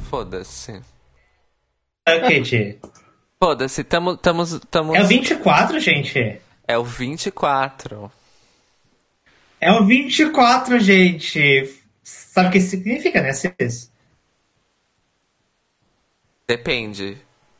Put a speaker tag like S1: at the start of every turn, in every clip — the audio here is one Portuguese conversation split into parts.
S1: Foda-se.
S2: Kate.
S1: Foda-se, tamo...
S2: É o 24, gente.
S1: É o 24.
S2: É o 24, gente. Sabe o que isso significa, né, Cis?
S1: Depende.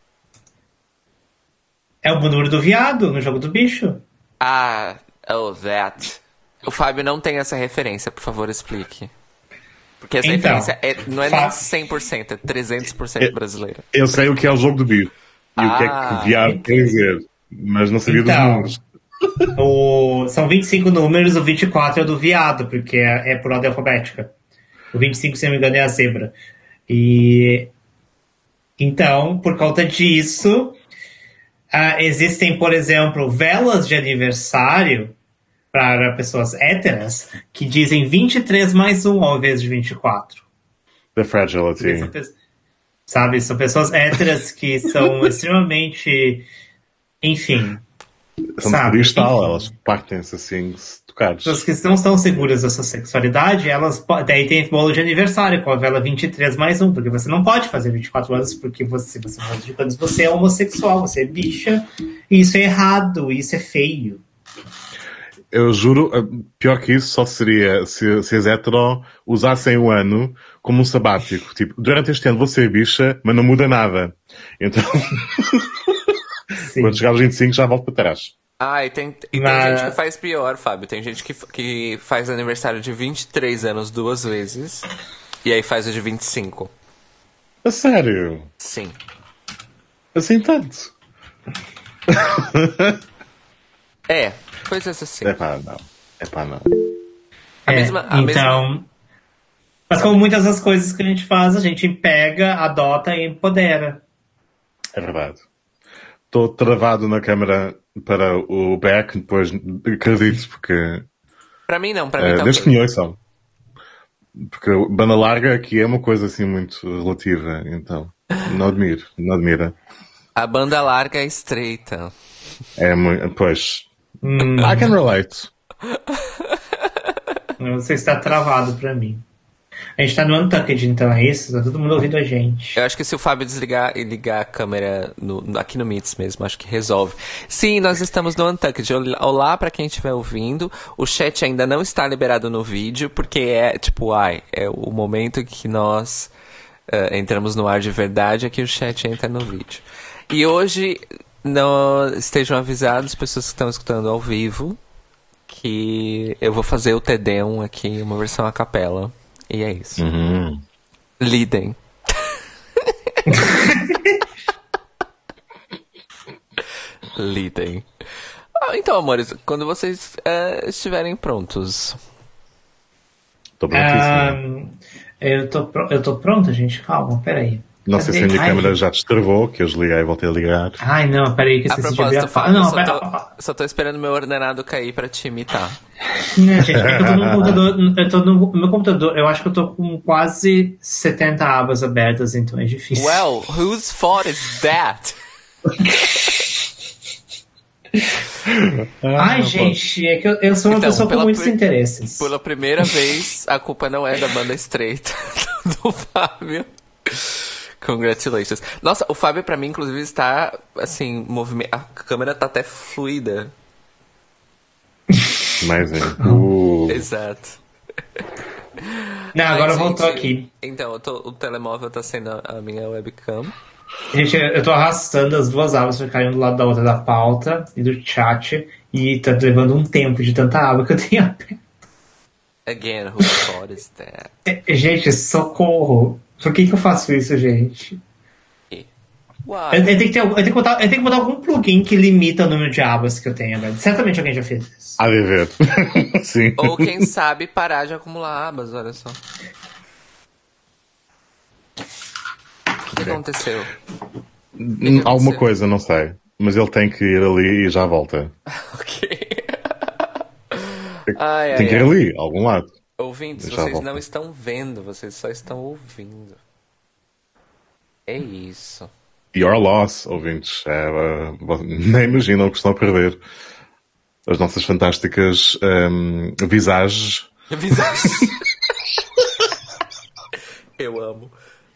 S2: É o número do viado no jogo do bicho.
S1: Ah, oh, that. O Fábio não tem essa referência, por favor, explique. Porque essa
S2: Então,
S1: referência não é nem 100%, é 300% brasileira.
S3: Eu sei o que é o jogo do bicho. E o que é que viado quer dizer. Mas não sabia dos números.
S2: São 25 números, o 24 é o do viado, porque é por ordem alfabética. O 25, se não me engano, é a zebra. E então, por conta disso, existem, por exemplo, velas de aniversário para pessoas héteras que dizem 23 mais 1 ao invés de 24.
S3: The fragility.
S2: Sabe, são pessoas héteras que são extremamente... Enfim...
S3: São de cristal, elas partem-se assim, se tocares.
S2: Pessoas que não estão seguras da sua sexualidade, daí tem bolo de aniversário com a vela 23 mais 1, porque você não pode fazer 24 anos porque você é homossexual, você é bicha, e isso é errado, isso é feio.
S3: Eu juro, pior que isso só seria se as hetero usassem o ano como um sabático. Tipo, durante este ano vou ser bicha, mas não muda nada. Então, quando chegar aos 25 já volto para trás.
S1: E tem gente que faz pior, Fábio. Tem gente que faz aniversário de 23 anos 2 vezes e aí faz o de 25.
S3: A sério?
S1: Sim.
S3: Assim tanto?
S1: Coisas assim.
S3: não.
S2: Mas como muitas das coisas que a gente faz, a gente pega, adota e empodera.
S3: É verdade. Estou travado na câmara para o back, depois acredito, porque...
S1: Para mim não, para mim tá
S3: desde que me ouçam. Porque banda larga aqui é uma coisa assim muito relativa, então não admira.
S1: A banda larga é estreita.
S3: É muito... Pois... I can relate.
S2: Você está travado pra mim. A gente tá no Untucked, então é isso? Tá todo mundo ouvindo a gente.
S1: Eu acho que se o Fábio desligar e ligar a câmera aqui no Meets mesmo, acho que resolve. Sim, nós estamos no Untucked. Olá pra quem estiver ouvindo. O chat ainda não está liberado no vídeo, porque é o momento que nós entramos no ar de verdade, é que o chat entra no vídeo. E hoje, não estejam avisados, pessoas que estão escutando ao vivo, que eu vou fazer o TD1 aqui, uma versão a capela. E é isso. Lidem. Lidem. Então, amores, quando vocês estiverem prontos.
S3: Tô prontíssimo.
S2: Eu tô pronta, gente. Calma, peraí.
S3: Não sei se a minha câmera já destravou, que eu desliguei e voltei a ligar.
S2: Ai, não, peraí, que eu esqueci de abrir a
S1: Fábio, só tô esperando meu ordenado cair pra te imitar.
S2: Não, gente, é que eu tô no computador. Eu tô no meu computador, eu acho que eu tô com quase 70 abas abertas, então é difícil.
S1: Well, whose fault is that?
S2: Ai, gente, é que eu sou uma pessoa com muitos interesses.
S1: Pela primeira vez, a culpa não é da banda estreita do Fábio. Congratulations. Nossa, o Fábio pra mim, inclusive, está, assim, a câmera tá até fluida.
S3: Mas
S1: Exato.
S2: Não, agora voltou aqui.
S1: Então, o telemóvel tá sendo a minha webcam.
S2: Gente, eu tô arrastando as duas abas pra ficarem um do lado da outra da pauta e do chat, e tá levando um tempo de tanta aba que eu tenho aberto.
S1: Again, whose fault is that?
S2: Gente, socorro. Por que eu faço isso, gente? Eu tenho que botar algum plugin que limita o número de abas que eu tenho, velho. Certamente alguém já fez isso.
S3: A ver. Sim.
S1: Ou quem sabe parar de acumular abas, olha só. O que aconteceu?
S3: Alguma coisa, não sei. Mas ele tem que ir ali e já volta.
S1: Ok.
S3: Tem que ir ali, a algum lado.
S1: Ouvintes, vocês não estão vendo, vocês só estão ouvindo. É isso.
S3: Your loss, ouvintes. Nem imaginam o que estão a perder. As nossas fantásticas visagens.
S1: Visagens. Eu amo.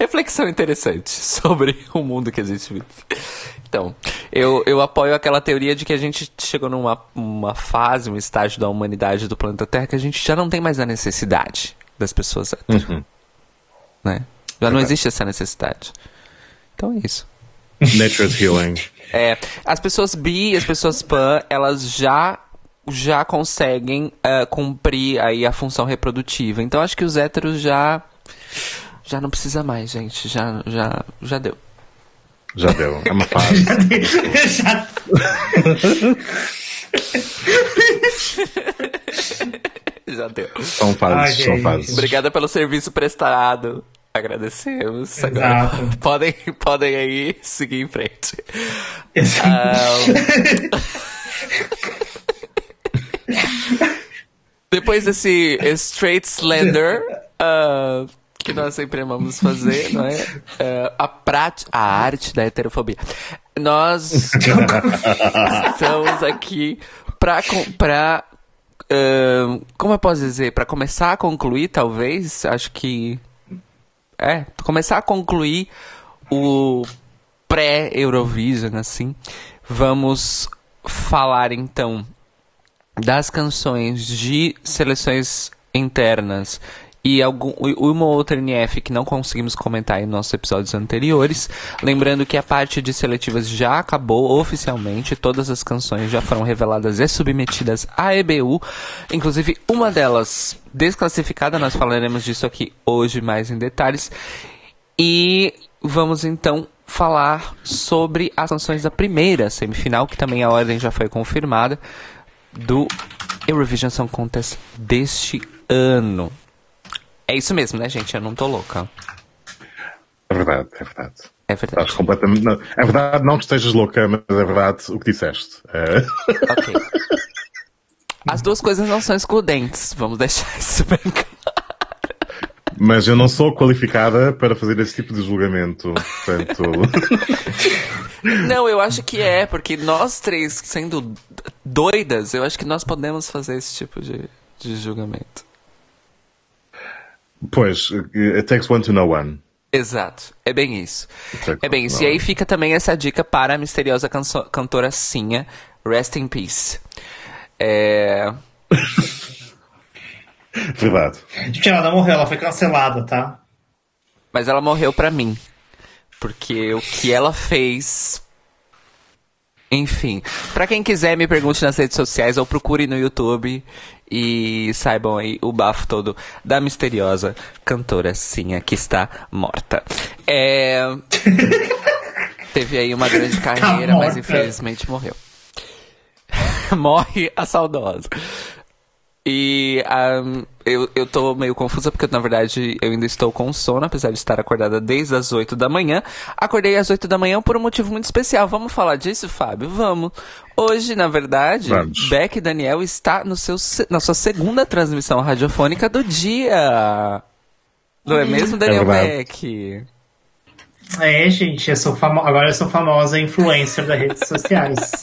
S1: reflexão interessante sobre o mundo que a gente vive. Então, eu apoio aquela teoria de que a gente chegou numa fase, um estágio da humanidade do planeta Terra que a gente já não tem mais a necessidade das pessoas hétero, né? Já não existe essa necessidade. Então é isso.
S3: Nature's healing.
S1: As pessoas bi, as pessoas pan, elas já conseguem cumprir aí a função reprodutiva. Então acho que os héteros já não precisa mais, gente. Já deu.
S3: Já deu. É uma fase.
S2: Já.
S1: Já deu.
S3: São fases, são fases.
S1: Obrigada pelo serviço prestado. Agradecemos.
S2: Exato.
S1: Agora, podem aí seguir em frente. Depois desse straight slender que nós sempre amamos fazer, não é? A arte da heterofobia. Nós estamos aqui pra como eu posso dizer? Pra começar a concluir, talvez, acho que começar a concluir o pré-Eurovision, assim. Vamos falar, então, das canções de seleções internas e uma outra NF que não conseguimos comentar em nossos episódios anteriores. Lembrando que a parte de seletivas já acabou oficialmente. Todas as canções já foram reveladas e submetidas à EBU. Inclusive, uma delas desclassificada. Nós falaremos disso aqui hoje mais em detalhes. E vamos, então, falar sobre as canções da primeira semifinal, que também a ordem já foi confirmada, do Eurovision Song Contest deste ano. É isso mesmo, né, gente? Eu não tô louca.
S3: É verdade, é verdade.
S1: É verdade.
S3: Estás completamente... Não, é verdade, não que estejas louca, mas é verdade o que disseste.
S1: Ok. As duas coisas não são excludentes. Vamos deixar isso bem claro.
S3: Mas eu não sou qualificada para fazer esse tipo de julgamento. Portanto...
S1: Não, eu acho que porque nós três, sendo doidas, eu acho que nós podemos fazer esse tipo de julgamento.
S3: Pois, it takes one to know one.
S1: Exato, é bem isso. É bem isso. E aí fica também essa dica para a misteriosa cantora Sinha, Rest in Peace.
S3: Verdade.
S2: Gente, ela não morreu, ela foi cancelada, tá?
S1: Mas ela morreu pra mim. Porque o que ela fez... Enfim, pra quem quiser, me pergunte nas redes sociais ou procure no YouTube e saibam aí o bafo todo da misteriosa cantora Sinha, que está morta. Teve aí uma grande carreira, mas infelizmente morreu. Morre a saudosa. E eu tô meio confusa porque, na verdade, eu ainda estou com sono, apesar de estar acordada desde as 8 da manhã. Acordei às 8 da manhã por um motivo muito especial. Vamos falar disso, Fábio? Vamos. Hoje, na verdade, Beck Daniel está na sua segunda transmissão radiofônica do dia. Não é mesmo, Daniel Beck?
S2: Gente, agora eu sou famosa influencer das redes sociais.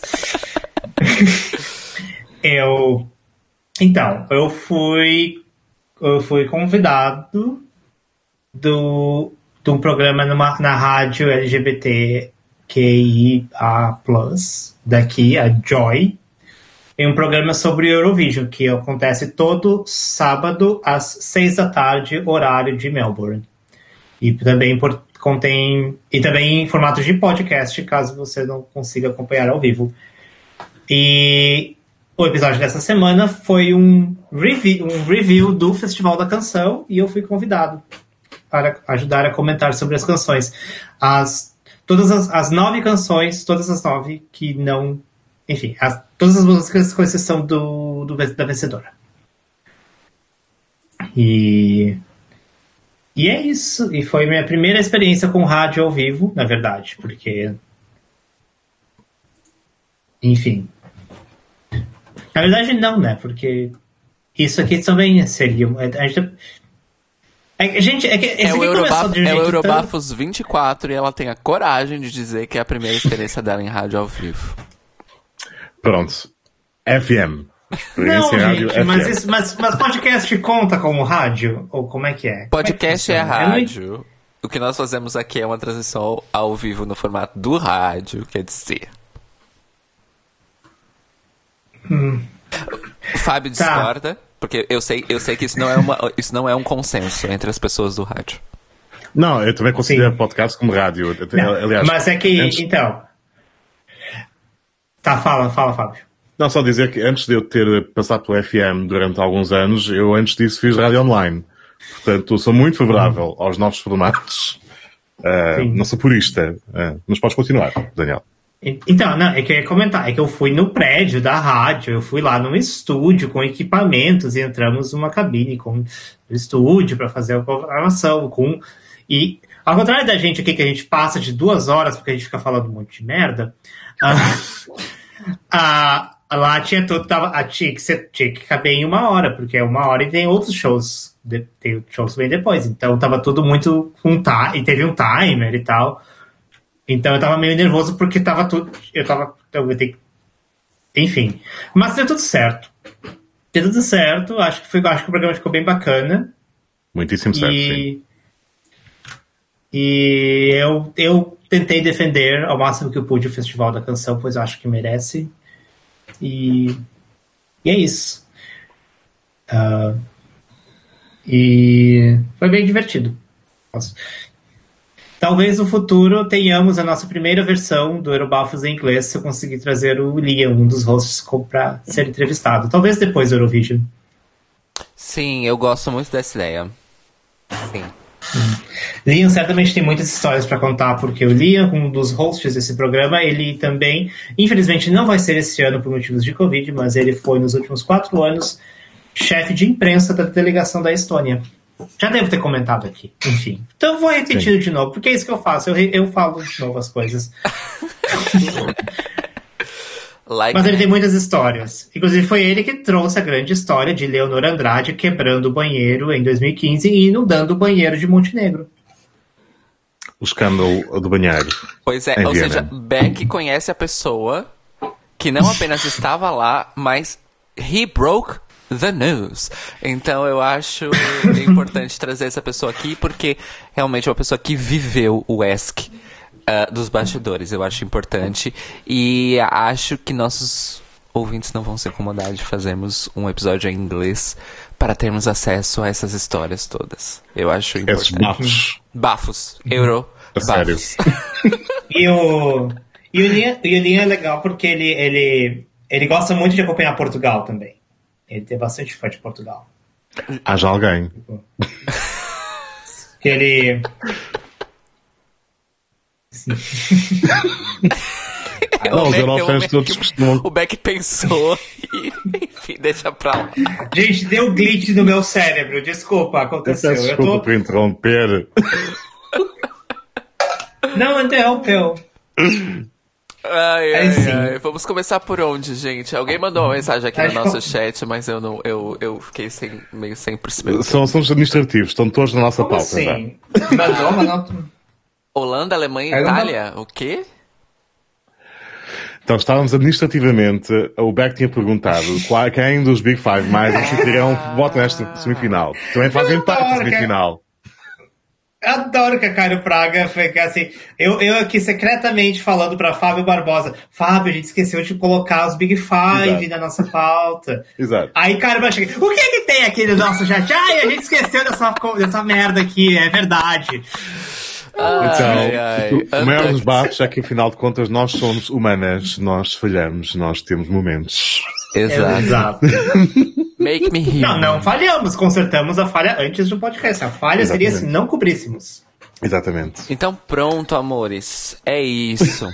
S2: Então, eu fui convidado de um programa na rádio LGBTQIA+, daqui, a Joy, em um programa sobre Eurovision, que acontece todo sábado às 6 da tarde, horário de Melbourne. E também também em formato de podcast, caso você não consiga acompanhar ao vivo. E o episódio dessa semana foi um review do Festival da Canção e eu fui convidado para ajudar a comentar sobre as canções. Todas as 9 canções, todas as 9 que não... Enfim, todas as músicas com exceção da vencedora. E é isso. E foi minha primeira experiência com rádio ao vivo, na verdade, porque... Enfim... Na verdade, não, né? Porque isso aqui também seria...
S1: É o Eurobafos 24 e ela tem a coragem de dizer que é a primeira experiência dela em rádio ao vivo.
S3: Pronto. FM.
S2: Não, gente, mas podcast conta como rádio? Ou como é que é?
S1: Podcast é rádio. o que nós fazemos aqui é uma transmissão ao vivo no formato do rádio, quer dizer. O Fábio discorda, porque eu sei que isso não é um consenso entre as pessoas do rádio.
S3: Não, eu também considero podcast como rádio.
S2: Não,
S3: aliás,
S2: mas é que, então... Tá, fala, Fábio.
S3: Não, só dizer que antes de eu ter passado pelo FM durante alguns anos, eu antes disso fiz rádio online. Portanto, sou muito favorável aos novos formatos. Não sou purista. Mas podes continuar, Daniel.
S2: Então, não, é que eu ia comentar, é que eu fui no prédio da rádio, eu fui lá num estúdio com equipamentos e entramos numa cabine com um estúdio para fazer a programação, e ao contrário da gente aqui, que a gente passa de 2 horas porque a gente fica falando um monte de merda, lá tinha tudo, tinha que caber em 1 hora, porque é 1 hora e tem outros shows, tem shows bem depois, então tava tudo muito e teve um timer e tal. Então eu tava meio nervoso porque tava tudo. Enfim. Mas deu tudo certo. Acho que o programa ficou bem bacana.
S3: Muitíssimo certo, sim.
S2: E eu tentei defender ao máximo que eu pude o Festival da Canção, pois eu acho que merece. E é isso. E foi bem divertido. Nossa. Talvez no futuro tenhamos a nossa primeira versão do Eurobafos em inglês, se eu conseguir trazer o Liam, um dos hosts, para ser entrevistado. Talvez depois do Eurovision.
S1: Sim, eu gosto muito dessa ideia. Sim.
S2: Liam certamente tem muitas histórias para contar, porque o Liam, um dos hosts desse programa, ele também, infelizmente não vai ser esse ano por motivos de Covid, mas ele foi nos últimos 4 anos chefe de imprensa da delegação da Estônia. Já devo ter comentado aqui, enfim. Então eu vou repetir de novo, porque é isso que eu faço. Eu falo de novo as coisas. Mas ele tem muitas histórias. Inclusive foi ele que trouxe a grande história de Leonor Andrade quebrando o banheiro em 2015 e inundando o banheiro de Montenegro.
S3: O escândalo do banheiro.
S1: Pois é, ou seja, Beck conhece a pessoa que não apenas estava lá, mas he broke the news. Então eu acho importante trazer essa pessoa aqui, porque realmente é uma pessoa que viveu o ESC dos bastidores. Eu acho importante. E acho que nossos ouvintes não vão se incomodar de fazermos um episódio em inglês para termos acesso a essas histórias todas. Eu acho importante.
S3: Esses bafos.
S1: Bafos. Bafos.
S2: E o Liam é legal porque ele gosta muito de acompanhar Portugal também. Ele tem bastante fã de Portugal.
S3: Haja alguém.
S2: Que ele...
S3: Não, os europeus todos costumam...
S1: O Beck pensou e, enfim, deixa pra lá.
S2: Gente, deu glitch no meu cérebro. Desculpa, aconteceu.
S3: Desculpa por interromper.
S2: Não interrompeu.
S1: Ai. Vamos começar por onde, gente? Alguém mandou uma mensagem aqui no nosso chat, mas eu fiquei meio sem perceber.
S3: São assuntos administrativos, estão todos na nossa pauta.
S2: Assim? Mandou.
S1: Holanda, Alemanha e Itália? O quê?
S3: Então estávamos administrativamente, o Beck tinha perguntado quem dos Big Five mais assistirão voto nesta semifinal. Também fazem parte da semifinal.
S2: Eu adoro que a Caio Praga fica assim. Eu aqui secretamente falando pra Fábio Barbosa. Fábio, a gente esqueceu de colocar os Big Five na nossa pauta.
S3: Exato.
S2: Aí Caio Praga chega. O que tem aqui no nosso chat? Ai, a gente esqueceu dessa merda aqui, é verdade.
S3: Então, o maior dos bates é que, afinal de contas, nós somos humanas, nós falhamos, nós temos momentos.
S1: Exato. Make me hear.
S2: Não falhamos, consertamos a falha antes do podcast. A falha seria se não cobríssemos.
S3: Exatamente.
S1: Então pronto, amores. É isso.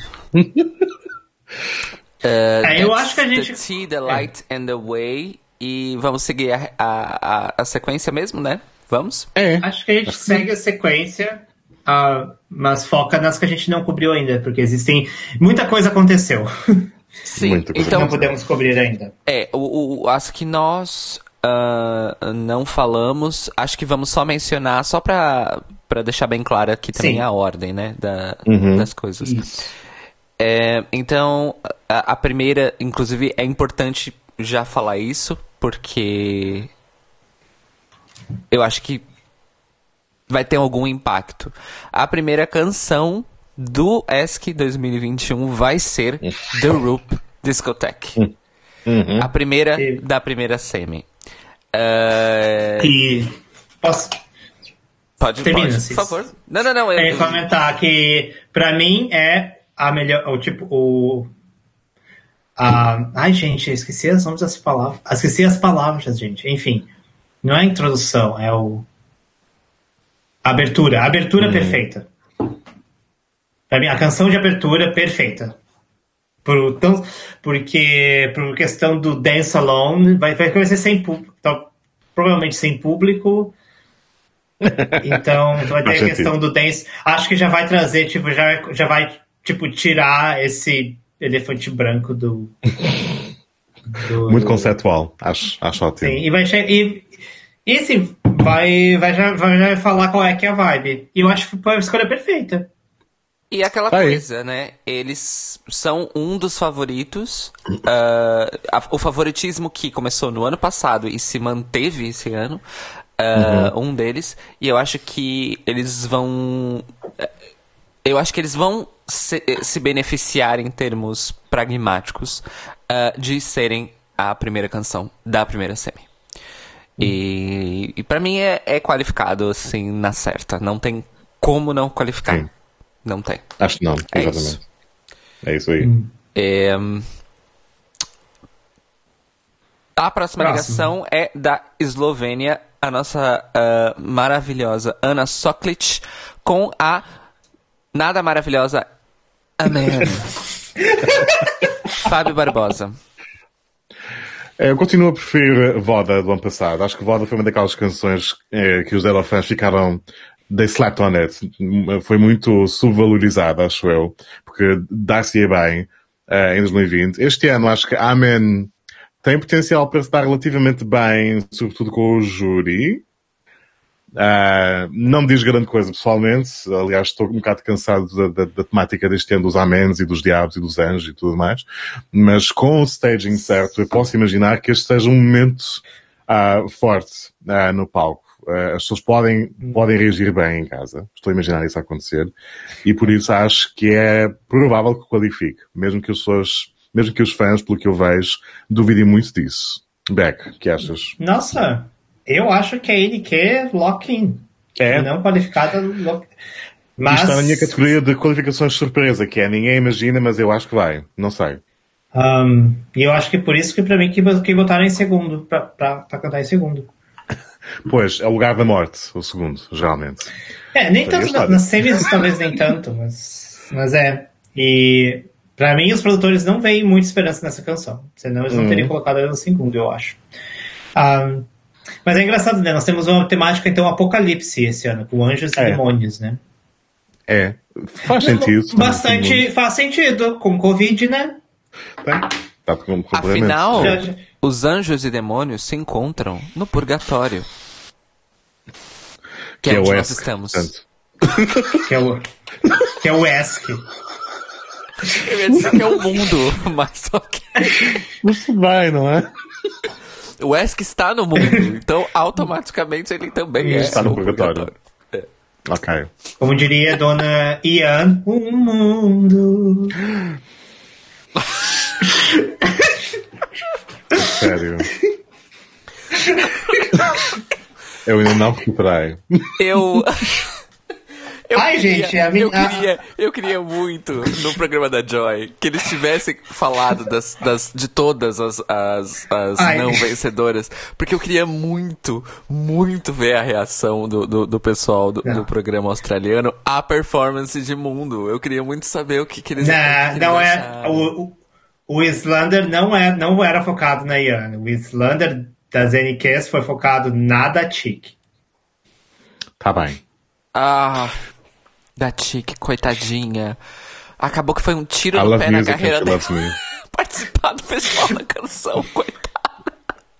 S2: Eu acho que a gente...
S1: The tea, the light and the way. E vamos seguir a sequência mesmo, né? Vamos?
S2: Acho que a gente segue a sequência... mas foca nas que a gente não cobriu ainda, porque muita coisa aconteceu.
S1: Sim, então
S2: não podemos cobrir ainda.
S1: Acho que nós não falamos, acho que vamos só mencionar, só pra deixar bem claro aqui também a ordem, né, das coisas. Então, a primeira, inclusive, é importante já falar isso, porque eu acho que vai ter algum impacto. A primeira canção do ESC 2021 vai ser The Roop Discotheque. A primeira da primeira semi.
S2: E posso...
S1: Pode, por favor. Não.
S2: Eu ia comentar que, pra mim, é a melhor... Ai, gente, eu esqueci os nomes das palavras. Esqueci as palavras, gente. Enfim, não é a introdução, é a abertura. A abertura perfeita. Pra mim, a canção de abertura perfeita. Porque por questão do Dance Alone, vai ser sem público. Então, provavelmente sem público. Então vai ter a questão do dance. Acho que já vai trazer, tipo, já vai, tipo, tirar esse elefante branco do
S3: muito conceitual, acho ótimo.
S2: Sim, e assim, já falar qual é que é a vibe. E eu acho que foi a escolha perfeita.
S1: E aquela coisa, né? Eles são um dos favoritos. O favoritismo que começou no ano passado e se manteve esse ano. Um deles. E eu acho que eles vão... se beneficiar em termos pragmáticos de serem a primeira canção da primeira semi. E pra mim é qualificado, assim, na certa. Não tem como não qualificar.
S3: Sim.
S1: Não tem.
S3: Acho que não, exatamente. É isso aí.
S1: A próxima ligação é da Eslovênia, a nossa maravilhosa Ana Soklic, com a nada maravilhosa Amen. Fábio Barbosa.
S3: Eu continuo a preferir Voda do ano passado. Acho que Voda foi uma daquelas canções que os Eurofans ficaram... They slept on it. Foi muito subvalorizada, acho eu. Porque dá-se bem em 2020. Este ano acho que Amen tem potencial para se dar relativamente bem, sobretudo com o júri. Não me diz grande coisa pessoalmente. Aliás, estou um bocado cansado da temática deste ano dos amens e dos diabos e dos anjos e tudo mais. Mas com o staging certo, eu posso imaginar que este seja um momento forte no palco. As pessoas podem reagir bem em casa. Estou a imaginar isso a acontecer. E por isso acho que é provável que qualifique. Mesmo que os fãs, pelo que eu vejo, duvidem muito disso. Beck, o que achas?
S2: Nossa, eu acho que a NQ lock-in. Não qualificada lock-in. Mas...
S3: Isto está na minha categoria de qualificações de surpresa, que é ninguém imagina, mas eu acho que vai. Não sei.
S2: E eu acho que é por isso que para mim que botaram em segundo, para cantar em segundo.
S3: Pois, é o lugar da morte, o segundo, geralmente.
S2: Nem tanto nas semis, talvez nem tanto, mas é. E pra mim, os produtores não veem muita esperança nessa canção. Senão eles não teriam colocado ela no segundo, eu acho. Mas é engraçado, né? Nós temos uma temática, então, apocalipse esse ano, com anjos e demônios, né?
S3: Faz sentido.
S2: Bastante faz sentido, com Covid, né?
S3: Tá completamente.
S1: Afinal, os anjos e demônios se encontram no purgatório. Que é onde nós estamos.
S2: Que é o ESC.
S1: Eu ia dizer que é o mundo, mas só que...
S3: Isso vai, não é?
S1: O ESC está no mundo, então automaticamente ele também
S3: está no purgatório. Ok.
S2: Como diria a dona Ian, o mundo...
S3: Sério. Eu ainda não recuperei.
S1: Eu queria muito, no programa da Joy, que eles tivessem falado de todas as não vencedoras, porque eu queria muito, muito ver a reação do pessoal do programa australiano à performance de mundo. Eu queria muito saber o que eles
S2: acharam. O Islander não era focado na Ian. O Islander das NQs foi focado na da Chick.
S3: Tá bem.
S1: Da Chick, coitadinha. Acabou que foi um tiro no pé na carreira dela. Participar do festival da canção, coitada.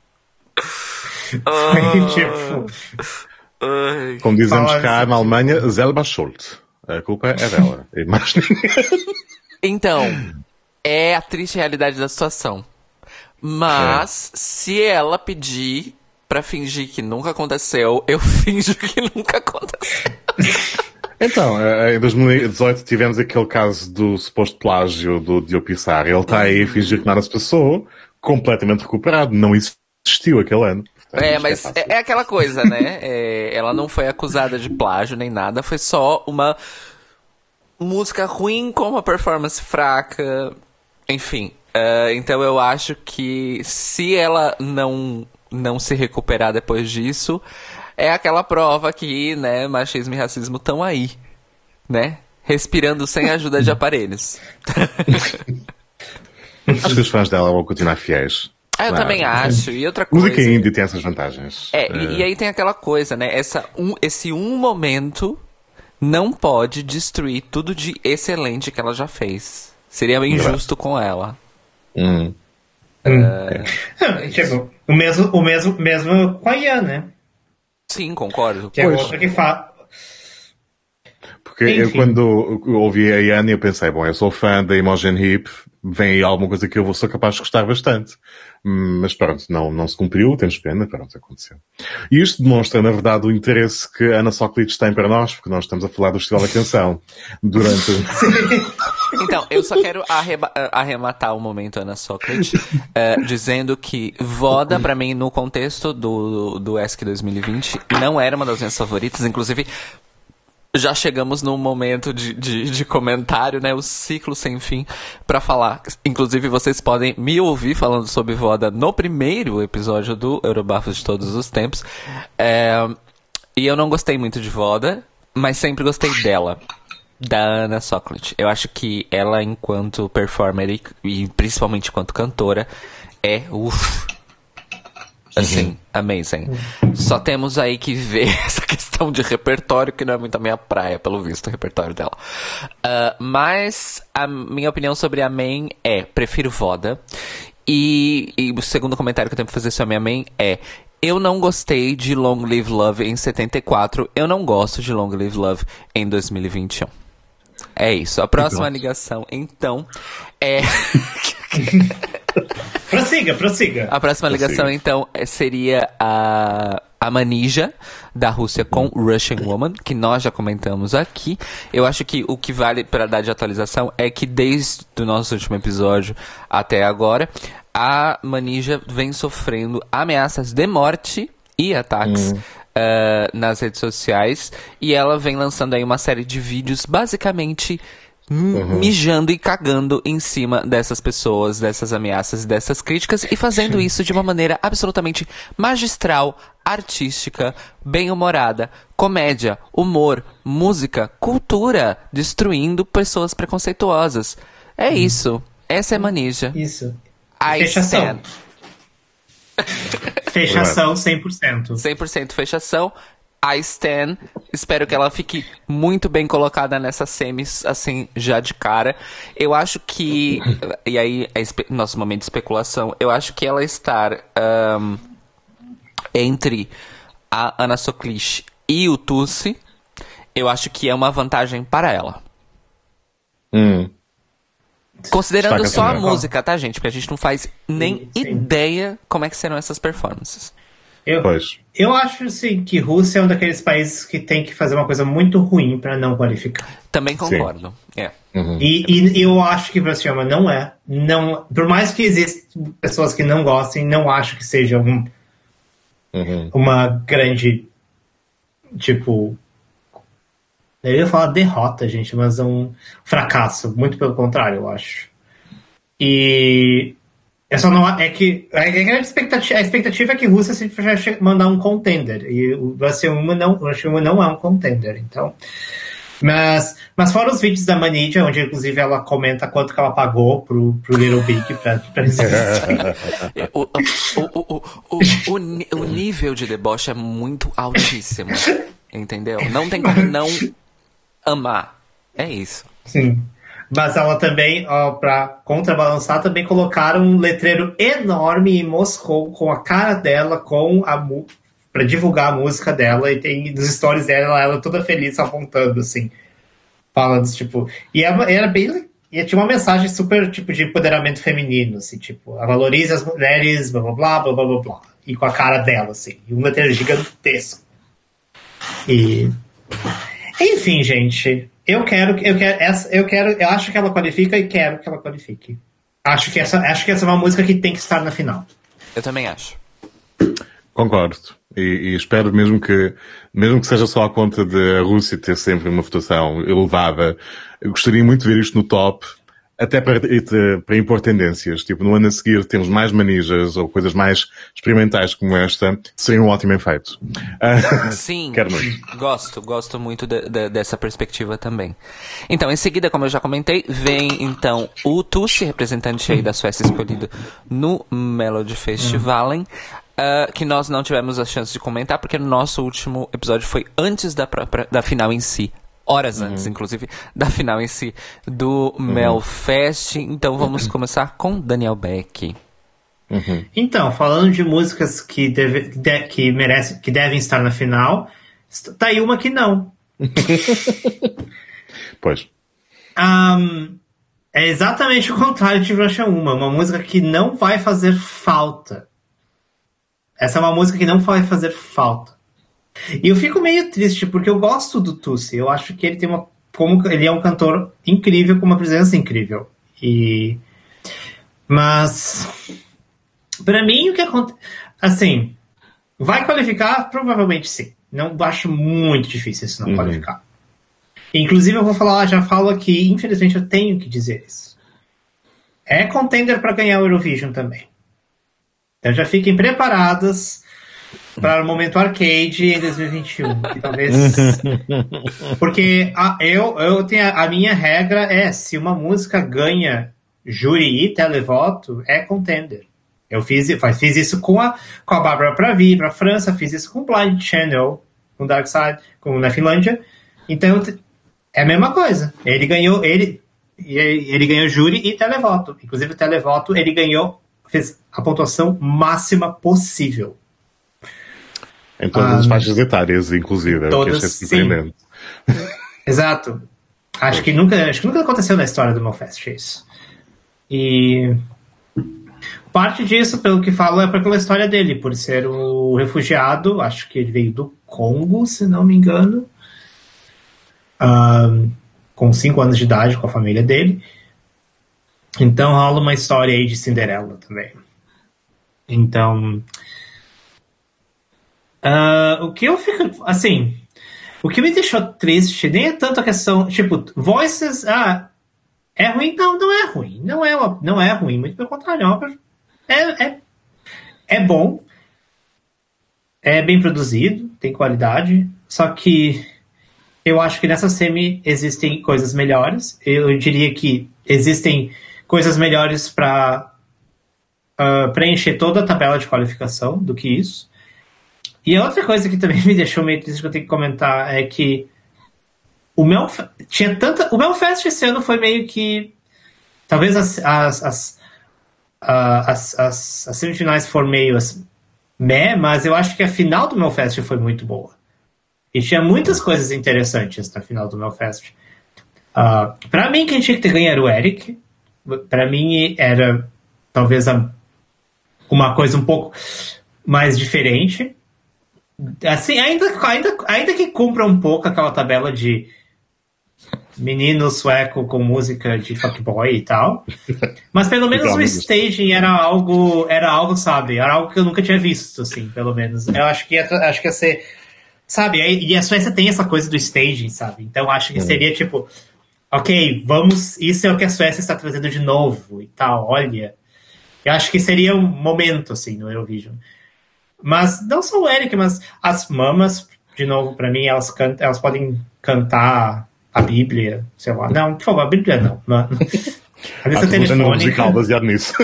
S3: Como dizemos cá na Alemanha, selber schuld. A culpa é dela. E mais ninguém.
S1: Então, é a triste realidade da situação. Mas, se ela pedir, pra fingir que nunca aconteceu, eu finjo que nunca aconteceu.
S3: Então, em 2018 tivemos aquele caso do suposto plágio do Diogo Pissarro. Ele está aí a fingir que nada se passou, completamente recuperado. Não existiu aquele ano. Portanto,
S1: Mas é aquela coisa, né? Ela não foi acusada de plágio nem nada, foi só uma música ruim com uma performance fraca, enfim. Então eu acho que se ela não se recuperar depois disso, é aquela prova que, né, machismo e racismo estão aí, né? Respirando sem ajuda de aparelhos.
S3: Acho que os fãs dela vão continuar fiéis.
S1: Eu também acho. E outra coisa...
S3: Música indie tem essas vantagens.
S1: E aí tem aquela coisa, né? Esse momento não pode destruir tudo de excelente que ela já fez. Seria bem injusto com ela.
S2: Tipo, o mesmo com a Ian, né?
S1: Sim, concordo.
S2: Que é outra que fala.
S3: Porque eu, quando eu ouvi a Ian, eu pensei, bom, eu sou fã da Imogen Heap, vem aí alguma coisa que eu sou capaz de gostar bastante. Mas pronto, não se cumpriu, temos pena, pronto, aconteceu. E isto demonstra, na verdade, o interesse que a Ana Soklic tem para nós, porque nós estamos a falar do Festival da Canção durante...
S1: Então, eu só quero arrematar o momento Ana Soklic, dizendo que Voda, pra mim, no contexto do ESC 2020, não era uma das minhas favoritas, inclusive... Já chegamos num momento de comentário, né? O ciclo sem fim pra falar. Inclusive, vocês podem me ouvir falando sobre Voda no primeiro episódio do Eurobafos de todos os tempos. E eu não gostei muito de Voda, mas sempre gostei dela. Da Ana Soklic. Eu acho que ela, enquanto performer e principalmente enquanto cantora, é assim, amazing. Só temos aí que ver essa questão de repertório, que não é muito a minha praia, pelo visto, o repertório dela. Mas a minha opinião sobre a Main prefiro Voda. E o segundo comentário que eu tenho pra fazer sobre a Main eu não gostei de Long Live Love em 74, eu não gosto de Long Live Love em 2021. É isso. A próxima ligação, então,
S2: Prossiga.
S1: A próxima ligação, então, seria a Manija, da Rússia, com Russian Woman, que nós já comentamos aqui. Eu acho que o que vale para dar de atualização é que desde o nosso último episódio até agora, a Manija vem sofrendo ameaças de morte e ataques nas redes sociais, e ela vem lançando aí uma série de vídeos basicamente mijando e cagando em cima dessas pessoas, dessas ameaças, dessas críticas, e fazendo isso de uma maneira absolutamente magistral, artística, bem-humorada, comédia, humor, música, cultura, destruindo pessoas preconceituosas. É isso. Essa é Manija.
S2: Isso.
S1: Fechação.
S2: Fechação 100%.
S1: 100% fechação. I Stan. Espero que ela fique muito bem colocada nessas semis, assim, já de cara. Eu acho que... E aí, nosso momento de especulação. Eu acho que ela estar entre a Ana Soklic e o Tussi, eu acho que é uma vantagem para ela. Considerando só a música, tá, gente? Porque a gente não faz nem ideia como é que serão essas performances.
S2: Eu acho, assim, que Rússia é um daqueles países que tem que fazer uma coisa muito ruim pra não qualificar.
S1: Também concordo.
S2: E eu acho que Brasileira não é. Não, por mais que existam pessoas que não gostem, não acho que seja uma grande, tipo... Eu ia falar derrota, gente, mas um fracasso. Muito pelo contrário, eu acho. E... É só não, é que a expectativa é que a Rússia sempre vai mandar um contender. E o Russian Woman não é um contender. Então, mas fora os vídeos da Manija, onde inclusive ela comenta quanto que ela pagou pro Little Big pra
S1: o nível de deboche é muito altíssimo. Entendeu? Não tem como não amar. É isso.
S2: Sim. Mas ela também, pra contrabalançar, também colocaram um letreiro enorme em Moscou com a cara dela, pra divulgar a música dela, e tem nos stories dela, ela toda feliz apontando, assim, falando, tipo... E era bem... E tinha uma mensagem super, tipo, de empoderamento feminino, assim, tipo, valorize as mulheres, blá, blá, blá, blá, blá, blá. e com a cara dela, assim. E um letreiro gigantesco. E... Enfim, gente. Eu acho que ela qualifica e quero que ela qualifique. Acho que essa é uma música que tem que estar na final.
S1: Eu também acho.
S3: Concordo. E espero mesmo que seja só a conta de a Rússia ter sempre uma votação elevada. Eu gostaria muito de ver isto no top, até para impor tendências. Tipo, no ano a seguir temos mais manijas ou coisas mais experimentais como esta. Seria um ótimo efeito.
S1: Sim,
S3: Quero muito.
S1: Gosto muito dessa perspectiva também. Então, em seguida, como eu já comentei, vem então o Tussi, representante aí da Suécia escolhido no Melody Festivalen. Que nós não tivemos a chance de comentar, porque no nosso último episódio foi antes da final em si. Horas antes, inclusive, da final em si do Melfest. Então vamos começar com Daniel Beck.
S2: Então, falando de músicas que devem estar na final, tá aí uma que não.
S3: Pois.
S2: É exatamente o contrário de Russia uma música que não vai fazer falta. Essa é uma música que não vai fazer falta. E eu fico meio triste, porque eu gosto do Tussi. Eu acho que ele tem ele é um cantor incrível, com uma presença incrível. Mas, pra mim, o que acontece... Assim, vai qualificar? Provavelmente sim. Não acho muito difícil isso não qualificar. Inclusive, eu já falo aqui, infelizmente eu tenho que dizer isso. É contender para ganhar o Eurovision também. Então já fiquem preparadas para o momento arcade em 2021. Que talvez... Porque eu tenho a minha regra é, se uma música ganha júri e televoto, é contender. Eu fiz isso com a Bárbara Pravi, para a França, fiz isso com Blind Channel, com Dark Side, na Finlândia. Então é a mesma coisa. Ele ganhou júri e televoto. Inclusive o televoto ele fez a pontuação máxima possível.
S3: Em todas as faixas etárias, inclusive.
S2: Todas,
S3: que é surpreendente.
S2: Exato. Acho que nunca aconteceu na história do Melfest isso. E parte disso, pelo que falo, é pela história dele, por ser o refugiado, acho que ele veio do Congo, se não me engano, com 5 anos de idade, com a família dele. Então rola uma história aí de Cinderela também. Então, o que eu fico, assim, o que me deixou triste nem é tanto a questão, tipo, Voices, é ruim? Não é ruim. Não é ruim, muito pelo contrário. É bom, é bem produzido, tem qualidade, só que eu acho que nessa semi existem coisas melhores. Eu diria que existem coisas melhores para preencher toda a tabela de qualificação do que isso. E a outra coisa que também me deixou meio triste que eu tenho que comentar é que o Melfest esse ano foi meio que talvez as semifinais foram meio mas eu acho que a final do Melfest foi muito boa. E tinha muitas coisas interessantes na final do Melfest. Pra mim, quem tinha que ter ganho era o Eric. Pra mim, era talvez uma coisa um pouco mais diferente. Assim, ainda que cumpra um pouco aquela tabela de menino sueco com música de fuckboy e tal. Mas pelo menos o staging era algo, sabe? Era algo que eu nunca tinha visto, assim, pelo menos. Eu acho que ia ser... Sabe? E a Suécia tem essa coisa do staging, sabe? Então acho que seria tipo... Ok, isso é o que a Suécia está trazendo de novo e tal, olha. Eu acho que seria um momento, assim, no Eurovision. Mas não só o Eric, mas as mamas, de novo, pra mim, elas podem cantar a Bíblia, sei lá. Não, por favor, a Bíblia não. A lista telefônica.
S3: Musical baseado nisso.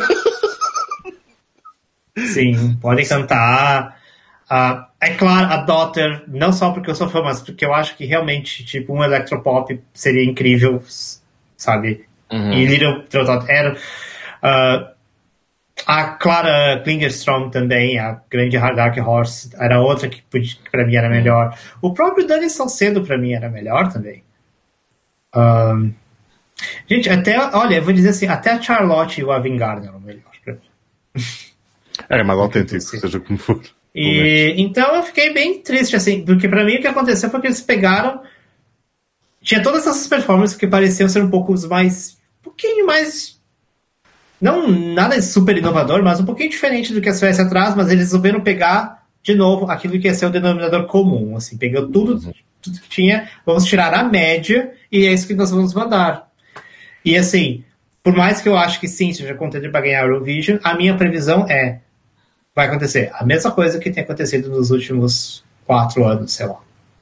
S2: Sim, podem cantar. É claro, a Daughter, não só porque eu sou fã, mas porque eu acho que realmente, tipo, um electropop seria incrível, sabe? E Little Daughter era... a Clara Klingerstrom também, a grande Dark Horse, era outra que pra mim era melhor. O próprio Dani Salcedo pra mim era melhor também. Gente, olha, eu vou dizer assim, até a Charlotte e o Avantgarde eram melhores pra mim.
S3: É mais autêntico, seja como for.
S2: E então eu fiquei bem triste, assim, porque pra mim o que aconteceu foi que eles pegaram. Tinha todas essas performances que pareciam ser um pouquinho mais. Não nada super inovador, mas um pouquinho diferente do que a Suécia traz, mas eles resolveram pegar de novo aquilo que ia ser o denominador comum. Assim, pegou tudo que tinha, vamos tirar a média e é isso que nós vamos mandar. E assim, por mais que eu acho que sim, seja contender para ganhar a Eurovision, a minha previsão vai acontecer a mesma coisa que tem acontecido nos últimos 4 anos, sei lá.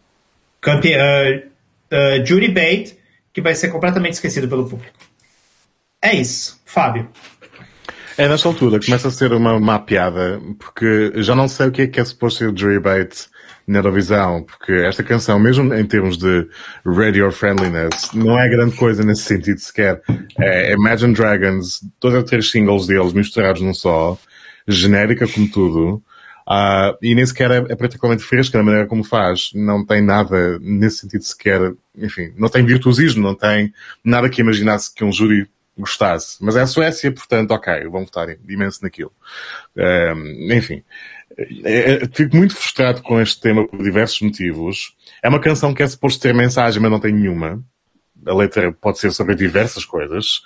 S2: Judy Bate, que vai ser completamente esquecido pelo público. É isso. Fábio.
S3: É nesta altura, começa a ser uma piada, porque já não sei o que é suposto ser o Jury Bate na Eurovisão, porque esta canção, mesmo em termos de radio friendliness, não é grande coisa nesse sentido sequer. É Imagine Dragons, 2 ou 3 singles deles misturados num só, genérica como tudo, e nem sequer é particularmente fresca na maneira como faz. Não tem nada nesse sentido sequer, enfim, não tem virtuosismo, não tem nada que imaginasse que um júri gostasse. Mas é a Suécia, portanto, ok, vão votar imenso naquilo. Enfim, fico muito frustrado com este tema por diversos motivos. É uma canção que é suposto ter mensagem, mas não tem nenhuma. A letra pode ser sobre diversas coisas.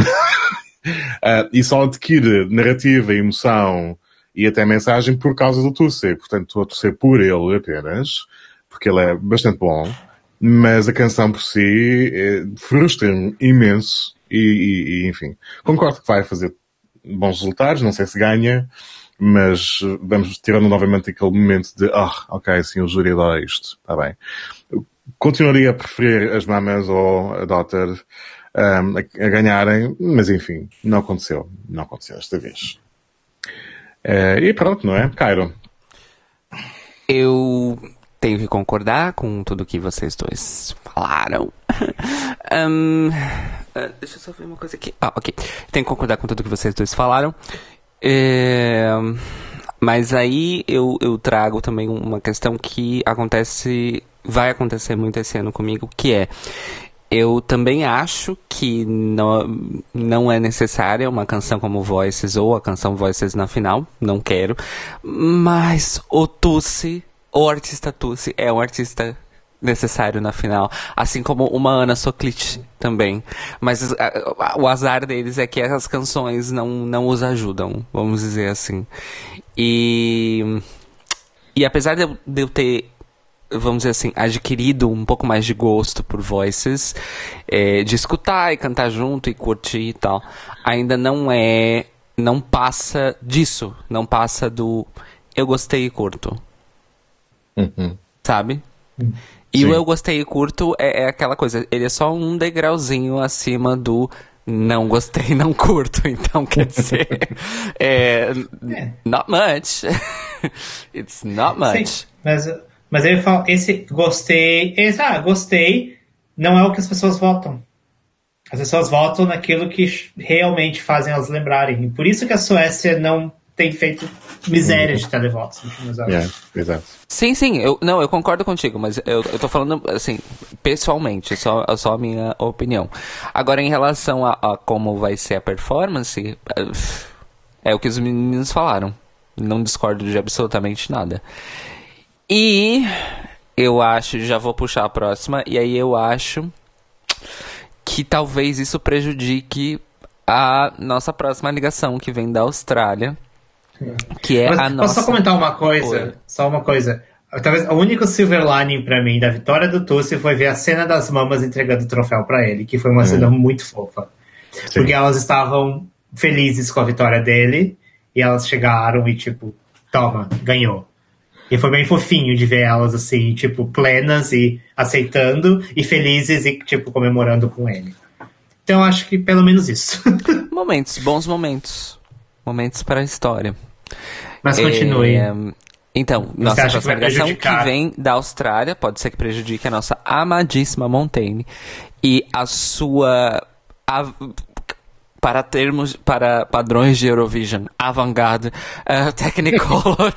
S3: E só adquire narrativa, emoção e até mensagem por causa do Tusse. Portanto, estou a torcer por ele apenas, porque ele é bastante bom. Mas a canção por si frustra-me imenso. E enfim, concordo que vai fazer bons resultados, não sei se ganha, mas vamos tirando novamente aquele momento de ok, sim, o júri adora isto, está bem. Continuaria a preferir as Mamas ou a Daughter a ganharem, mas enfim, não aconteceu esta vez. E pronto, não é? Cairo.
S1: Eu tenho que concordar com tudo que vocês dois falaram. Deixa eu só ver uma coisa aqui. Ok. Tenho que concordar com tudo que vocês dois falaram. Mas aí eu trago também uma questão que vai acontecer muito esse ano comigo, que é: eu também acho que não é necessária uma canção como Voices ou a canção Voices na final. Não quero. Mas o artista Tusse é um artista necessário na final, assim como uma Ana Soklic também, mas o azar deles é que as canções não os ajudam, vamos dizer assim, e apesar de eu ter, vamos dizer assim, adquirido um pouco mais de gosto por Voices, de escutar e cantar junto e curtir e tal, ainda não passa disso, não passa do eu gostei e curto. Sabe? E
S3: Sim.
S1: o eu gostei e curto é aquela coisa, ele é só um degrauzinho acima do não gostei e não curto, então quer dizer, not much. It's not much.
S2: Sim, mas ele fala, esse gostei, gostei não é o que as pessoas votam. As pessoas votam naquilo que realmente fazem elas lembrarem. E por isso que a Suécia não tem feito miséria de televotos nos últimos anos.
S3: Exato.
S1: Sim, eu concordo contigo, mas eu tô falando, assim, pessoalmente, só a minha opinião. Agora, em relação a como vai ser a performance, é o que os meninos falaram. Não discordo de absolutamente nada. E eu acho, já vou puxar a próxima, e aí eu acho que talvez isso prejudique a nossa próxima ligação, que vem da Austrália. Que é a nossa...
S2: Posso só comentar uma coisa? Oi. Só uma coisa. Talvez o único silver lining pra mim da vitória do Tusse foi ver a cena das mamas entregando o troféu pra ele, que foi uma cena muito fofa. Sim. Porque elas estavam felizes com a vitória dele e elas chegaram e tipo, toma, ganhou. E foi bem fofinho de ver elas assim, tipo, plenas e aceitando e felizes e tipo, comemorando com ele. Então acho que pelo menos isso.
S1: Bons momentos. Momentos para a história.
S2: Mas continue.
S1: Então, nossa próxima ligação que vem da Austrália, pode ser que prejudique a nossa amadíssima Montaigne e a sua, para padrões de Eurovision, Avant-Garde, Technicolor,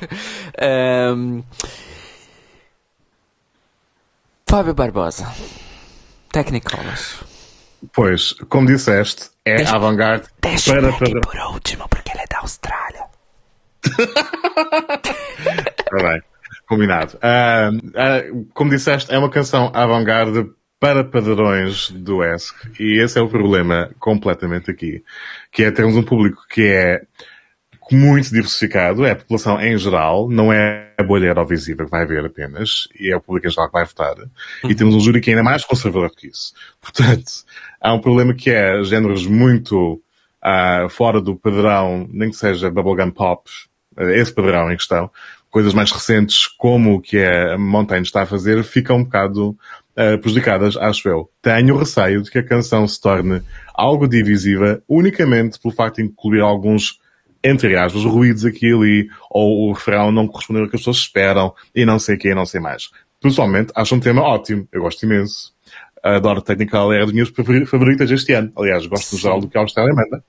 S1: Fábio Barbosa, Technicolor.
S3: Pois, como disseste, Avant-Garde
S1: deixa para por último, porque ele é da Austrália.
S3: Tá bem, combinado. Como disseste, é uma canção avant-garde para padrões do ESC. E esse é o problema completamente aqui. Que é termos um público que é muito diversificado, é a população em geral, não é a bolha eurovisível que vai ver apenas, e é o público em geral que vai votar. E temos um júri que é ainda mais conservador que isso. Portanto, há um problema que é géneros muito fora do padrão, nem que seja bubblegum pop, esse padrão em questão, coisas mais recentes como o que a Montaigne está a fazer, ficam um bocado prejudicadas, acho eu. Tenho receio de que a canção se torne algo divisiva unicamente pelo facto de incluir alguns, entre aspas, ruídos aqui e ali, ou o refrão não corresponder ao que as pessoas esperam, e não sei o que, e não sei mais. Pessoalmente, acho um tema ótimo. Eu gosto imenso. Adoro Technicolor, é das minhas favoritas este ano. Aliás, gosto no geral do que a Austrália manda.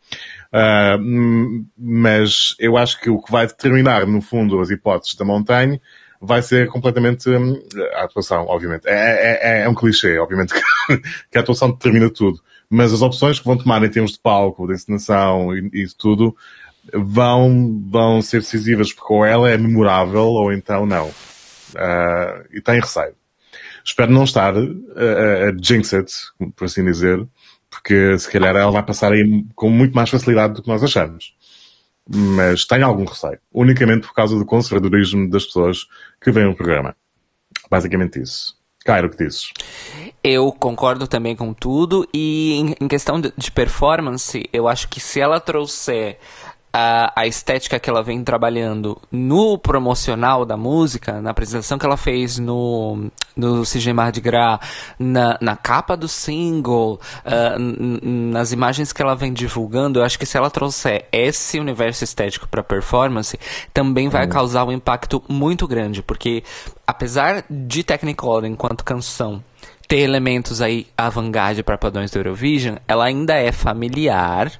S3: Mas eu acho que o que vai determinar, no fundo, as hipóteses da Montaigne vai ser completamente a atuação, obviamente. É um clichê, obviamente, que a atuação determina tudo. Mas as opções que vão tomar em termos de palco, de encenação e tudo, vão ser decisivas, porque ou ela é memorável ou então não. E tem receio. Espero não estar a jinx it, por assim dizer, porque se calhar ela vai passar aí com muito mais facilidade do que nós achamos. Mas tenho algum receio. Unicamente por causa do conservadorismo das pessoas que veem o programa. Basicamente isso. Cairo, o que dizes?
S1: Eu concordo também com tudo. E em questão de performance, eu acho que se ela trouxer a estética que ela vem trabalhando no promocional da música, na apresentação que ela fez no CG Mardi Gras, na capa do single, nas imagens que ela vem divulgando, eu acho que se ela trouxer esse universo estético para performance, também vai causar um impacto muito grande, porque apesar de Technicolor enquanto canção ter elementos aí avant-garde para padrões do Eurovision, ela ainda é familiar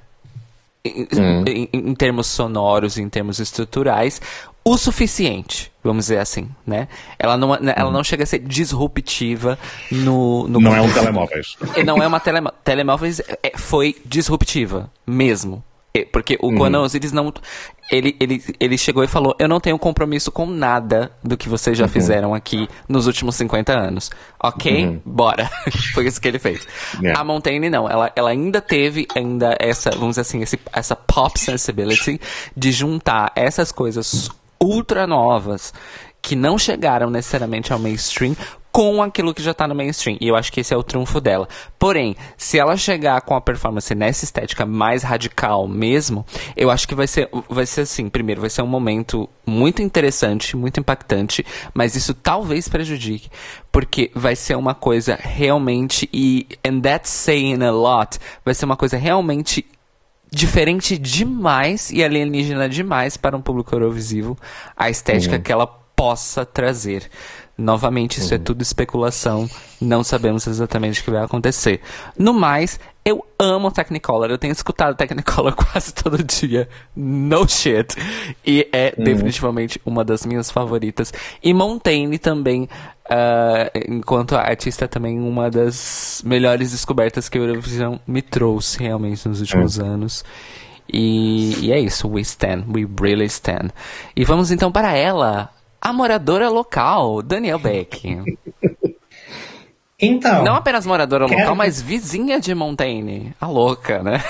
S1: em termos sonoros, em termos estruturais, o suficiente, vamos dizer assim, né? Ela não chega a ser disruptiva no
S3: não é um telemóveis.
S1: Não é uma telemóveis, foi disruptiva mesmo. Porque o Conan Osiris não... Ele chegou e falou: eu não tenho compromisso com nada do que vocês já fizeram aqui nos últimos 50 anos. Ok? Bora. Foi isso que ele fez. A Montaigne não. Ela ainda teve essa, vamos dizer assim, essa pop sensibility de juntar essas coisas ultra novas que não chegaram necessariamente ao mainstream com aquilo que já tá no mainstream. E eu acho que esse é o trunfo dela. Porém, se ela chegar com a performance nessa estética mais radical mesmo, eu acho que vai ser assim, primeiro, vai ser um momento muito interessante, muito impactante, mas isso talvez prejudique, porque vai ser uma coisa realmente, and that's saying a lot, vai ser uma coisa realmente diferente demais e alienígena demais para um público eurovisivo, a estética que ela possa trazer. Novamente, isso é tudo especulação, não sabemos exatamente o que vai acontecer. No mais, eu amo Technicolor, eu tenho escutado Technicolor quase todo dia, no shit, e é definitivamente uma das minhas favoritas. E Montaigne também, enquanto artista, também uma das melhores descobertas que a Eurovision me trouxe realmente nos últimos anos. E é isso, we really stand. E vamos então para ela, a moradora local, Danielle Beck.
S2: Então...
S1: Não apenas moradora local, mas vizinha de Montaigne. A louca, né?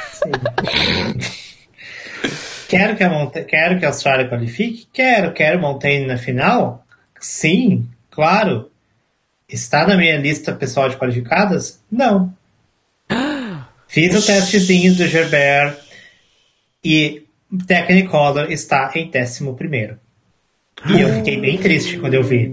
S2: Quero que a Austrália qualifique? Quero Montaigne na final? Sim, claro. Está na minha lista pessoal de qualificadas? Não. Fiz o testezinho do Gerbert e Technicolor está em 11º. E eu fiquei bem triste quando eu vi.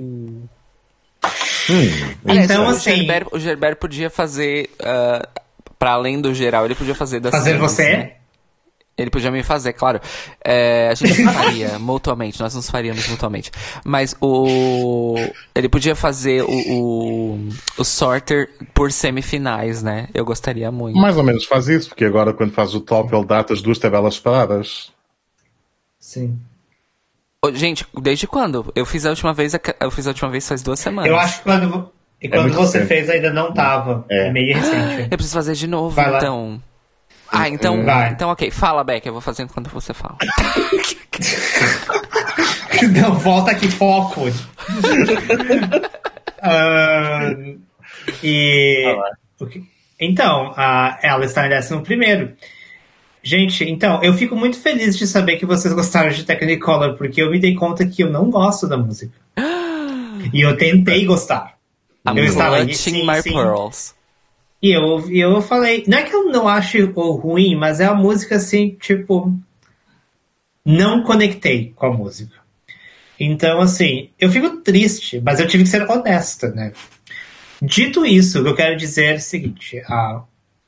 S2: Então, assim...
S1: O Gerbert podia fazer, para além do geral, ele podia fazer...
S2: Fazer você?
S1: Né? Ele podia me fazer, claro. A gente não faria mutuamente, nós nos faríamos mutuamente. Mas ele podia fazer o sorter por semifinais, né? Eu gostaria muito.
S3: Mais ou menos faz isso, porque agora quando faz o top ele dá as duas tabelas separadas.
S2: Sim.
S1: Gente, desde quando? Eu fiz a última vez faz 2 semanas.
S2: Eu acho que quando você fez ainda não tava. É meio recente.
S1: Eu preciso fazer de novo, então. Então,
S2: Vai.
S1: então ok. Fala, Beck, eu vou fazendo quando você fala.
S2: Não, volta aqui, foco. Então, ela está em 11º. Gente, então, eu fico muito feliz de saber que vocês gostaram de Technicolor, porque eu me dei conta que eu não gosto da música. E eu tentei gostar.
S1: I'm
S2: Eu estava
S1: clutching my pearls.
S2: E eu falei, não é que eu não acho ruim, mas é a música assim, tipo, não conectei com a música. Então, assim, eu fico triste, mas eu tive que ser honesta, né? Dito isso, o que eu quero dizer é o seguinte, a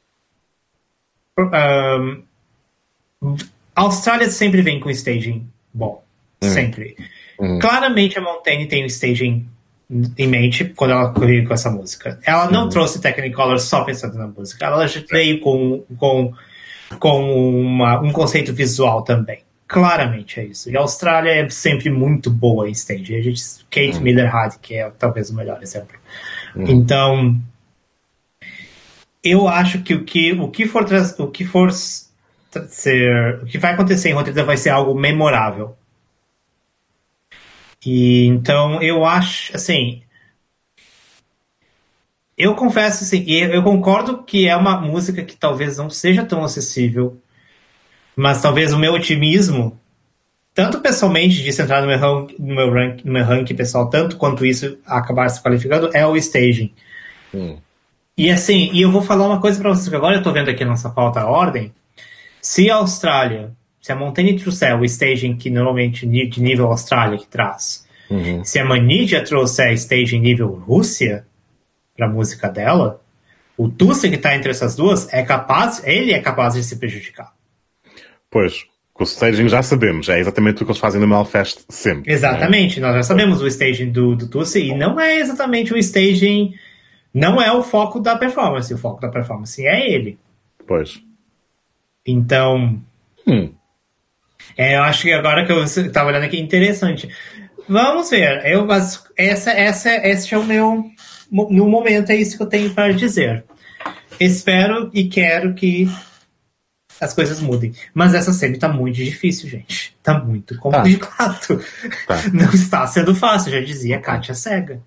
S2: Austrália sempre vem com staging bom, sempre. Claramente a Montaigne tem um staging em mente quando ela veio com essa música. Ela não trouxe Technicolor só pensando na música, ela já veio com um conceito visual também. Claramente é isso. E a Austrália é sempre muito boa em staging. Kate Miller-Hyde, que é talvez o melhor exemplo. Então, eu acho que o que vai acontecer em Rotterdam vai ser algo memorável. E então eu acho, assim, eu confesso assim, eu concordo que é uma música que talvez não seja tão acessível, mas talvez o meu otimismo, tanto pessoalmente de se entrar no meu ranking pessoal, tanto quanto isso acabar se qualificando, é o staging. E assim, e eu vou falar uma coisa para vocês, que agora eu tô vendo aqui na nossa pauta a ordem. Se a Montaigne trouxer o staging que normalmente de nível Austrália que traz, se a Manidia trouxer staging nível Rússia para a música dela, o Tusse que está entre essas duas ele é capaz de se prejudicar.
S3: Pois, com o staging já sabemos, é exatamente o que eles fazem no Melfest sempre.
S2: Exatamente, nós já sabemos o staging do Tusse e não é exatamente o staging, não é o foco da performance, o foco da performance é ele.
S3: Pois.
S2: Então, eu acho que agora que eu estava olhando aqui, interessante. Vamos ver. Esse é o meu... No momento é isso que eu tenho para dizer. Espero e quero que as coisas mudem. Mas essa semi tá muito difícil, gente. Tá muito complicado. Não está sendo fácil, já dizia Kátia Cega.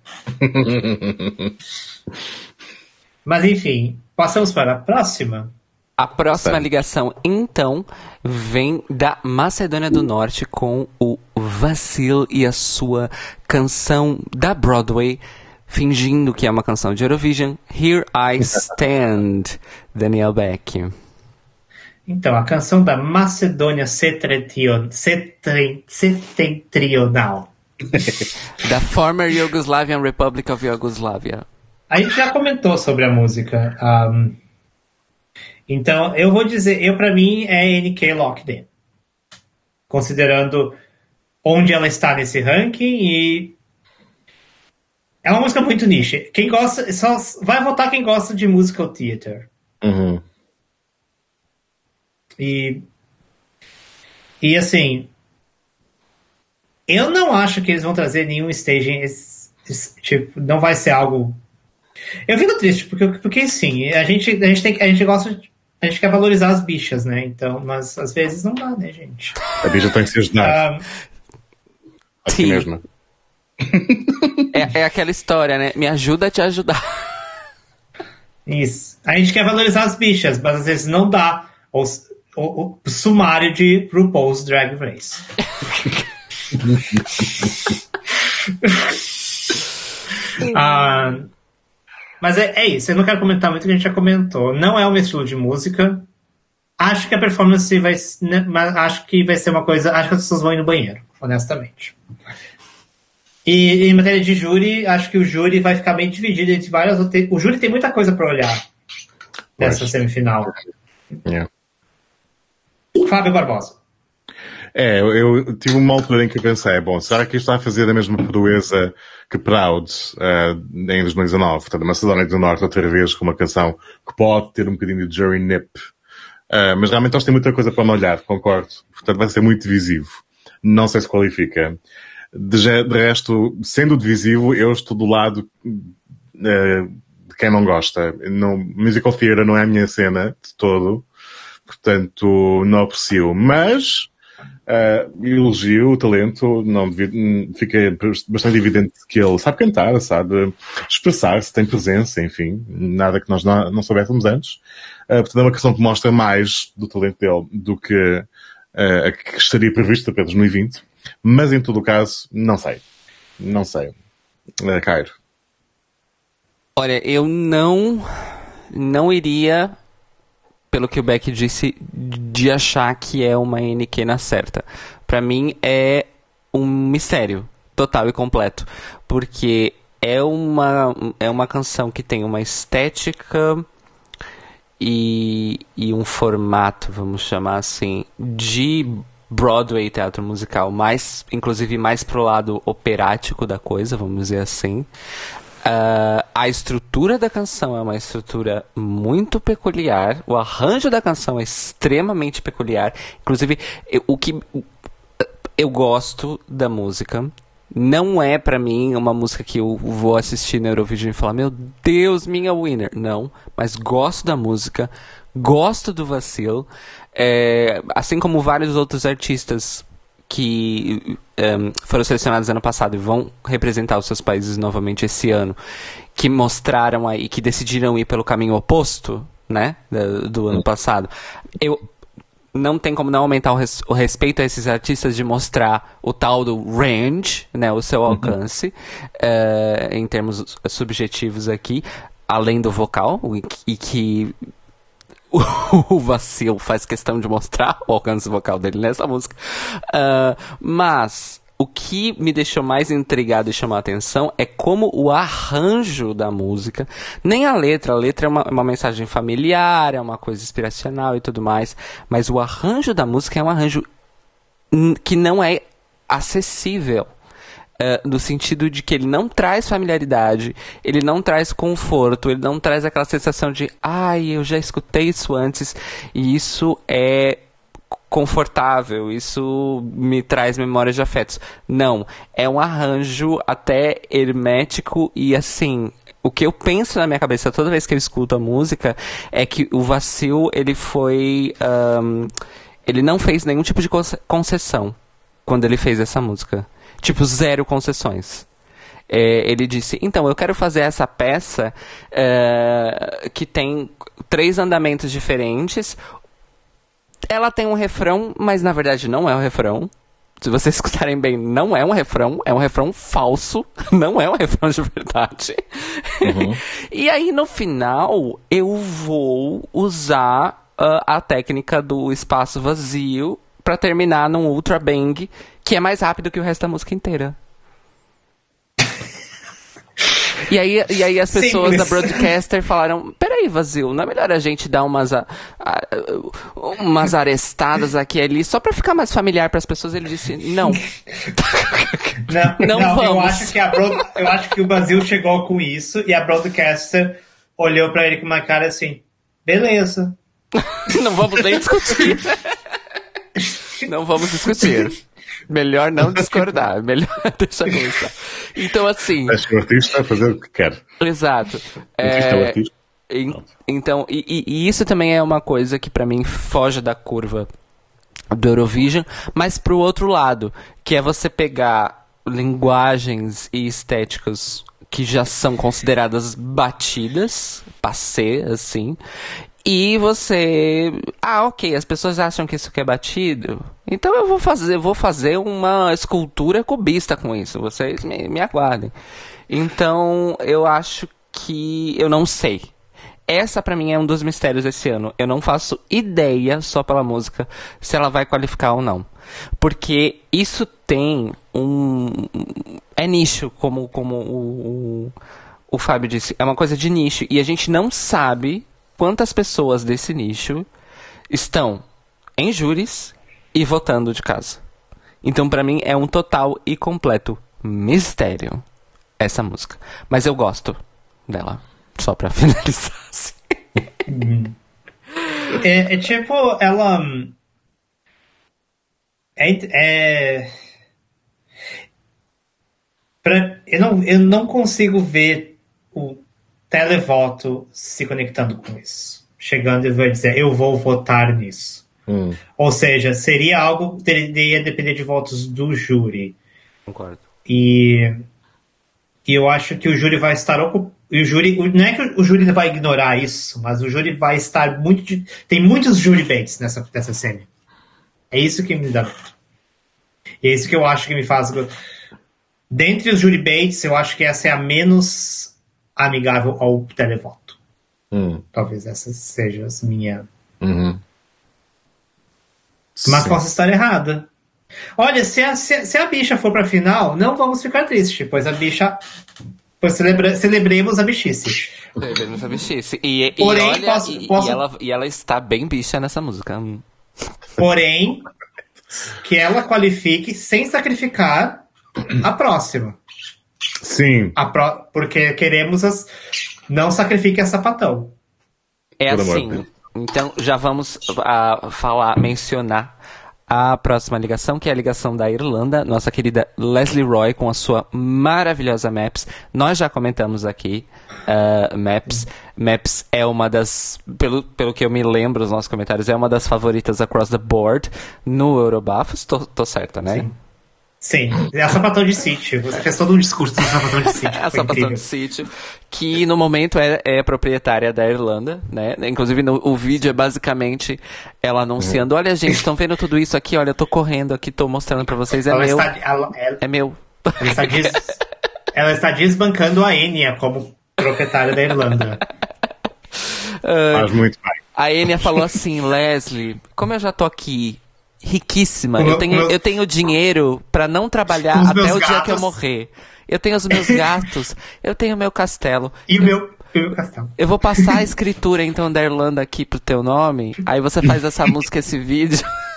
S2: Mas enfim, passamos para a próxima.
S1: A próxima ligação, então, vem da Macedônia do Norte com o Vassil e a sua canção da Broadway, fingindo que é uma canção de Eurovision, Here I Stand, Daniel Beck.
S2: Então, a canção da Macedônia Setentrional.
S1: Da former Yugoslavian Republic of Yugoslavia.
S2: A gente já comentou sobre a música. Então, eu vou dizer, para mim é NK Locked In. Considerando onde ela está nesse ranking e é uma música muito niche. Quem gosta, só vai votar quem gosta de musical theater. E assim, eu não acho que eles vão trazer nenhum staging, tipo, não vai ser algo. Eu fico triste, porque sim, a gente gosta, a gente quer valorizar as bichas, né? Então, mas às vezes não dá, né, gente?
S3: A bicha tem que ser ajudada. Assim mesmo.
S1: É aquela história, né? Me ajuda a te ajudar.
S2: Isso. A gente quer valorizar as bichas, mas às vezes não dá. O sumário de RuPaul's Drag Race. Mas é isso. Eu não quero comentar muito o que a gente já comentou. Não é o meu estilo de música. Acho que a performance vai... Acho que vai ser uma coisa... Acho que as pessoas vão ir no banheiro, honestamente. E em matéria de júri, acho que o júri vai ficar bem dividido entre várias outras... O júri tem muita coisa para olhar nessa semifinal. Fábio Barbosa.
S3: Eu tive uma altura em que eu pensei, bom, será que isto está a fazer a mesma proeza que Proud em 2019? Portanto, a Macedónia do Norte outra vez com uma canção que pode ter um bocadinho de jury nip. Mas realmente eles têm muita coisa para olhar, concordo. Portanto, vai ser muito divisivo. Não sei se qualifica. De resto, sendo divisivo, eu estou do lado de quem não gosta. Musical theater não é a minha cena de todo. portanto não aprecio, mas elogio o talento, não fica bastante evidente que ele sabe cantar, sabe expressar-se, tem presença, enfim, nada que nós não soubéssemos antes. Portanto, é uma canção que mostra mais do talento dele do que a que estaria prevista para 2020, mas em todo o caso, não sei. Cairo.
S1: Olha, eu não iria, pelo que o Beck disse, de achar que é uma NQ na certa. Pra mim é um mistério total e completo, porque é uma canção que tem uma estética e um formato, vamos chamar assim, de Broadway, teatro musical, inclusive mais pro lado operático da coisa, vamos dizer assim. A estrutura da canção é uma estrutura muito peculiar. O arranjo da canção é extremamente peculiar. Inclusive, o que eu gosto da música não é pra mim uma música que eu vou assistir na Eurovision e falar, meu Deus, minha winner. Não, mas gosto da música, gosto do Vacil. Assim como vários outros artistas que foram selecionados ano passado e vão representar os seus países novamente esse ano, que mostraram aí, que decidiram ir pelo caminho oposto, né, do ano passado. Eu não tem como não aumentar o respeito a esses artistas de mostrar o tal do range, né, o seu alcance, em termos subjetivos aqui, além do vocal, e que o Vacil faz questão de mostrar o alcance vocal dele nessa música. Mas o que me deixou mais intrigado e chamou a atenção é como o arranjo da música, nem a letra é uma mensagem familiar, é uma coisa inspiracional e tudo mais, mas o arranjo da música é um arranjo que não é acessível. No sentido de que ele não traz familiaridade, ele não traz conforto, ele não traz aquela sensação de eu já escutei isso antes e isso é confortável, isso me traz memórias de afetos. Não, é um arranjo até hermético e assim, o que eu penso na minha cabeça toda vez que eu escuto a música é que o Vacil, ele foi... ele não fez nenhum tipo de concessão quando ele fez essa música. Tipo, 0 concessões. Ele disse, então, eu quero fazer essa peça que tem 3 andamentos diferentes. Ela tem um refrão, mas na verdade não é um refrão. Se vocês escutarem bem, não é um refrão falso, não é um refrão de verdade. Uhum. E aí, no final, eu vou usar a técnica do espaço vazio pra terminar num ultra bang, que é mais rápido que o resto da música inteira. E aí as pessoas da Broadcaster falaram, peraí, Vazio, não é melhor a gente dar umas arestadas aqui e ali, só pra ficar mais familiar pras pessoas? Ele disse, não. Não vamos.
S2: Eu acho que o Vazio chegou com isso e a Broadcaster olhou pra ele com uma cara assim, beleza.
S1: Não vamos nem discutir. Não vamos discutir. Melhor não discordar. Melhor deixar começar. Então, assim...
S3: Deixa o artista fazer o que quer.
S1: Exato.
S3: O artista é o artista.
S1: Então, e isso também é uma coisa que pra mim foge da curva do Eurovision, mas pro outro lado, que é você pegar linguagens e estéticas que já são consideradas batidas, passé, assim, e você... ok, as pessoas acham que isso aqui é batido, então eu vou fazer uma escultura cubista com isso, vocês me aguardem. Então, eu acho que... eu não sei. Essa pra mim é um dos mistérios desse ano. Eu não faço ideia, só pela música, se ela vai qualificar ou não. Porque isso tem é nicho, como o Fábio disse. É uma coisa de nicho. E a gente não sabe quantas pessoas desse nicho estão em júris e votando de casa. Então, pra mim, é um total e completo mistério essa música. Mas eu gosto dela. Só pra finalizar, assim.
S2: Tipo, ela... Eu não consigo ver o televoto se conectando com isso. chegando e vai dizer, eu vou votar nisso. Ou seja, seria algo que teria depender de votos do júri.
S1: Concordo.
S2: E eu acho que o júri vai estar ocupado. Não é que o júri vai ignorar isso, mas o júri vai estar muito. Tem muitos jury baits nessa semi. É isso que me dá. E é isso que eu acho que me faz. Dentre os jury baits, eu acho que essa é a menos amigável ao televoto. Talvez essa seja a minha. Mas posso estar errada. Olha, se a bicha for pra final, não vamos ficar tristes, pois a bicha. Pois celebremos a bichice.
S1: Celebremos a bichice. E
S2: Porém,
S1: olha, ela está bem bicha nessa música.
S2: Porém, que ela qualifique sem sacrificar a próxima.
S3: Sim.
S2: Porque queremos não sacrifique a sapatão.
S1: É assim. Então, já vamos mencionar a próxima ligação, que é a ligação da Irlanda, nossa querida Leslie Roy com a sua maravilhosa Maps. Nós já comentamos aqui, Maps é uma das, pelo que eu me lembro dos nossos comentários, é uma das favoritas across the board no Eurobafos. Tô certa, né?
S2: Sim, é a sapatão de sítio. Você fez todo um discurso do sapatão de sítio.
S1: A sapatão de sítio, que no momento é proprietária da Irlanda, né? Inclusive o vídeo é basicamente ela anunciando, olha gente, estão vendo tudo isso aqui, olha, eu tô correndo aqui, tô mostrando pra vocês, é meu.
S2: Ela está desbancando a Enya como proprietária da Irlanda.
S3: Faz muito bem.
S1: A Enya falou assim, Leslie, como eu já tô aqui riquíssima, eu tenho dinheiro pra não trabalhar até o dia que eu morrer. Eu tenho os meus gatos, eu tenho o meu castelo.
S2: E o meu castelo.
S1: Eu vou passar a escritura, então, da Irlanda aqui pro teu nome, aí você faz essa música, esse vídeo.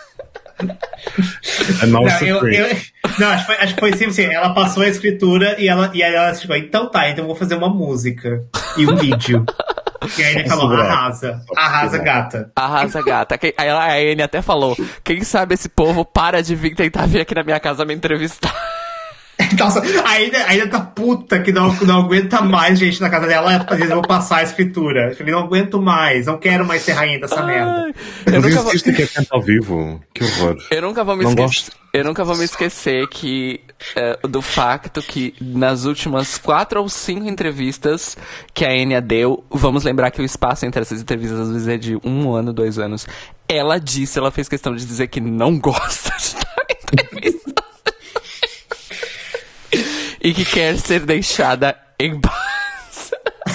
S2: Acho que foi assim, ela passou a escritura e ela ficou, então eu vou fazer uma música e um vídeo. E aí ele falou, arrasa gata.
S1: Arrasa gata. Aí a Anne até falou, quem sabe esse povo para de tentar vir aqui na minha casa me entrevistar.
S2: Nossa, ainda tá puta que não aguenta mais gente na casa dela, às vezes eu vou passar a escritura. Eu falei, não aguento mais, não quero mais ser rainha dessa merda.
S3: Mas existe que é canto ao vivo, que horror.
S1: Eu nunca vou me esquecer do facto que nas últimas 4 ou 5 entrevistas que a Enya deu, vamos lembrar que o espaço entre essas entrevistas às vezes é de 1 ano, 2 anos, ela fez questão de dizer que não gosta de dar entrevista. E que quer ser deixada em paz.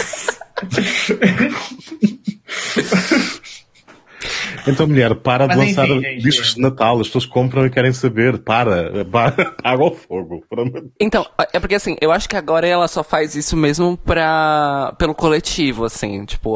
S3: Então, mulher, para de lançar discos de Natal. As pessoas compram e querem saber. Para água ao fogo.
S1: Então, é porque assim, eu acho que agora ela só faz isso mesmo pelo coletivo, assim. Tipo,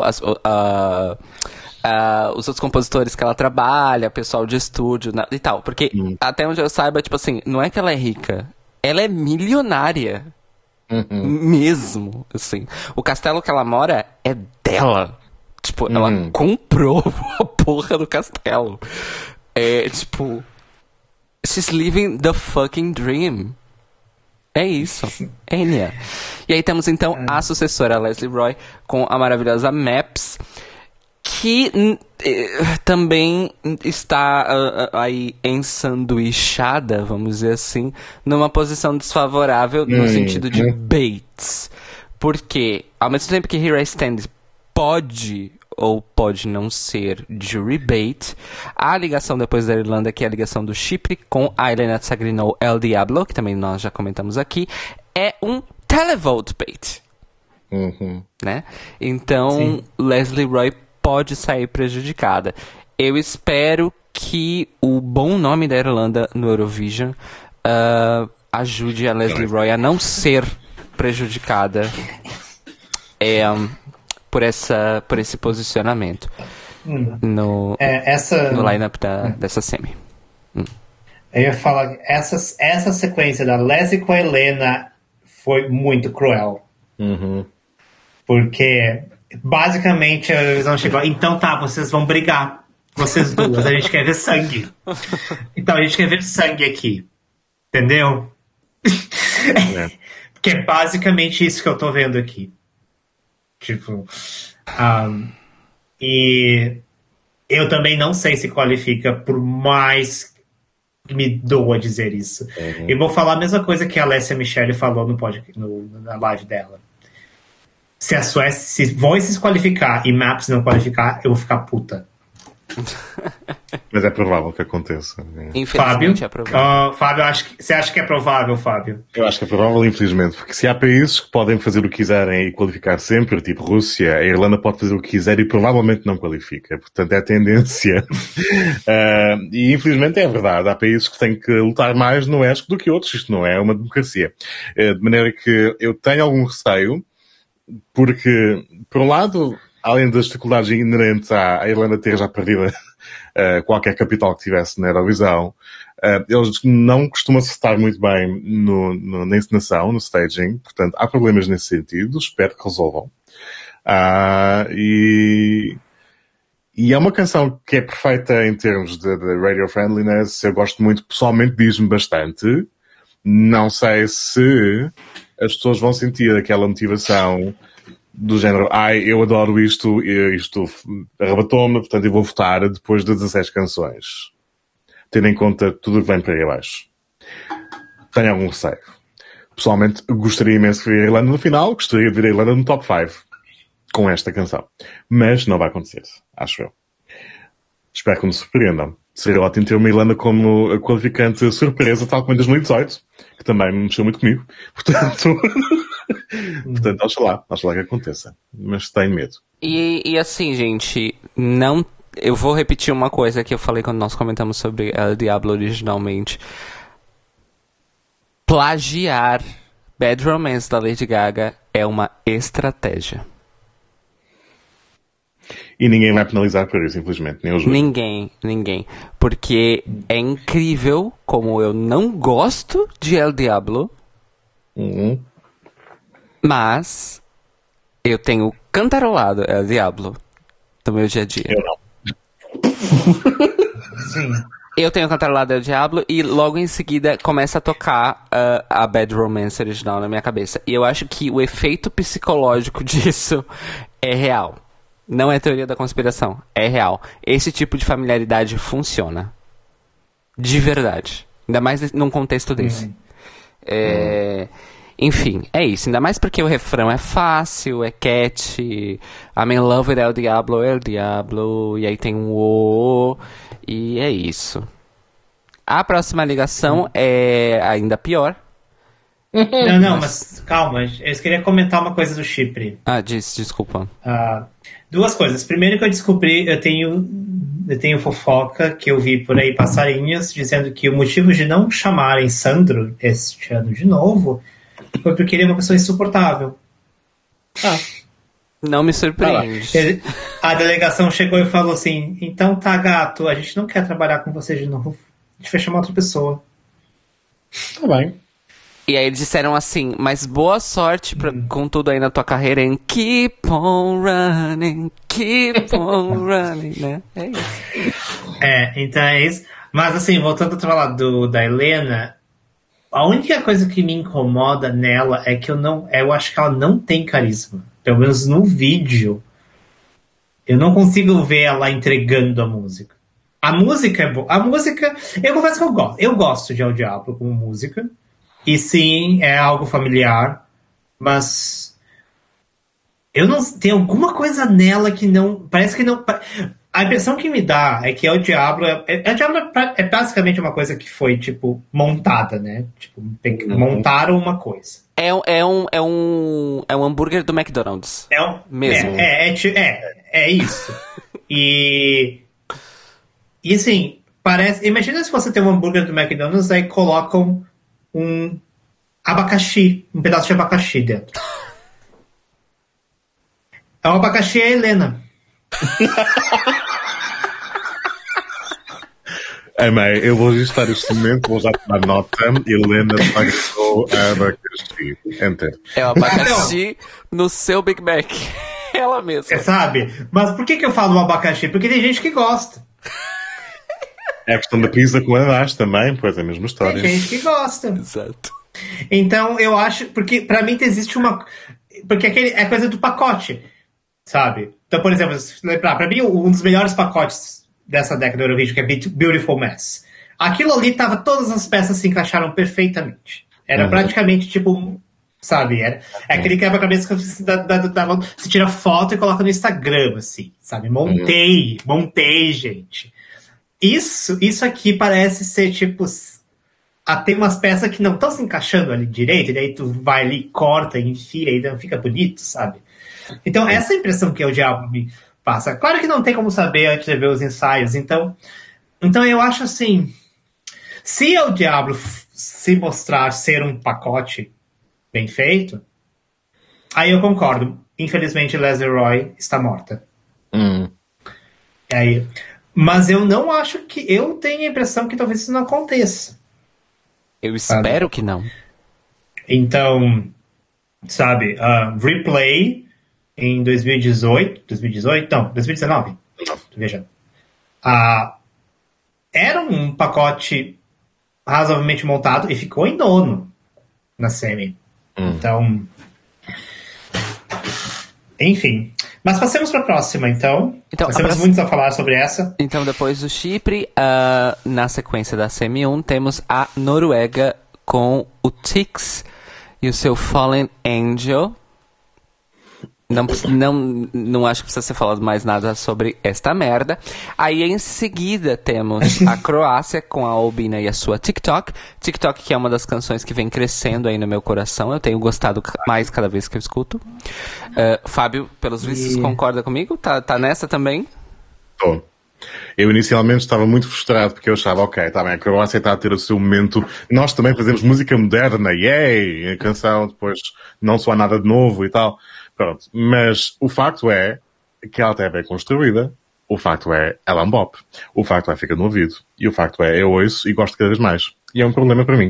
S1: os outros compositores que ela trabalha, pessoal de estúdio e tal. Porque, até onde eu saiba, tipo assim, não é que ela é rica. Ela é milionária. Mesmo, assim. O castelo que ela mora é dela. Tipo, ela comprou a porra do castelo. É, tipo... She's living the fucking dream. É isso. Enya. E aí temos, então, a sucessora, Leslie Roy, com a maravilhosa Maps, que também está aí ensanduichada, vamos dizer assim, numa posição desfavorável no sentido de baits. Porque, ao mesmo tempo que Here I Stand pode ou pode não ser jury bait, a ligação depois da Irlanda, que é a ligação do Chipre com a Elena Tsagrinov El Diablo, que também nós já comentamos aqui, é um televote bait. Né? Então, Leslie Roy pode sair prejudicada. Eu espero que o bom nome da Irlanda no Eurovision ajude a Leslie Roy a não ser prejudicada por esse posicionamento no line-up dessa semi.
S2: Eu ia falar, essa sequência da Leslie com a Helena foi muito cruel. Porque basicamente a Eurovisão chegou, então vocês vão brigar, vocês duas, a gente quer ver sangue. Então a gente quer ver sangue aqui, entendeu? Porque é basicamente isso que eu tô vendo aqui. Tipo, E eu também não sei se qualifica, por mais que me doa dizer isso. Eu vou falar a mesma coisa que a Alessia Michele falou na live dela. Se a Suécia, se Voices qualificar e Maps não qualificar, eu vou ficar puta.
S3: Mas é provável que aconteça.
S2: Fábio,
S1: é provável.
S2: Fábio, você acha que é provável, Fábio?
S3: Eu acho que é provável, infelizmente, porque se há países que podem fazer o que quiserem e qualificar sempre, tipo Rússia, a Irlanda pode fazer o que quiser e provavelmente não qualifica. Portanto, é a tendência. E infelizmente é verdade. Há países que têm que lutar mais no ESC do que outros. Isto não é uma democracia. De maneira que eu tenho algum receio, porque, por um lado, além das dificuldades inerentes à Irlanda ter já perdido qualquer capital que tivesse na Eurovisão, eles não costumam acertar muito bem na encenação, no staging, portanto há problemas nesse sentido, espero que resolvam. E é uma canção que é perfeita em termos de radio friendliness, eu gosto muito, pessoalmente diz-me bastante. Não sei se as pessoas vão sentir aquela motivação do género, eu adoro isto arrebatou-me, portanto eu vou votar depois de 16 canções. Tendo em conta tudo o que vem para aí abaixo. Tenho algum receio. Pessoalmente, gostaria imenso de ver a Irlanda no final, gostaria de ver a Irlanda no top 5 com esta canção. Mas não vai acontecer, acho eu. Espero que me surpreendam. Seria ótimo ter uma Irlanda como qualificante surpresa, tal como em 2018, que também me mexeu muito comigo. Portanto, oxalá que aconteça. Mas tenho medo.
S1: E assim, gente, não... Eu vou repetir uma coisa que eu falei quando nós comentamos sobre El Diablo originalmente. Plagiar Bad Romance da Lady Gaga é uma estratégia.
S3: E ninguém vai penalizar por isso, infelizmente, nem o júri.
S1: Ninguém. Porque é incrível como eu não gosto de El Diablo, mas eu tenho cantarolado El Diablo no meu dia a dia.
S3: Eu não.
S2: Sim.
S1: Eu tenho cantarolado El Diablo e logo em seguida começa a tocar a Bad Romance original na minha cabeça. E eu acho que o efeito psicológico disso é real. Não é teoria da conspiração, é real. Esse tipo de familiaridade funciona. De verdade. Ainda mais num contexto desse. Enfim, é isso. Ainda mais porque o refrão é fácil, é catchy. I'm in love with El Diablo. E aí tem um o. E é isso. A próxima ligação é ainda pior.
S2: Não, mas calma. Eu queria comentar uma coisa do Chipre.
S1: Desculpa.
S2: Duas coisas. Primeiro que eu descobri, eu tenho fofoca que eu vi por aí passarinhos dizendo que o motivo de não chamarem Sandro este ano de novo foi porque ele é uma pessoa insuportável.
S1: Não me surpreende.
S2: A delegação chegou e falou assim, então tá, gato, a gente não quer trabalhar com você de novo. A gente vai chamar outra pessoa.
S3: Tá bem.
S1: E aí eles disseram assim, mas boa sorte com tudo aí na tua carreira em keep on running, né? É isso.
S2: Então é isso. Mas assim, voltando a falar da Helena, a única coisa que me incomoda nela é que eu acho que ela não tem carisma. Pelo menos no vídeo. Eu não consigo ver ela entregando a música. A música é boa. A música, eu confesso que eu gosto de El Diablo como música. E sim, é algo familiar, mas eu não tem alguma coisa nela que não parece que não. A impressão que me dá é que El Diablo é basicamente uma coisa que foi tipo montada, né? Tipo, montaram uma coisa.
S1: É um hambúrguer do McDonald's. Mesmo.
S2: É isso. E assim, parece. Imagina se você tem um hambúrguer do McDonald's aí colocam um abacaxi, um pedaço de abacaxi dentro. O abacaxi é a Helena.
S3: Amei, eu vou registrar este momento, vou já tomar nota. Helena pagou abacaxi. Enter.
S1: É o abacaxi no seu Big Mac. Ela mesma.
S2: Sabe? Mas por que eu falo abacaxi? Porque tem gente que gosta.
S3: É a questão da pizza com ananás também, pois é a mesma história.
S2: Tem gente que gosta.
S1: Exato.
S2: Então, eu acho... Porque pra mim existe uma... Porque é coisa do pacote, sabe? Então, por exemplo, se lembrar, pra mim, um dos melhores pacotes dessa década do Eurovision, que é Beautiful Mess. Aquilo ali tava, todas as peças se encaixaram perfeitamente. Era praticamente tipo, sabe? É aquele quebra-cabeça que você tira foto e coloca no Instagram, assim, sabe? Montei, gente. Isso aqui parece ser tipo. Tem umas peças que não estão se encaixando ali direito, e daí tu vai ali, corta, enfia, e não fica bonito, sabe? Então, essa é a impressão que o Diabo me passa. Claro que não tem como saber antes de ver os ensaios, então eu acho assim. Se o Diablo se mostrar ser um pacote bem feito, aí eu concordo. Infelizmente, Leslie Roy está morta. Aí, mas eu não acho que... Eu tenho a impressão que talvez isso não aconteça.
S1: Eu espero que não.
S2: Então, sabe, Replay em 2019. Veja. Era um pacote razoavelmente montado e ficou em nono na semi. Então, enfim. Mas passemos para a próxima, então. Nós temos muito a falar sobre essa.
S1: Então, depois do Chipre, na sequência da semi 1, temos a Noruega com o Tix e o seu Fallen Angel. Não acho que precisa ser falado mais nada sobre esta merda. Aí em seguida temos a Croácia com a Albina e a sua TikTok. TikTok, que é uma das canções que vem crescendo aí no meu coração. Eu tenho gostado mais cada vez que eu escuto. Fábio, pelos vistos, concorda comigo? Tá nessa também?
S3: Tô. Eu inicialmente estava muito frustrado porque eu achava, ok, tá bem, a Croácia está a ter o seu momento. Nós também fazemos música moderna, yay! A canção depois não soa nada de novo e tal. Pronto, mas o facto é que ela até é bem construída, o facto é ela é um bop, o facto é fica no ouvido, e o facto é eu ouço e gosto cada vez mais. E é um problema para mim.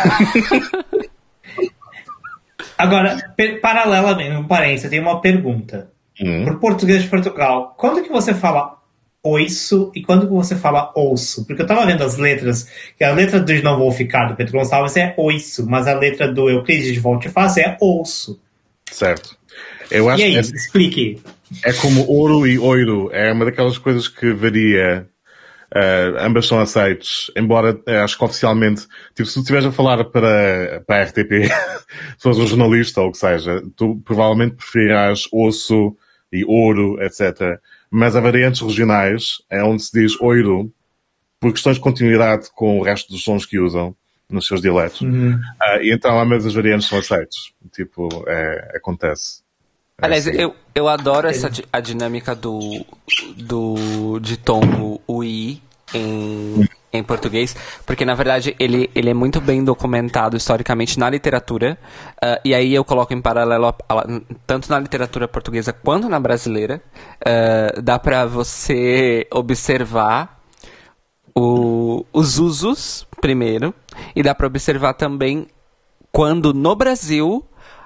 S2: Agora, paralelamente, um parênteses, eu tenho uma pergunta. Pro português de Portugal, quando que você fala oiço e quando que você fala ouço? Porque eu tava vendo as letras, que a letra do Não Vou Ficar, do Pedro Gonçalves, é oiço, mas a letra do Euclides de Volte Face é ouço.
S3: Certo. Eu acho
S2: e aí, explique.
S3: É como ouro e oiro. É uma daquelas coisas que varia. Ambas são aceites. Embora, acho que oficialmente, tipo, se tu estiveres a falar para a RTP, se fores um jornalista ou o que seja, tu provavelmente preferirás osso e ouro, etc. Mas há variantes regionais, é onde se diz oiro, por questões de continuidade com o resto dos sons que usam nos seus dialetos. E então ambas as variantes são aceites. Tipo, acontece.
S1: Aliás, eu adoro a dinâmica de tom o I em português, porque na verdade ele é muito bem documentado historicamente na literatura, e aí eu coloco em paralelo tanto na literatura portuguesa quanto na brasileira. Dá pra você observar os usos primeiro, e dá pra observar também quando no Brasil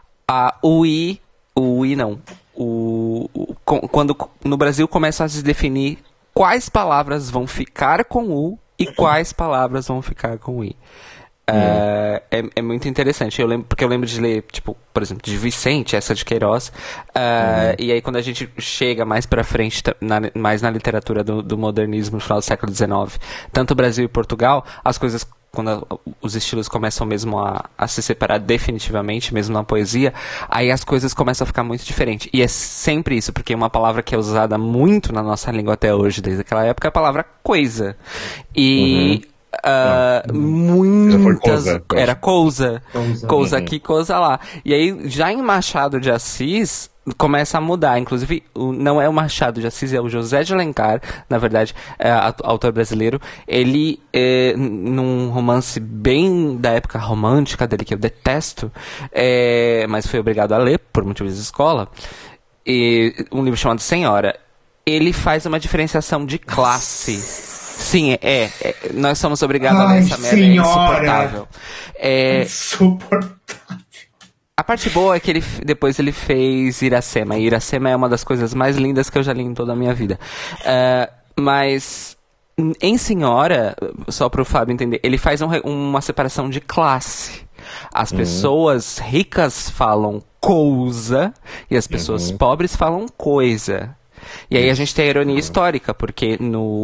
S1: quando no Brasil começam a se definir quais palavras vão ficar com U e quais palavras vão ficar com I. É muito interessante. Porque eu lembro de ler, tipo, por exemplo, de Vicente, essa de Queiroz. E aí quando a gente chega mais pra frente, mais na literatura do modernismo no final do século XIX, tanto Brasil e Portugal, as coisas, quando os estilos começam mesmo a se separar definitivamente, mesmo na poesia, aí as coisas começam a ficar muito diferentes. E é sempre isso, porque uma palavra que é usada muito na nossa língua até hoje, desde aquela época, é a palavra coisa. E muitas... Era coisa aqui, coisa lá. E aí, já em Machado de Assis, começa a mudar. Inclusive, não é o Machado de Assis, é o José de Alencar, na verdade, autor brasileiro. Ele, num romance bem da época romântica dele, que eu detesto, mas fui obrigado a ler, por motivos de escola, um livro chamado Senhora, ele faz uma diferenciação de classe. Sim, nós somos obrigados a ler essa merda, insuportável.
S2: Insuportável.
S1: A parte boa é que depois ele fez Iracema. E Iracema é uma das coisas mais lindas que eu já li em toda a minha vida. Mas em Senhora, só para o Fábio entender, ele faz uma separação de classe. As pessoas ricas falam coisa e as pessoas pobres falam coisa. E aí a gente tem a ironia histórica, porque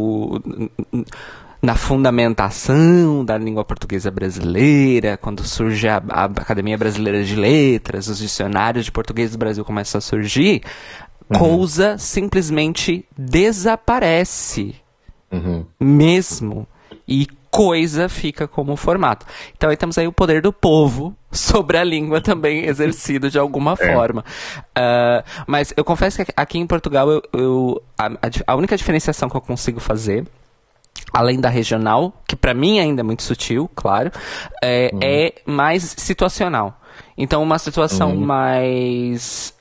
S1: na fundamentação da língua portuguesa brasileira, quando surge a Academia Brasileira de Letras, os dicionários de português do Brasil começam a surgir, coisa simplesmente desaparece. Mesmo. E coisa fica como formato. Então aí temos aí o poder do povo sobre a língua também exercido de alguma forma. Mas eu confesso que aqui em Portugal a única diferenciação que eu consigo fazer, além da regional, que pra mim ainda é muito sutil, claro, é mais situacional. Então uma situação mais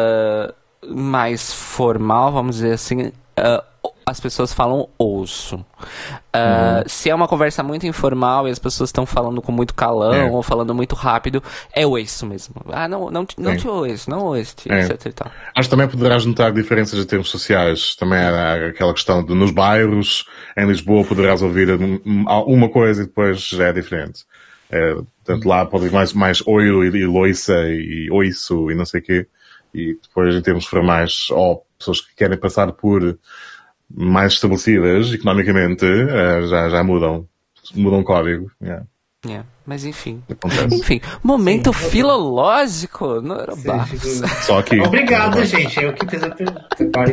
S1: formal, vamos dizer assim, as pessoas falam ouço. Se é uma conversa muito informal e as pessoas estão falando com muito calão ou falando muito rápido, é ouço mesmo. Não te ouço, não ouço, etc e tal.
S3: Acho que também poderás notar diferenças em termos sociais. Também há aquela questão de nos bairros, em Lisboa poderás ouvir uma coisa e depois já é diferente. Portanto, lá pode ir mais oiro e loiça e oiço e não sei o quê. E depois, em termos formais, ou pessoas que querem passar por mais estabelecidas economicamente, já mudam o código.
S1: Mas enfim.
S3: Acontece.
S1: Enfim, momento filológico no Eurobafos.
S3: Só aqui.
S2: Obrigado, gente. Eu que fiz a pergunta.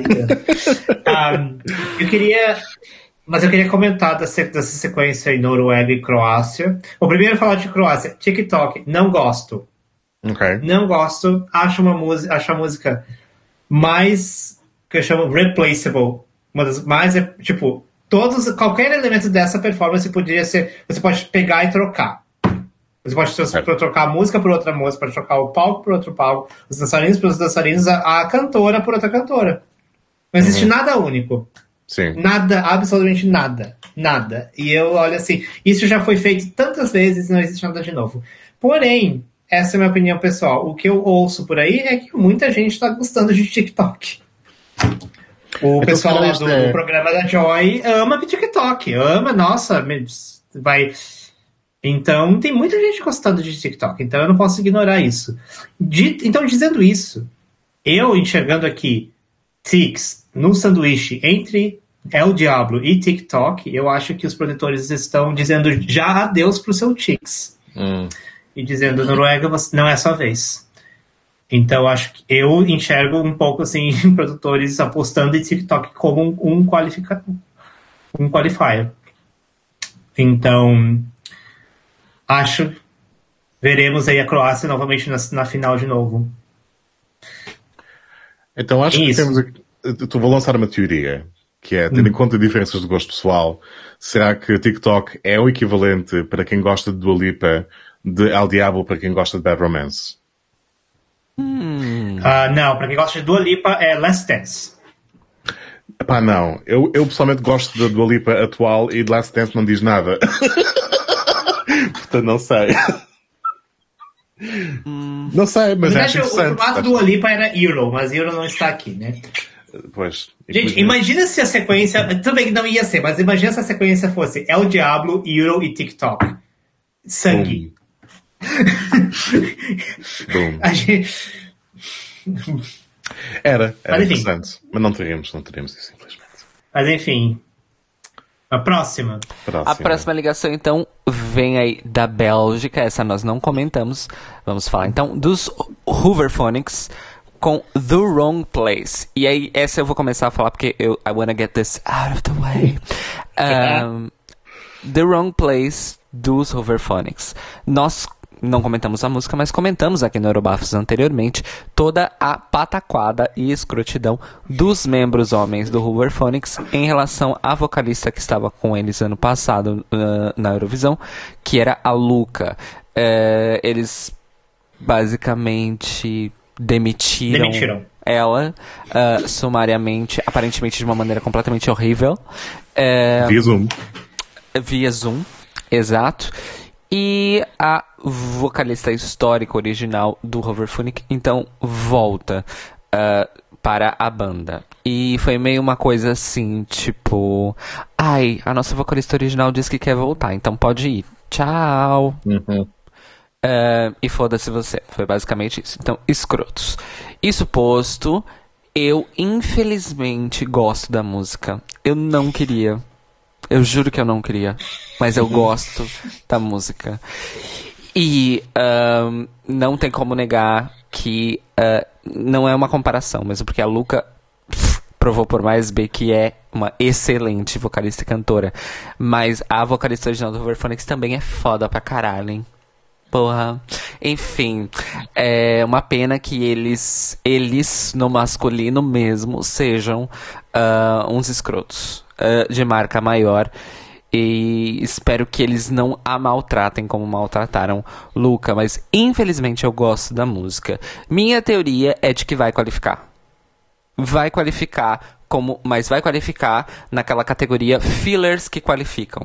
S2: Mas eu queria comentar dessa sequência em Noruega e Croácia. O primeiro falar de Croácia, TikTok, não gosto. Não gosto. Acho a música mais, que eu chamo replaceable. Uma das mais, tipo, qualquer elemento dessa performance poderia ser, você pode pegar e trocar. Você pode trocar a música por outra música, pode trocar o palco por outro palco, os dançarinos por outros dançarinos, a cantora por outra cantora. Não existe nada único.
S3: Sim.
S2: Nada, absolutamente nada. Nada. E eu olho assim, isso já foi feito tantas vezes, não existe nada de novo. Porém, essa é a minha opinião pessoal. O que eu ouço por aí é que muita gente está gostando de TikTok. O pessoal lá do programa da Joy ama TikTok. Ama, nossa, vai. Então, tem muita gente gostando de TikTok. Então, eu não posso ignorar isso. Então, dizendo isso, eu enxergando aqui Tix no sanduíche entre El Diablo e TikTok, eu acho que os produtores estão dizendo já adeus pro seu Tix. E dizendo, Noruega, não é a sua vez. Então, acho que eu enxergo um pouco, assim, produtores apostando em TikTok como um qualifier. Então, veremos aí a Croácia novamente na final de novo.
S3: Então, acho que temos aqui, vou lançar uma teoria, que é, tendo em conta diferenças de gosto pessoal, será que TikTok é o equivalente para quem gosta de Dua Lipa de El Diablo para quem gosta de Bad Romance?
S2: Não, para quem gosta de Dua Lipa é Last Dance.
S3: Não. Eu pessoalmente gosto da Dua Lipa atual e de Last Dance não diz nada. Portanto, não sei. Não sei, mas acho interessante.
S2: O formato do Dua Lipa era Euro, mas Euro não está aqui, né?
S3: Pois.
S2: Gente, imagina se a sequência... Tudo bem que não ia ser, mas imagina se a sequência fosse El Diablo, Euro e TikTok. Sangue.
S3: Boom.
S2: A gente...
S3: Era interessante. Mas não teríamos isso, infelizmente.
S2: Mas enfim. A próxima.
S1: A próxima ligação, então, vem aí da Bélgica. Essa nós não comentamos. Vamos falar, então, dos Hooverphonics com The Wrong Place. E aí, essa eu vou começar a falar porque I wanna get this out of the way. The Wrong Place dos Hooverphonics. Nós não comentamos a música, mas comentamos aqui no Eurobafos anteriormente toda a pataquada e escrotidão dos membros homens do Hooverphonics em relação à vocalista que estava com eles ano passado na Eurovisão, que era a Luca. Eles basicamente demitiram ela sumariamente, aparentemente de uma maneira completamente horrível. Via Zoom, exato. E a vocalista histórica original do Hooverphonic, então, volta para a banda. E foi meio uma coisa assim, tipo... a nossa vocalista original disse que quer voltar, então pode ir. Tchau. E foda-se você. Foi basicamente isso. Então, escrotos. Isso posto, Eu, infelizmente, gosto da música. Eu não queria. Eu juro que eu não queria. Mas eu gosto da música. E não tem como negar que não é uma comparação mesmo, porque a Luca provou por mais B que é uma excelente vocalista e cantora. Mas a vocalista original do Overphonics também é foda pra caralho, hein? Porra. Enfim, é uma pena que eles no masculino mesmo, sejam uns escrotos de marca maior. E espero que eles não a maltratem como maltrataram Luca. Mas infelizmente eu gosto da música. Minha teoria é de que vai qualificar. Vai qualificar mas vai qualificar naquela categoria fillers que qualificam.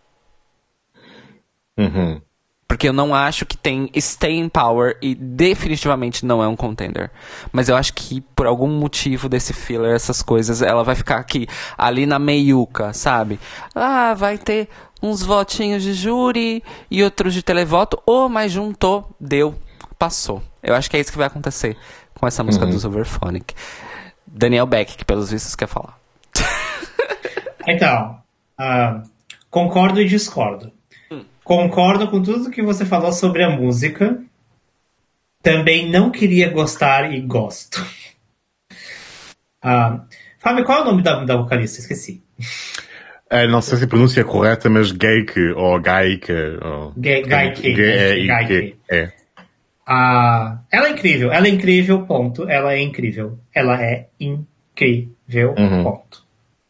S3: Uhum.
S1: Porque eu não acho que tem staying power e definitivamente não é um contender. Mas eu acho que por algum motivo desse filler, essas coisas, ela vai ficar aqui, ali na meiuca, sabe? Ah, vai ter uns votinhos de júri e outros de televoto. Mas juntou, deu, passou. Eu acho que é isso que vai acontecer com essa música do Overphonic. Daniel Beck, que pelos vistos quer falar.
S2: Então, concordo e discordo. Concordo com tudo que você falou sobre a música. Também não queria gostar e gosto. Fábio, qual é o nome da vocalista? Esqueci.
S3: Não sei se a pronúncia é correta, mas Geike ou Gaike.
S2: Geike. Ela é incrível, ponto. Ela é incrível. Ponto.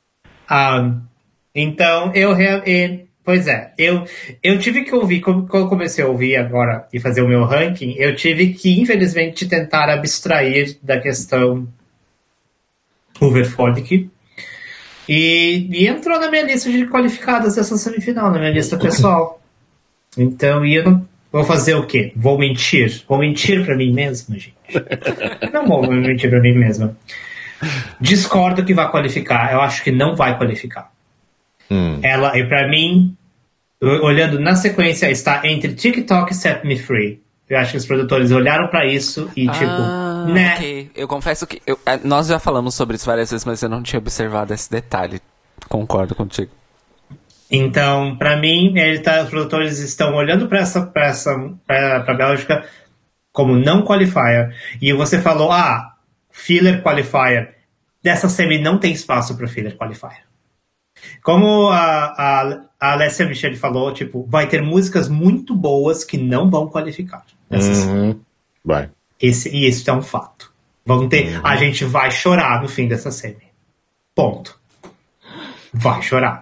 S2: Então, pois é, eu tive que ouvir, quando eu comecei a ouvir agora e fazer o meu ranking, eu tive que, infelizmente, tentar abstrair da questão Overphonic. E entrou na minha lista de qualificadas dessa semifinal, na minha lista pessoal. Então, eu não vou fazer o quê? Vou mentir? Vou mentir pra mim mesma, gente? Não vou mentir pra mim mesma. Discordo que vai qualificar. Eu acho que não vai qualificar. Ela, e pra mim, olhando na sequência, está entre TikTok e Set Me Free. Eu acho que os produtores olharam pra isso e né?
S1: Ok. Eu confesso que nós já falamos sobre isso várias vezes, mas eu não tinha observado esse detalhe. Concordo contigo.
S2: Então, pra mim, os produtores estão olhando pra Bélgica como não qualifier. E você falou, filler qualifier. Dessa semi não tem espaço para filler qualifier. Como a Alessia Michele falou, vai ter músicas muito boas que não vão qualificar.
S3: Vai.
S2: E isso é um fato. A gente vai chorar no fim dessa semi. Ponto. Vai chorar.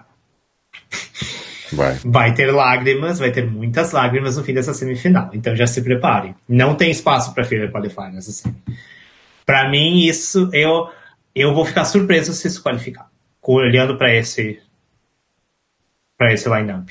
S2: Vai ter lágrimas, vai ter muitas lágrimas no fim dessa semifinal. Então já se preparem. Não tem espaço para filler qualifier nessa semi. Para mim, isso eu vou ficar surpreso se isso qualificar. Olhando para esse line-up.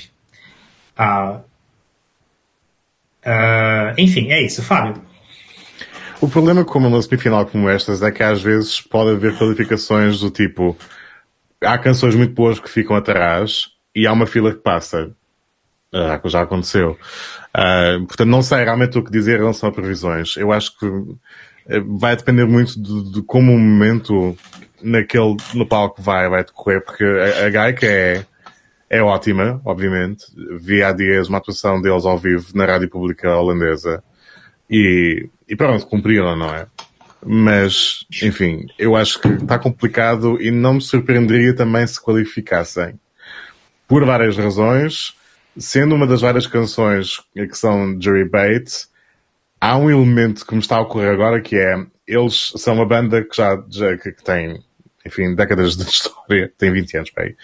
S2: Enfim, é isso, Fábio.
S3: O problema com uma semifinal como estas é que às vezes pode haver qualificações do tipo, há canções muito boas que ficam atrás e há uma fila que passa. Já aconteceu. Portanto, não sei realmente o que dizer em relação a previsões. Eu acho que vai depender muito de como o momento no palco vai decorrer, porque a Gaika é ótima, obviamente. Vi há dias uma atuação deles ao vivo na rádio pública holandesa e pronto, cumpriram, não é? Mas, enfim, eu acho que está complicado e não me surpreenderia também se qualificassem. Por várias razões, sendo uma das várias canções que são jury bait, há um elemento que me está a ocorrer agora que é, eles são uma banda que já que tem, enfim, décadas de história, tem 20 anos, bem.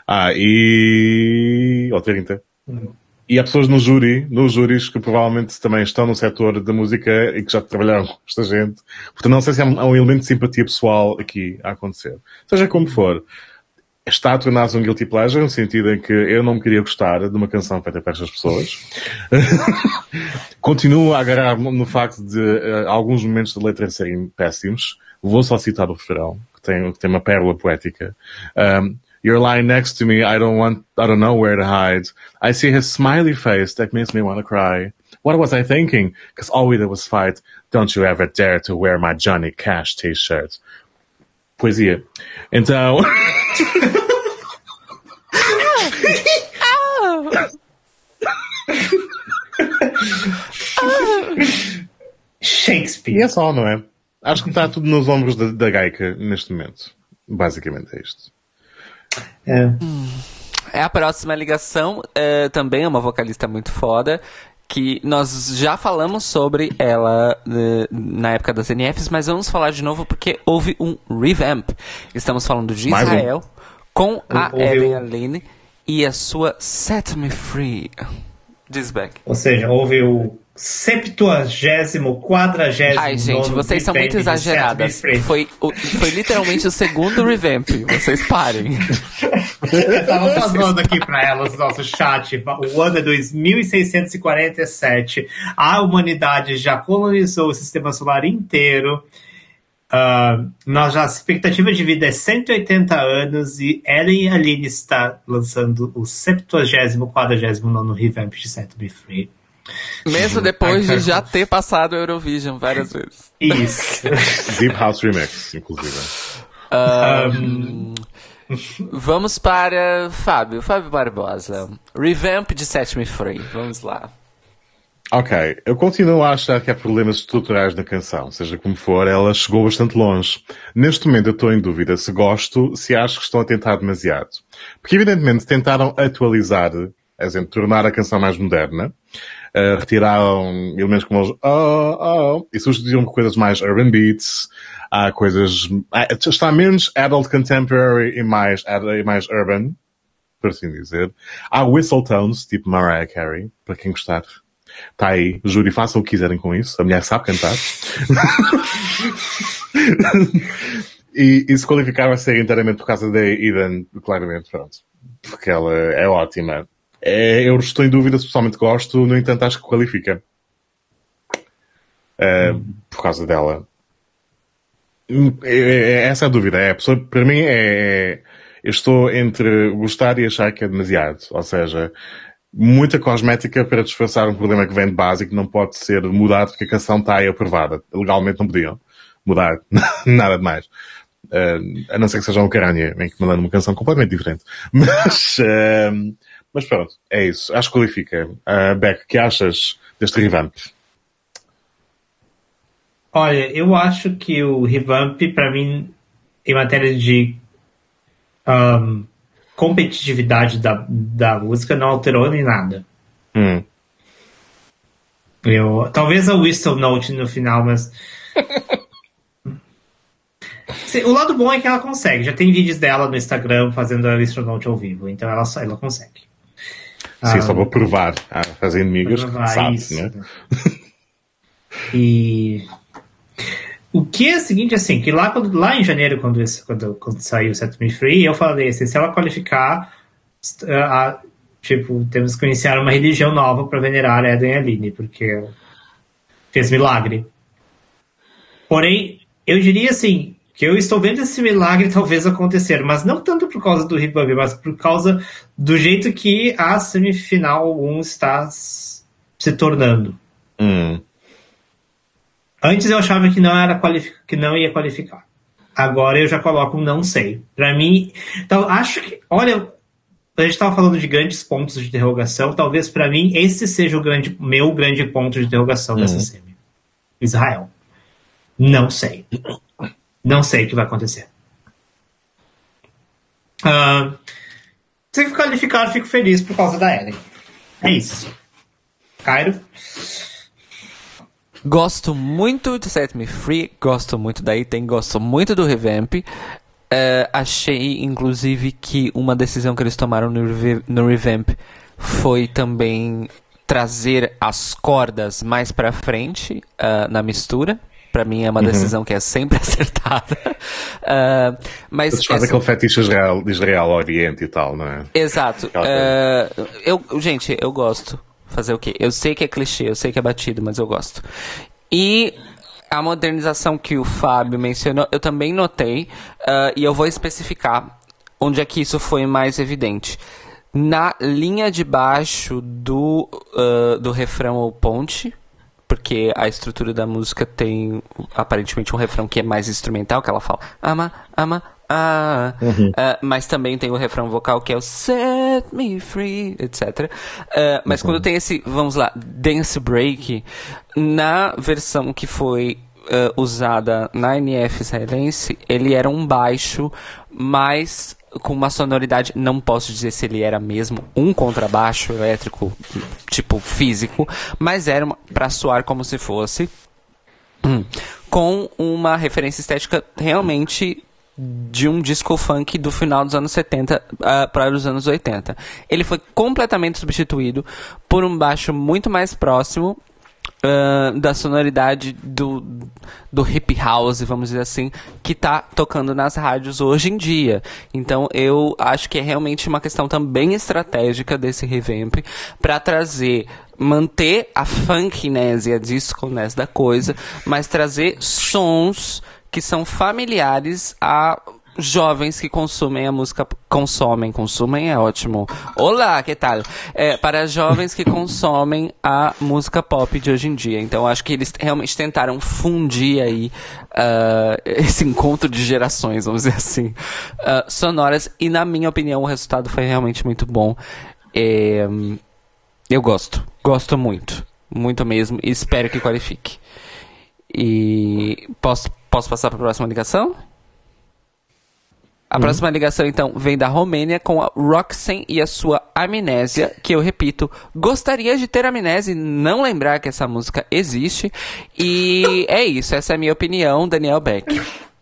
S3: Ou 30. E há pessoas nos júris que provavelmente também estão no setor da música e que já trabalharam com esta gente. Portanto, não sei se há um elemento de simpatia pessoal aqui a acontecer. Seja como for, está a tornar-se um guilty pleasure, no sentido em que eu não me queria gostar de uma canção feita para estas pessoas. Continuo a agarrar no facto de alguns momentos da letra serem péssimos. Vou só citar o refrão, que tem uma pérola poética. You're lying next to me, I don't know where to hide. I see his smiley face that makes me want to cry. What was I thinking? 'Cause all we did was fight. Don't you ever dare to wear my Johnny Cash t-shirt. Poesia. Então...
S2: Shakespeare.
S3: E é só, não é? Acho que está tudo nos ombros da Gaika neste momento. Basicamente é isto.
S1: É a próxima ligação, também é uma vocalista muito foda, que nós já falamos sobre ela na época das NFs, mas vamos falar de novo porque houve um revamp. Estamos falando de Israel com a Eden Aline e a sua Set Me Free. Diz Beck.
S2: Ou seja, houve o 70º, 40º.
S1: Ai, gente, vocês são muito exageradas. Foi literalmente o segundo revamp. Vocês parem.
S2: Eu tava falando aqui pra elas no nosso chat. O ano é 2647. A humanidade já colonizou o sistema solar inteiro. A expectativa de vida é 180 anos e Ellen Aline está lançando o 70º, 40º revamp de Set Me Free.
S1: Mesmo depois de já ter passado o Eurovision várias vezes.
S2: Isso.
S3: Deep House Remix, inclusive.
S1: Vamos para Fábio Barbosa. Revamp de Set Me Free. Vamos lá.
S3: Ok, eu continuo a achar que há problemas estruturais na canção. Seja como for, ela chegou bastante longe. Neste momento eu estou em dúvida se gosto, se acho que estão a tentar demasiado. Porque evidentemente tentaram atualizar, tornar a canção mais moderna. Retiraram elementos como os e substituíram por coisas mais urban beats. Há coisas... Está menos adult contemporary e mais urban, por assim dizer. Há whistle tones, tipo Mariah Carey, para quem gostar. Está aí, juro, e façam o que quiserem com isso. A mulher sabe cantar. e se qualificava a ser inteiramente por causa da Eden, claramente, pronto. Porque ela é ótima. Eu estou em dúvida se pessoalmente gosto, no entanto acho que qualifica. Por causa dela. Essa é a dúvida. Para mim eu estou entre gostar e achar que é demasiado. Ou seja, muita cosmética para disfarçar um problema que vem de base e que não pode ser mudado porque a canção está aí aprovada. Legalmente não podiam mudar nada de mais. A não ser que seja um Caranha em que mandando uma canção completamente diferente. Mas pronto, é isso. Acho que qualifica. Beck, o que achas deste revamp?
S2: Olha, eu acho que o revamp, para mim, em matéria de competitividade da música, não alterou nem nada. Talvez a whistle note no final, mas... O lado bom é que ela consegue. Já tem vídeos dela no Instagram fazendo a whistle note ao vivo, então ela consegue.
S3: Sim, só vou provar às inimigas que sabe, né?
S2: E o que é o seguinte, assim, que lá em janeiro, quando saiu o Set Me Free, eu falei assim, se ela qualificar, temos que iniciar uma religião nova para venerar a Eden Aline, porque fez milagre. Porém, eu diria assim, que eu estou vendo esse milagre talvez acontecer, mas não tanto por causa do revamp, mas por causa do jeito que a semifinal 1 está se tornando. Antes eu achava que não ia qualificar. Agora eu já coloco um não sei. Para mim, então acho que, olha, a gente estava falando de grandes pontos de interrogação, talvez para mim esse seja meu grande ponto de interrogação dessa semi. Israel. Não sei. Não sei o que vai acontecer. Se qualificar, fico feliz por causa da Ellen. É isso. Cairo?
S1: Gosto muito de Set Me Free, gosto muito da Item, gosto muito do revamp. Achei, inclusive, que uma decisão que eles tomaram no revamp foi também trazer as cordas mais pra frente na mistura. Pra mim é uma decisão que é sempre acertada. Mas
S3: eles fazem aquele fetiche de Israel Oriente e tal, não é?
S1: Exato. Gente, eu gosto. Fazer o quê? Eu sei que é clichê, eu sei que é batido, mas eu gosto. E a modernização que o Fábio mencionou, eu também notei, e eu vou especificar onde é que isso foi mais evidente. Na linha de baixo do refrão ou ponte, porque a estrutura da música tem aparentemente um refrão que é mais instrumental, que ela fala ama, ama, mas também tem o refrão vocal que é o set me free, etc. Mas quando tem esse, vamos lá, dance break, na versão que foi usada na NF israelense, ele era um baixo mais com uma sonoridade, não posso dizer se ele era mesmo um contrabaixo elétrico, tipo físico, mas era para soar como se fosse com uma referência estética realmente de um disco funk do final dos anos 70 para os anos 80. Ele foi completamente substituído por um baixo muito mais próximo da sonoridade do hip house, vamos dizer assim, que tá tocando nas rádios hoje em dia. Então eu acho que é realmente uma questão também estratégica desse revamp para manter a funkiness e a disconess da coisa, mas trazer sons que são familiares a jovens que consumem a música. Consumem é ótimo. Olá, que tal? Para jovens que consomem a música pop de hoje em dia. Então, acho que eles realmente tentaram fundir aí esse encontro de gerações, vamos dizer assim, sonoras. E, na minha opinião, o resultado foi realmente muito bom. Eu gosto muito. Muito mesmo. E espero que qualifique. E posso passar para a próxima ligação? A próxima ligação, então, vem da Romênia com a Roxen e a sua Amnésia, que eu repito, gostaria de ter amnésia e não lembrar que essa música existe. E é isso, essa é a minha opinião, Daniel Beck.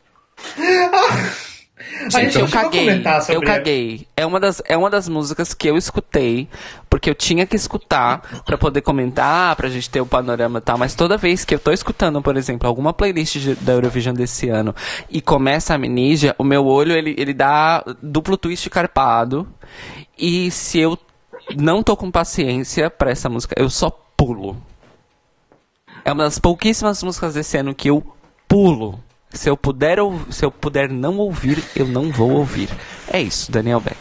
S1: Gente, eu caguei. É uma das músicas que eu escutei, porque eu tinha que escutar pra poder comentar, pra gente ter o panorama e tal, mas toda vez que eu tô escutando, por exemplo, alguma playlist da Eurovision desse ano e começa a Amnésia, o meu olho, ele dá duplo twist carpado, e se eu não tô com paciência pra essa música, eu só pulo. É uma das pouquíssimas músicas desse ano que eu pulo. Se eu puder não ouvir, eu não vou ouvir. É isso, Daniel Beck.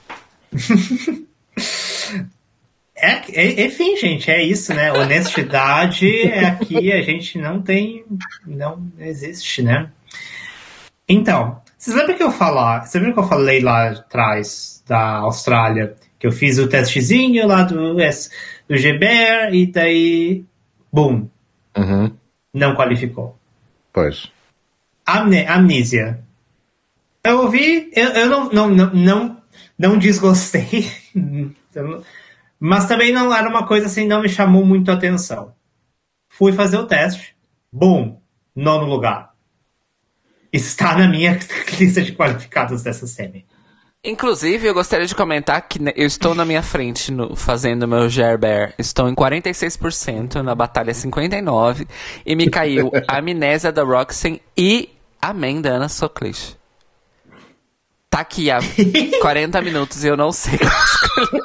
S2: Enfim, gente, é isso, né? Honestidade aqui a gente não existe, né? Então, vocês lembram que eu falei lá atrás da Austrália, que eu fiz o testezinho lá do GBR e daí, boom, não qualificou.
S3: Pois.
S2: Amnésia. Eu ouvi, eu não desgostei, mas também não era uma coisa assim, não me chamou muito a atenção. Fui fazer o teste, boom, 9º lugar. Está na minha lista de qualificados dessa semi.
S1: Inclusive, eu gostaria de comentar que eu estou na minha frente fazendo meu Gerber. Estou em 46%, na batalha 59%, e me caiu a Amnésia da Roxen e Amém da Ana Soklish. Tá aqui há 40 minutos e eu não sei qual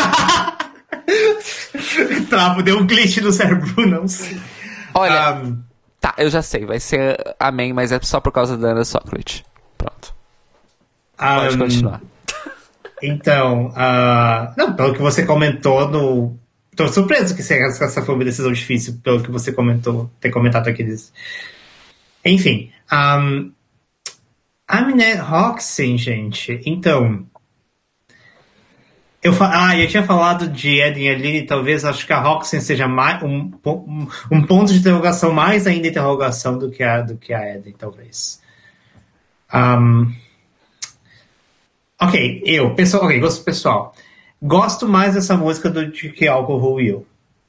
S1: escolher.
S2: Travo, deu um glitch no cérebro, não sei.
S1: Olha, tá, eu já sei, vai ser Amém, mas é só por causa da Ana Soklish. Pronto. Pode continuar.
S2: Então, não, pelo que você comentou tô surpreso que essa foi uma decisão difícil, pelo que você ter comentado aqui disso. Enfim, Roxen, gente, então, eu tinha falado de Eden ali, talvez acho que a Roxen seja mais um ponto de interrogação, mais ainda interrogação do que a Eden, talvez. Gosto pessoal. Gosto mais dessa música do que Alcohol Will.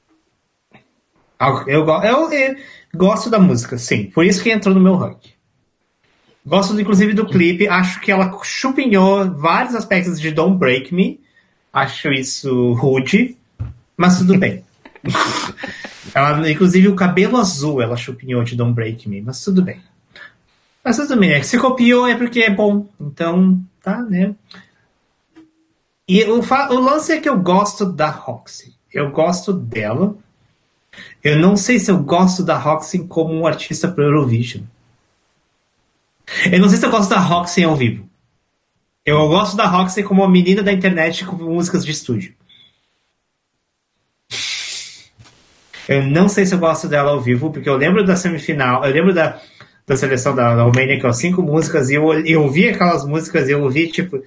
S2: Eu gosto da música, sim. Por isso que entrou no meu ranking. Gosto, inclusive, do clipe. Acho que ela chupinhou vários aspectos de Don't Break Me. Acho isso rude, mas tudo bem. Ela, inclusive, o cabelo azul ela chupinhou de Don't Break Me, mas tudo bem. Mas tudo bem, se copiou é porque é bom. Então, tá, né? E o lance é que eu gosto da Roxy. Eu gosto dela. Eu não sei se eu gosto da Roxy como um artista para Eurovision. Eu não sei se eu gosto da Roxy ao vivo. Eu gosto da Roxy como uma menina da internet com músicas de estúdio. Eu não sei se eu gosto dela ao vivo, porque eu lembro da semifinal, eu lembro da seleção da Romênia, que é 5 músicas, e eu ouvi aquelas músicas, e eu ouvi, tipo...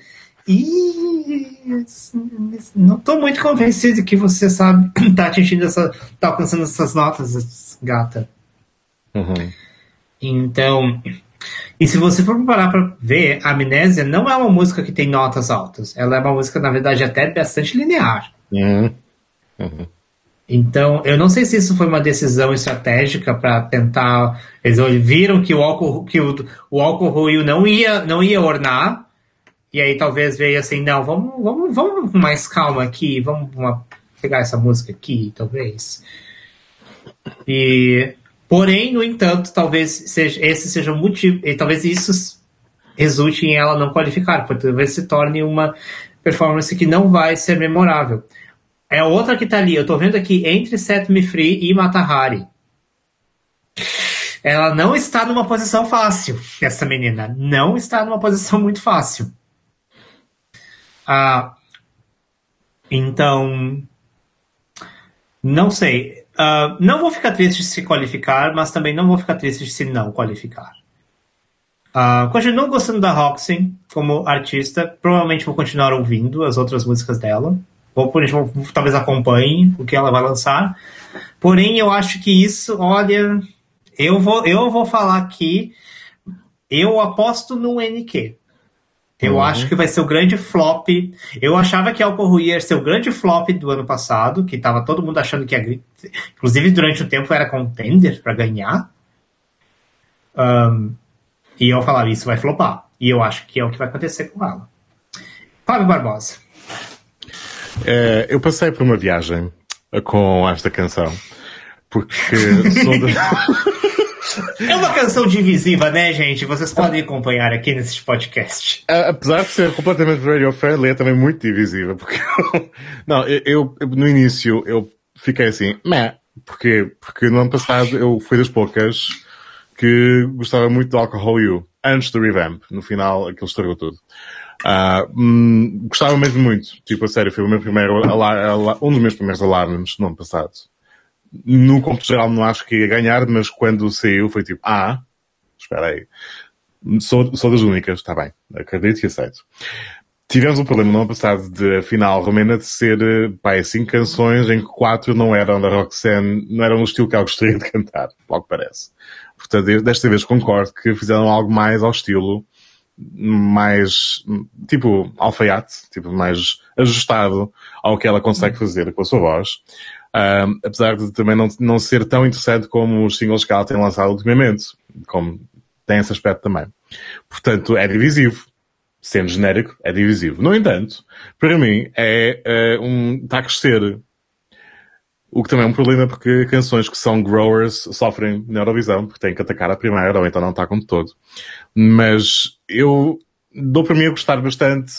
S2: não tô muito convencido de que você sabe, tá atingindo tá alcançando essas notas, gata.
S3: Uhum.
S2: Então... E se você for parar pra ver, a Amnésia não é uma música que tem notas altas. Ela é uma música, na verdade, até bastante linear.
S3: Uhum. Uhum.
S2: Então, eu não sei se isso foi uma decisão estratégica para tentar... Eles viram que o álcool ruim não ia ornar, e aí talvez veio assim, não, vamos com mais calma aqui, vamos pegar essa música aqui, talvez. Porém, no entanto, talvez esse seja o motivo, e talvez isso resulte em ela não qualificar, porque talvez se torne uma performance que não vai ser memorável. É outra que tá ali, eu tô vendo aqui, entre Set Me Free e Mata Hari. Ela não está numa posição fácil, essa menina. Não está numa posição muito fácil. Então, não sei. Não vou ficar triste se qualificar, mas também não vou ficar triste se não qualificar. Continuo gostando da Roxy como artista. Provavelmente vou continuar ouvindo as outras músicas dela. Talvez acompanhe o que ela vai lançar. Porém, eu acho que isso, olha... Eu vou falar aqui... Eu aposto no NQ. Eu acho que vai ser o grande flop. Eu achava que Álcool ia ser o grande flop do ano passado, que tava todo mundo achando que ia... Inclusive, durante o tempo, era contender para ganhar. E eu falava, isso vai flopar. E eu acho que é o que vai acontecer com ela. Fábio Barbosa.
S3: Eu passei por uma viagem com esta canção, porque sou de...
S2: É uma canção divisiva, né, gente? Vocês podem acompanhar aqui nesse podcast.
S3: Apesar de ser completamente radio-friendly, é também muito divisiva, porque... Não, eu no início, eu fiquei assim, porque no ano passado eu fui das poucas que gostava muito de Alcohol You, antes do revamp. No final, aquilo estragou tudo. Gostava mesmo muito. Tipo, a sério, foi o meu primeiro um dos meus primeiros alarmes no ano passado. No computador geral não acho que ia ganhar, mas quando saiu foi tipo, espera aí. Sou das únicas, está bem. Acredito e aceito. Tivemos um problema no ano passado de a final romena de ser, 5 canções em que 4 não eram da Roxanne, não eram no estilo que ela gostaria de cantar, logo parece. Portanto, desta vez concordo que fizeram algo mais ao estilo, mais, tipo, alfaiate, tipo, mais ajustado ao que ela consegue fazer com a sua voz. Apesar de também não ser tão interessante como os singles que ela tem lançado ultimamente, como tem esse aspecto também. Portanto, é divisivo. Sendo genérico, é divisivo. No entanto, para mim, está a crescer. O que também é um problema porque canções que são growers sofrem na Eurovisão, porque têm que atacar a primeira, ou então não atacam de todo. Mas eu dou para mim a gostar bastante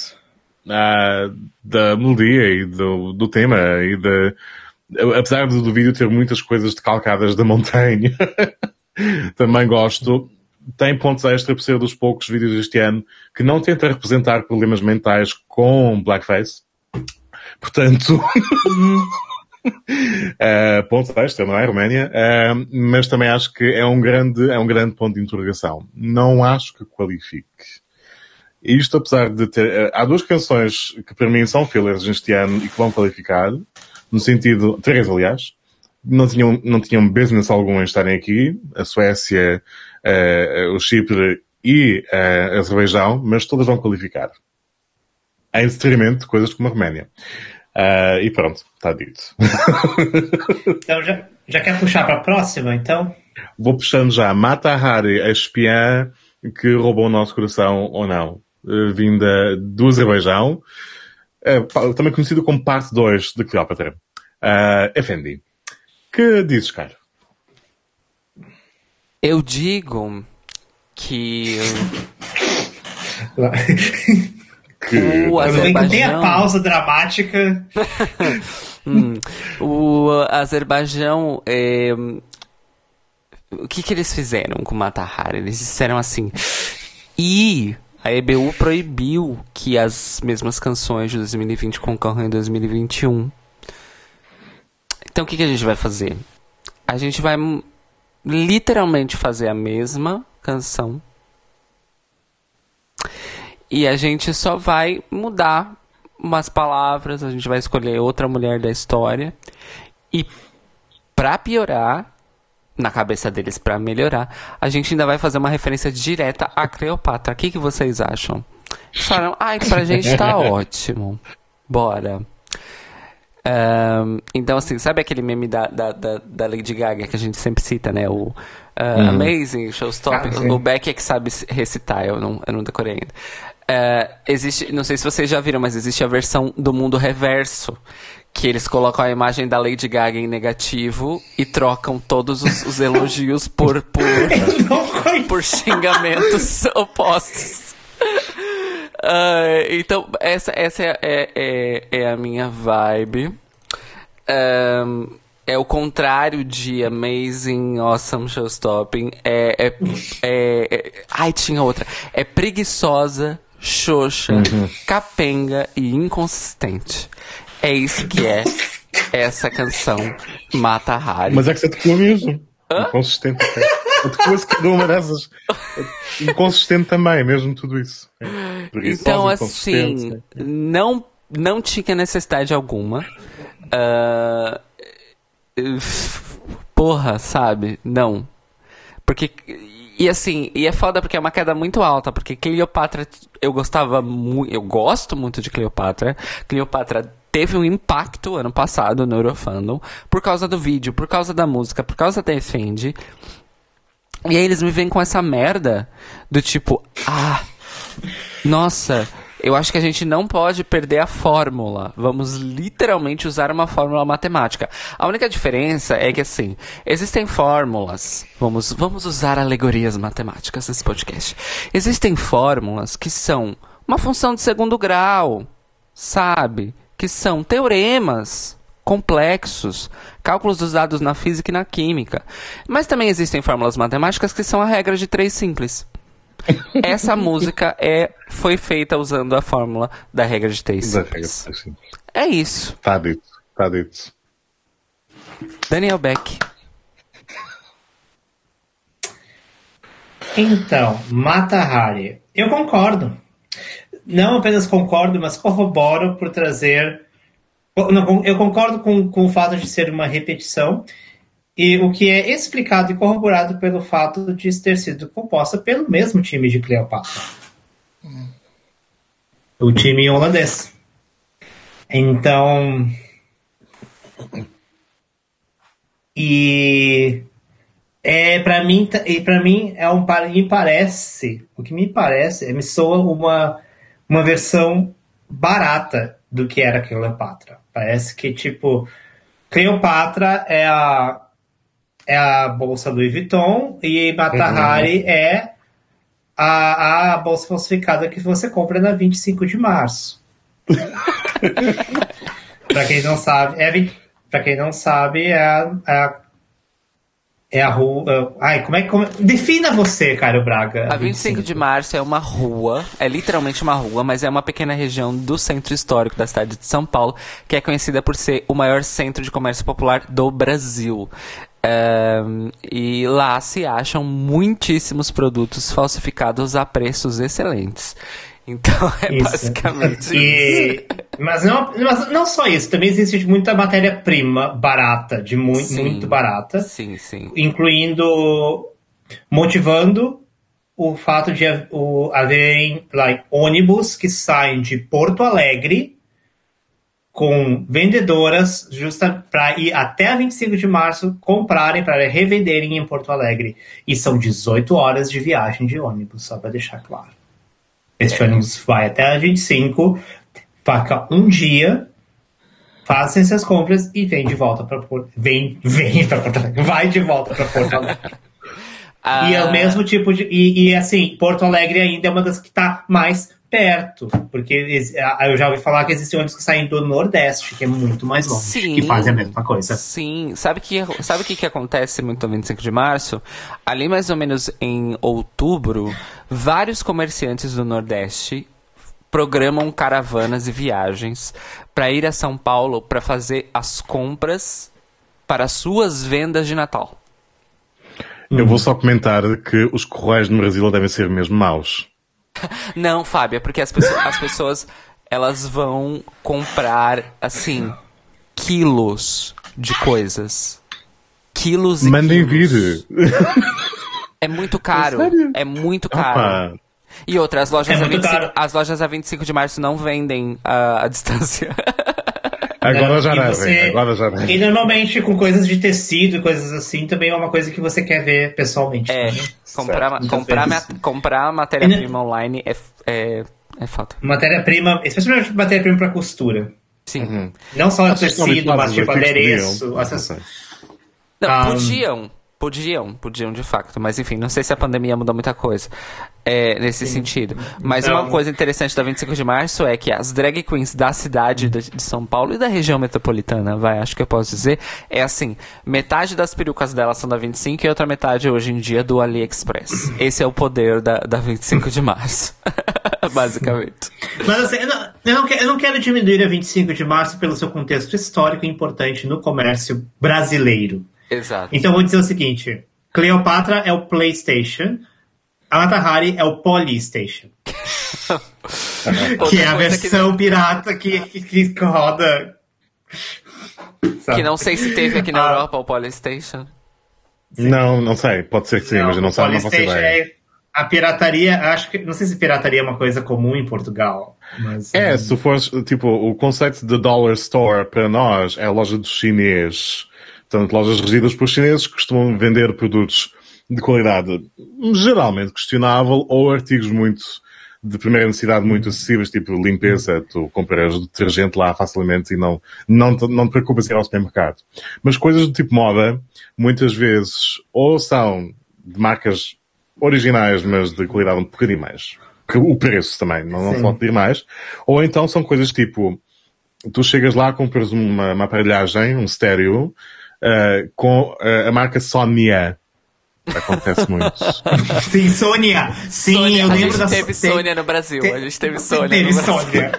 S3: da melodia e do tema e apesar do vídeo ter muitas coisas decalcadas da Montaigne, também gosto. Tem pontos extra por ser dos poucos vídeos deste ano que não tenta representar problemas mentais com blackface. Portanto, pontos extra, não é, Roménia? Mas também acho que é um grande ponto de interrogação. Não acho que qualifique. Isto, apesar de ter... há 2 canções que para mim são fillers este ano e que vão qualificar, no sentido... 3, aliás. Não tinham business algum em estarem aqui. A Suécia... o Chipre e a Azerbaijão, mas todas vão qualificar. Em detrimento de coisas como a Roménia. E pronto, está dito.
S2: Então já quer puxar para a próxima, então?
S3: Vou puxando já. Mata Hari, a espiã que roubou o nosso coração ou não. Vinda do Azerbaijão. Também conhecido como parte 2 de Cleópatra. Effendi. Que dizes, Caro?
S1: Eu digo que o Azerbaijão...
S2: Tem a pausa dramática.
S1: O Azerbaijão... O que eles fizeram com o Mata Hari? Eles disseram assim... E a EBU proibiu que as mesmas canções de 2020 concorram em 2021. Então o que a gente vai fazer?
S4: a gente vai literalmente fazer a mesma canção. E a gente só vai mudar umas palavras, a gente vai escolher outra mulher da história. E pra piorar, na cabeça deles, pra melhorar, a gente ainda vai fazer uma referência direta a Cleopatra. O que vocês acham? Eles falaram, pra gente tá ótimo. Bora. Então, assim, sabe aquele meme da Lady Gaga que a gente sempre cita, né? O Amazing, Showstopper. O Beck é que sabe recitar, eu não decorei ainda. Existe, não sei se vocês já viram, mas existe a versão do mundo reverso, que eles colocam a imagem da Lady Gaga em negativo e trocam todos os elogios por xingamentos opostos. Então, essa é a minha vibe. É o contrário de Amazing, Awesome, Showstopping. Ai, tinha outra. É preguiçosa, xoxa, capenga e inconsistente. É isso que é essa canção Mata Hari.
S3: Mas é que você tocou mesmo. Inconsistente até. Eu tocou cada uma dessas. Inconsistente também, mesmo tudo isso.
S4: Então, assim, não tinha necessidade alguma. Porra, sabe? Não. Porque... E assim, é foda porque é uma queda muito alta, porque Cleopatra, eu gosto muito de Cleopatra. Cleopatra teve um impacto ano passado no Eurofandom, por causa do vídeo, por causa da música, por causa da Effendi. E aí eles me vêm com essa merda do tipo, nossa, eu acho que a gente não pode perder a fórmula. Vamos literalmente usar uma fórmula matemática. A única diferença é que, assim, existem fórmulas. Vamos usar alegorias matemáticas nesse podcast. Existem fórmulas que são uma função de segundo grau, sabe? Que são teoremas complexos, cálculos dos dados na física e na química. Mas também existem fórmulas matemáticas que são a regra de 3 simples. Essa música foi feita usando a fórmula da regra de 3 simples. É isso.
S3: Tá dito.
S4: Daniel Beck.
S2: Então, Mata Hari. Eu concordo. Não apenas concordo, mas corroboro por trazer... Não, eu concordo com o fato de ser uma repetição, e o que é explicado e corroborado pelo fato de ter sido composta pelo mesmo time de Cleopatra. O time holandês. Então... Para mim me soa uma versão barata do que era Cleopatra. Parece que, tipo, Cleopatra é a bolsa Louis Vuitton e Mata Hari é a bolsa falsificada que você compra na 25 de março. Para quem não sabe, é a rua... Defina você, Caio Braga.
S4: A 25 de março é uma rua, é literalmente uma rua, mas é uma pequena região do centro histórico da cidade de São Paulo, que é conhecida por ser o maior centro de comércio popular do Brasil. E lá se acham muitíssimos produtos falsificados a preços excelentes. Então isso. Basicamente isso.
S2: Mas não só isso, também existe muita matéria-prima barata, muito barata.
S4: Sim.
S2: Motivando o fato de haverem ônibus que saem de Porto Alegre com vendedoras justa para ir até a 25 de março comprarem para revenderem em Porto Alegre. E são 18 horas de viagem de ônibus, só para deixar claro. Este ônibus vai até a 25, fica um dia, fazem suas compras e vem de volta para Porto Alegre. Vai de volta para Porto Alegre. E é o mesmo tipo de... E assim, Porto Alegre ainda é uma das que está mais perto. Porque eu já ouvi falar que existem ônibus que saem do Nordeste, que é muito mais longe, que fazem a mesma coisa.
S4: Sim. Sabe o que acontece muito no 25 de março? Ali mais ou menos em outubro, vários comerciantes do Nordeste programam caravanas e viagens para ir a São Paulo para fazer as compras para suas vendas de Natal.
S3: Eu vou só comentar que os correios no Brasil devem ser mesmo maus.
S4: Não, Fábio, é porque as pessoas elas vão comprar, assim, quilos de coisas. Quilos e
S3: Mandem
S4: quilos.
S3: vir.
S4: É muito caro.
S3: Sério?
S4: É muito caro.
S3: Opa.
S4: E outra, as lojas,
S2: muito caro.
S4: as lojas a 25 de março não vendem a distância.
S3: Agora já
S2: E
S3: devem, agora já devem.
S2: E normalmente com coisas de tecido e coisas assim também é uma coisa que você quer ver pessoalmente.
S4: É,
S2: né?
S4: comprar matéria-prima online é foda.
S2: Matéria-prima, especialmente matéria-prima para costura.
S4: Sim.
S2: Não só
S3: Vocês estão
S2: tecido, mas
S3: habituados
S2: tipo
S3: a ter que
S2: adereço.
S3: podiam?
S4: Não,
S2: Um,
S4: podiam de facto, mas enfim, não sei se a pandemia mudou muita coisa nesse sentido. Mas
S2: Então-
S4: uma coisa interessante da 25 de março é que as drag queens da cidade de São Paulo e da região metropolitana, acho que eu posso dizer, é assim, metade das perucas delas são da 25 e outra metade hoje em dia do AliExpress. Esse é o poder da 25 de março, basicamente.
S2: Mas assim, eu não quero diminuir a 25 de março pelo seu contexto histórico importante no comércio brasileiro.
S4: Exato.
S2: Então eu vou dizer o seguinte: Cleopatra é o PlayStation, a Mata Hari é o Polystation. Que é a versão pirata que roda.
S4: Que não sei se teve aqui na Europa o Polystation.
S3: Não sei. Pode ser que sim, mas eu não sei, não faço ideia.
S2: A pirataria, acho que. Não sei se pirataria é uma coisa comum em Portugal. Mas,
S3: Se tu fores, tipo, o conceito de dollar store para nós é a loja dos chinês. Portanto, lojas regidas por chineses que costumam vender produtos de qualidade geralmente questionável ou artigos muito de primeira necessidade muito acessíveis, tipo limpeza. Tu compras detergente lá facilmente e não te preocupas em ir ao supermercado. Mas coisas do tipo moda, muitas vezes, ou são de marcas originais, mas de qualidade um bocadinho mais. Que o preço também, não se pode pedir mais. Ou então são coisas tipo, tu chegas lá, compras uma aparelhagem, um estéreo, com a marca Sonia. Acontece muito.
S2: Sim, Sônia. Sim,
S4: Sônia,
S2: eu lembro
S4: a gente
S2: da
S4: teve Sônia no Brasil. A gente teve Sônia
S2: Teve
S4: no Brasil.
S2: Sônia.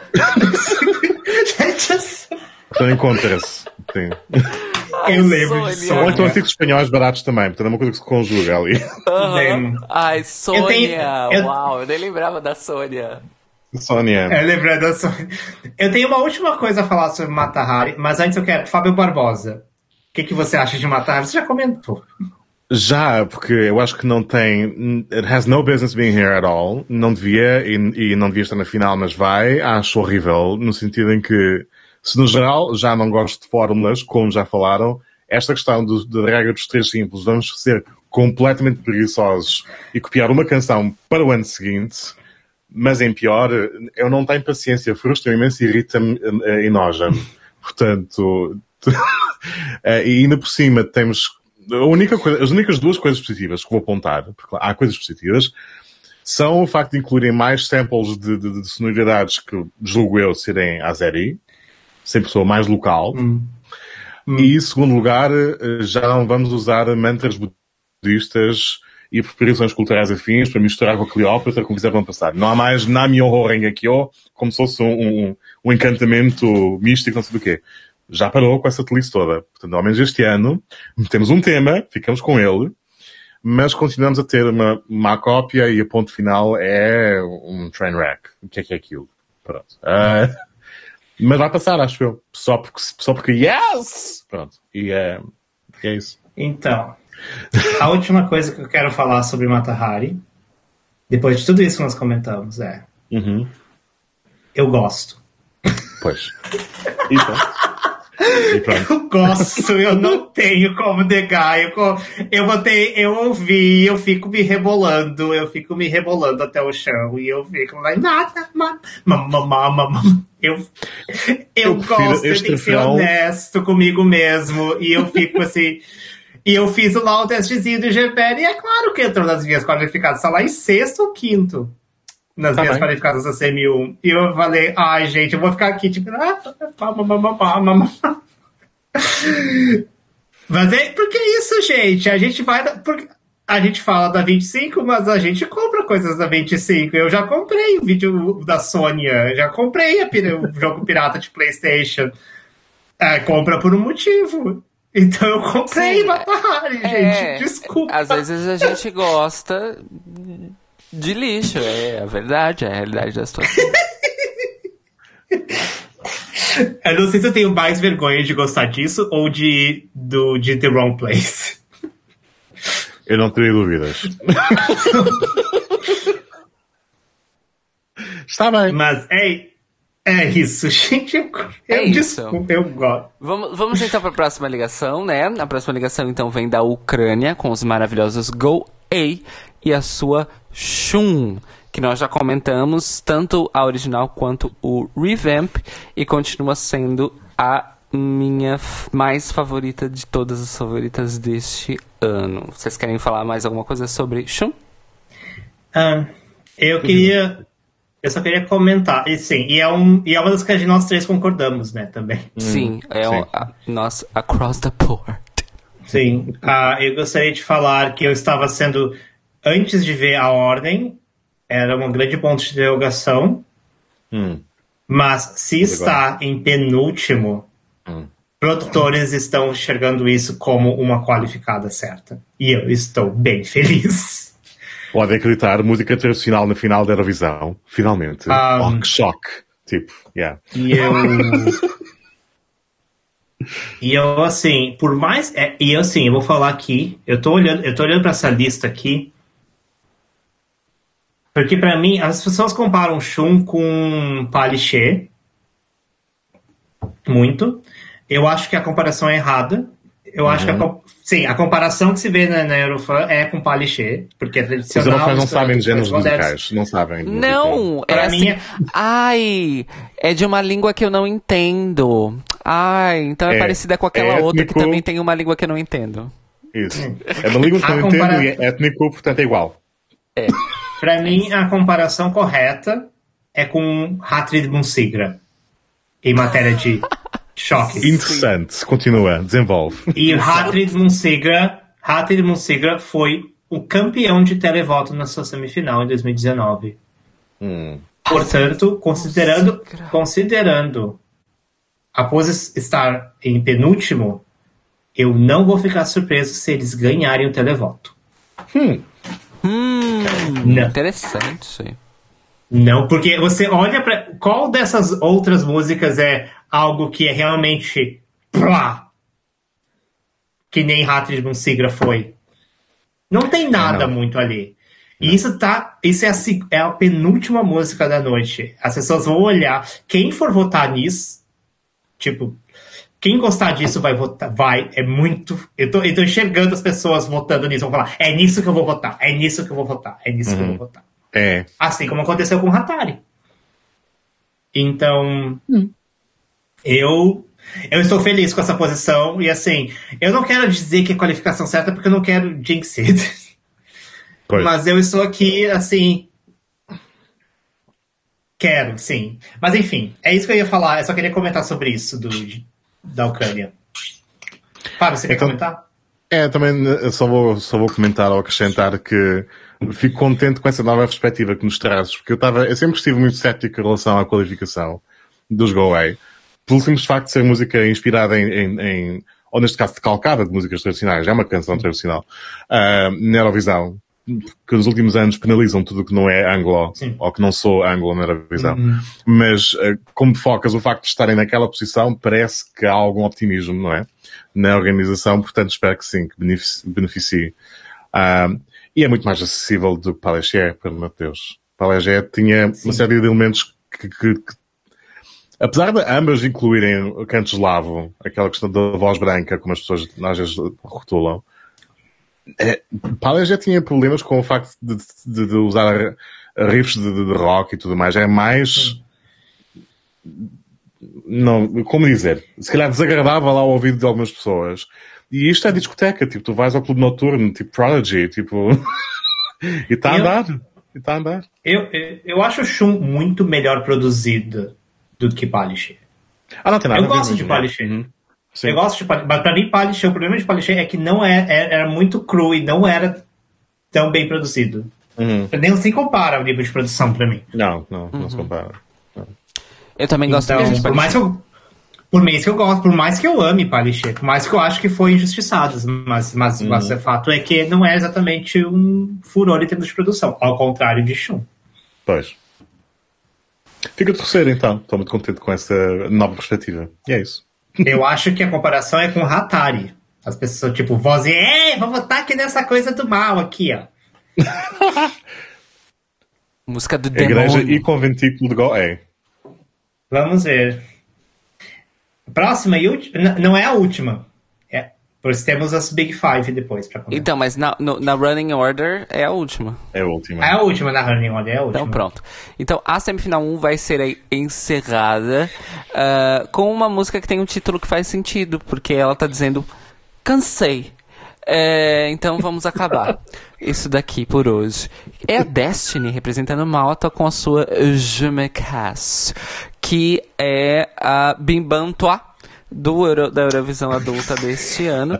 S3: Então encontra-se. Sim.
S2: Eu lembro de
S4: Sônia.
S3: Ou então
S2: Sônia.
S3: artigos espanhóis baratos também. Portanto, é uma coisa que se conjuga ali.
S4: Aham. Ai, Sônia.
S2: eu-
S4: Uau, eu nem lembrava da Sônia.
S3: Sônia.
S2: Lembrando da Sônia. Eu tenho uma última coisa a falar sobre Mata Hari, mas antes eu quero. Fábio Barbosa. O que você acha de Mata Hari? Você já comentou.
S3: Já, porque eu acho que não tem... It has no business being here at all. Não devia, e não devia estar na final, mas vai. Acho horrível, no sentido em que, se no geral já não gosto de fórmulas, como já falaram, esta questão da regra dos três simples, vamos ser completamente preguiçosos e copiar uma canção para o ano seguinte, mas em pior, eu não tenho paciência, frustra-me imenso, irrita-me e enoja-me. Portanto... e ainda por cima temos as únicas duas coisas positivas que vou apontar, porque há coisas positivas, são o facto de incluírem mais samples de sonoridades que julgo eu serem azeri, sempre sou mais local. E em segundo lugar, já não vamos usar mantras budistas e apropriações culturais afins para misturar com a Cleópatra como fizeram no passado. Não há mais Nam-myoho Renge-kyo como se fosse um encantamento místico, não sei do quê. Já parou com essa telice toda. Portanto, ao menos este ano, temos um tema, ficamos com ele, mas continuamos a ter uma má cópia e a ponto final é um train wreck. O que é aquilo? Pronto. Mas vai passar, acho eu. Só porque yes! Pronto. E é isso.
S2: Então, a última coisa que eu quero falar sobre Mata Hari, depois de tudo isso que nós comentamos, eu gosto.
S3: Pois. E pronto.
S2: Eu gosto, eu não tenho como negar. Eu ouvi, eu fico me rebolando até o chão e eu fico lá, eu gosto, eu tenho que ser honesto comigo mesmo. E eu fico assim. E eu fiz lá o testezinho do GPR e é claro que entrou nas minhas qualificadas, está lá em sexto ou quinto. Nas minhas qualificadas da CM1. E eu falei, ai, gente, eu vou ficar aqui, tipo... Mas é porque isso, gente. A gente a gente fala da 25, mas a gente compra coisas da 25. Eu já comprei o vídeo da Sônia. Já comprei o jogo pirata de PlayStation. Compra por um motivo. Então eu comprei
S1: Sim,
S2: Mata Hari, gente. Desculpa.
S1: Às vezes a gente gosta de lixo, é a verdade, é a realidade da situação.
S2: Eu não sei se eu tenho mais vergonha de gostar disso ou de The Wrong Place.
S3: Eu não teria dúvidas. Está bem.
S2: Mas é isso, gente. Desculpa, eu gosto.
S1: Vamos então para a próxima ligação, né? A próxima ligação então vem da Ucrânia com os maravilhosos Go A e a sua Shun, que nós já comentamos, tanto a original quanto o revamp, e continua sendo a minha mais favorita de todas as favoritas deste ano. Vocês querem falar mais alguma coisa sobre Shun?
S2: Eu só queria comentar, e sim, e é uma das que nós três concordamos, né, também.
S1: Sim, nós across the board.
S2: Sim, eu gostaria de falar que eu estava sendo, antes de ver a ordem, era um grande ponto de interrogação, mas se está em penúltimo, produtores estão enxergando isso como uma qualificada certa. E eu estou bem feliz.
S3: Pode acreditar, música tradicional na final da Eurovisão. Finalmente. Que choque. Tipo, yeah.
S2: E eu, assim, por mais... eu vou falar aqui, eu tô olhando pra essa lista aqui, porque pra mim, as pessoas comparam Shun com Paliché, muito. Eu acho que a comparação é errada. Eu acho que a comparação que se vê na Eurofan é com Paliché, porque é tradicional.
S3: Os europeus não sabem de géneros musicais. Não sabem.
S1: Não, é assim. Ai, é de uma língua que eu não entendo. Ai, então é parecida com aquela outra que também tem uma língua que eu não entendo.
S3: Isso. É uma língua que eu não entendo e é étnico, portanto é igual.
S2: Pra mim, a comparação correta é com Hatrid Bunsigra, em matéria de choque.
S3: Interessante. Continua. Desenvolve.
S2: E Hatrid Bunsigra foi o campeão de televoto na sua semifinal em 2019. Portanto, considerando após estar em penúltimo, eu não vou ficar surpreso se eles ganharem o televoto.
S1: Interessante isso aí.
S2: Não, porque você olha pra... Qual dessas outras músicas é algo que é realmente... que nem Hatrid Bunsigra foi? Não tem nada muito ali. E isso é a penúltima música da noite. As pessoas vão olhar. Quem for votar nisso, tipo... Quem gostar disso vai votar. É muito... Eu tô enxergando as pessoas votando nisso. Vão falar, é nisso que eu vou votar. É nisso que eu vou votar. É nisso que eu vou votar. Assim como aconteceu com o Hatari. Então... Eu estou feliz com essa posição. E assim, eu não quero dizer que é qualificação certa, porque eu não quero jinx it. Mas eu estou aqui, assim... Quero, sim. Mas enfim, é isso que eu ia falar. Eu só queria comentar sobre isso da Ucrânia. Fábio, você quer comentar?
S3: Também eu só vou comentar ou acrescentar que fico contente com essa nova perspectiva que nos trazes, porque eu sempre estive muito cético em relação à qualificação dos Go Away, pelo simples facto de ser música inspirada ou neste caso decalcada de músicas tradicionais, é uma canção tradicional, na Eurovisão, que nos últimos anos penalizam tudo o que não é anglo, ou que não sou anglo na Eurovisão. Mas, como focas o facto de estarem naquela posição, parece que há algum optimismo, não é? Na organização, portanto espero que sim, que beneficie. E é muito mais acessível do que Paliché, pelo amor de Deus. Paliché tinha uma série de elementos que apesar de ambas incluírem o canto eslavo, aquela questão da voz branca, como as pessoas às vezes rotulam, Paliché tinha problemas com o facto de usar riffs de rock e tudo mais. É mais... Não, como dizer? Se calhar desagradável ao ouvido de algumas pessoas. E isto é discoteca, tipo, tu vais ao clube noturno, tipo Prodigy, tipo... e está a andar.
S2: Eu acho o Shun muito melhor produzido do que Paliché.
S3: Não tem nada.
S2: Eu gosto de Paliché. Eu gosto de Paliché. Mas pra mim, Paliché, o problema de Paliché é que não era muito cru e não era tão bem produzido. Nem se compara ao nível de produção pra mim.
S3: Não se compara.
S1: Eu também gosto
S2: então, Por mais que eu ame Palichê, por mais que eu acho que foi injustiçado, mas o fato é que não é exatamente um furor em termos de produção, ao contrário de Shun.
S3: Pois. Fica terceiro, então. Estou muito contente com essa nova perspectiva. E é isso.
S2: Eu acho que a comparação é com Hatari. As pessoas, tipo, vozem, vou votar aqui nessa coisa do mal aqui, ó.
S4: Música do
S3: Igreja
S4: demônio.
S3: e conventículo de Goé.
S2: Vamos ver. Próxima e última. Não é a última. Pois temos as Big Five depois pra comentar.
S4: Então, mas na Running Order é a última.
S3: É a última.
S2: É a última na Running Order, é a última.
S4: Então pronto. Então a semifinal 1 vai ser aí encerrada com uma música que tem um título que faz sentido, porque ela tá dizendo cansei. Então vamos acabar isso daqui por hoje. É a Destiny representando Malta com a sua Je me casse, que é a Bimban Toi da Eurovisão adulta deste ano.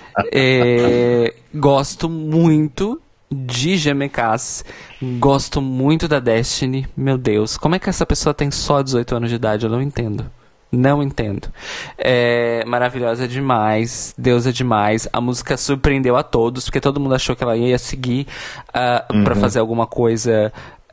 S4: Gosto muito de Je me casse, gosto muito da Destiny. Meu Deus, como é que essa pessoa tem só 18 anos de idade? Eu não entendo. Não entendo. Maravilhosa demais. Deusa demais. A música surpreendeu a todos, porque todo mundo achou que ela ia seguir pra fazer alguma coisa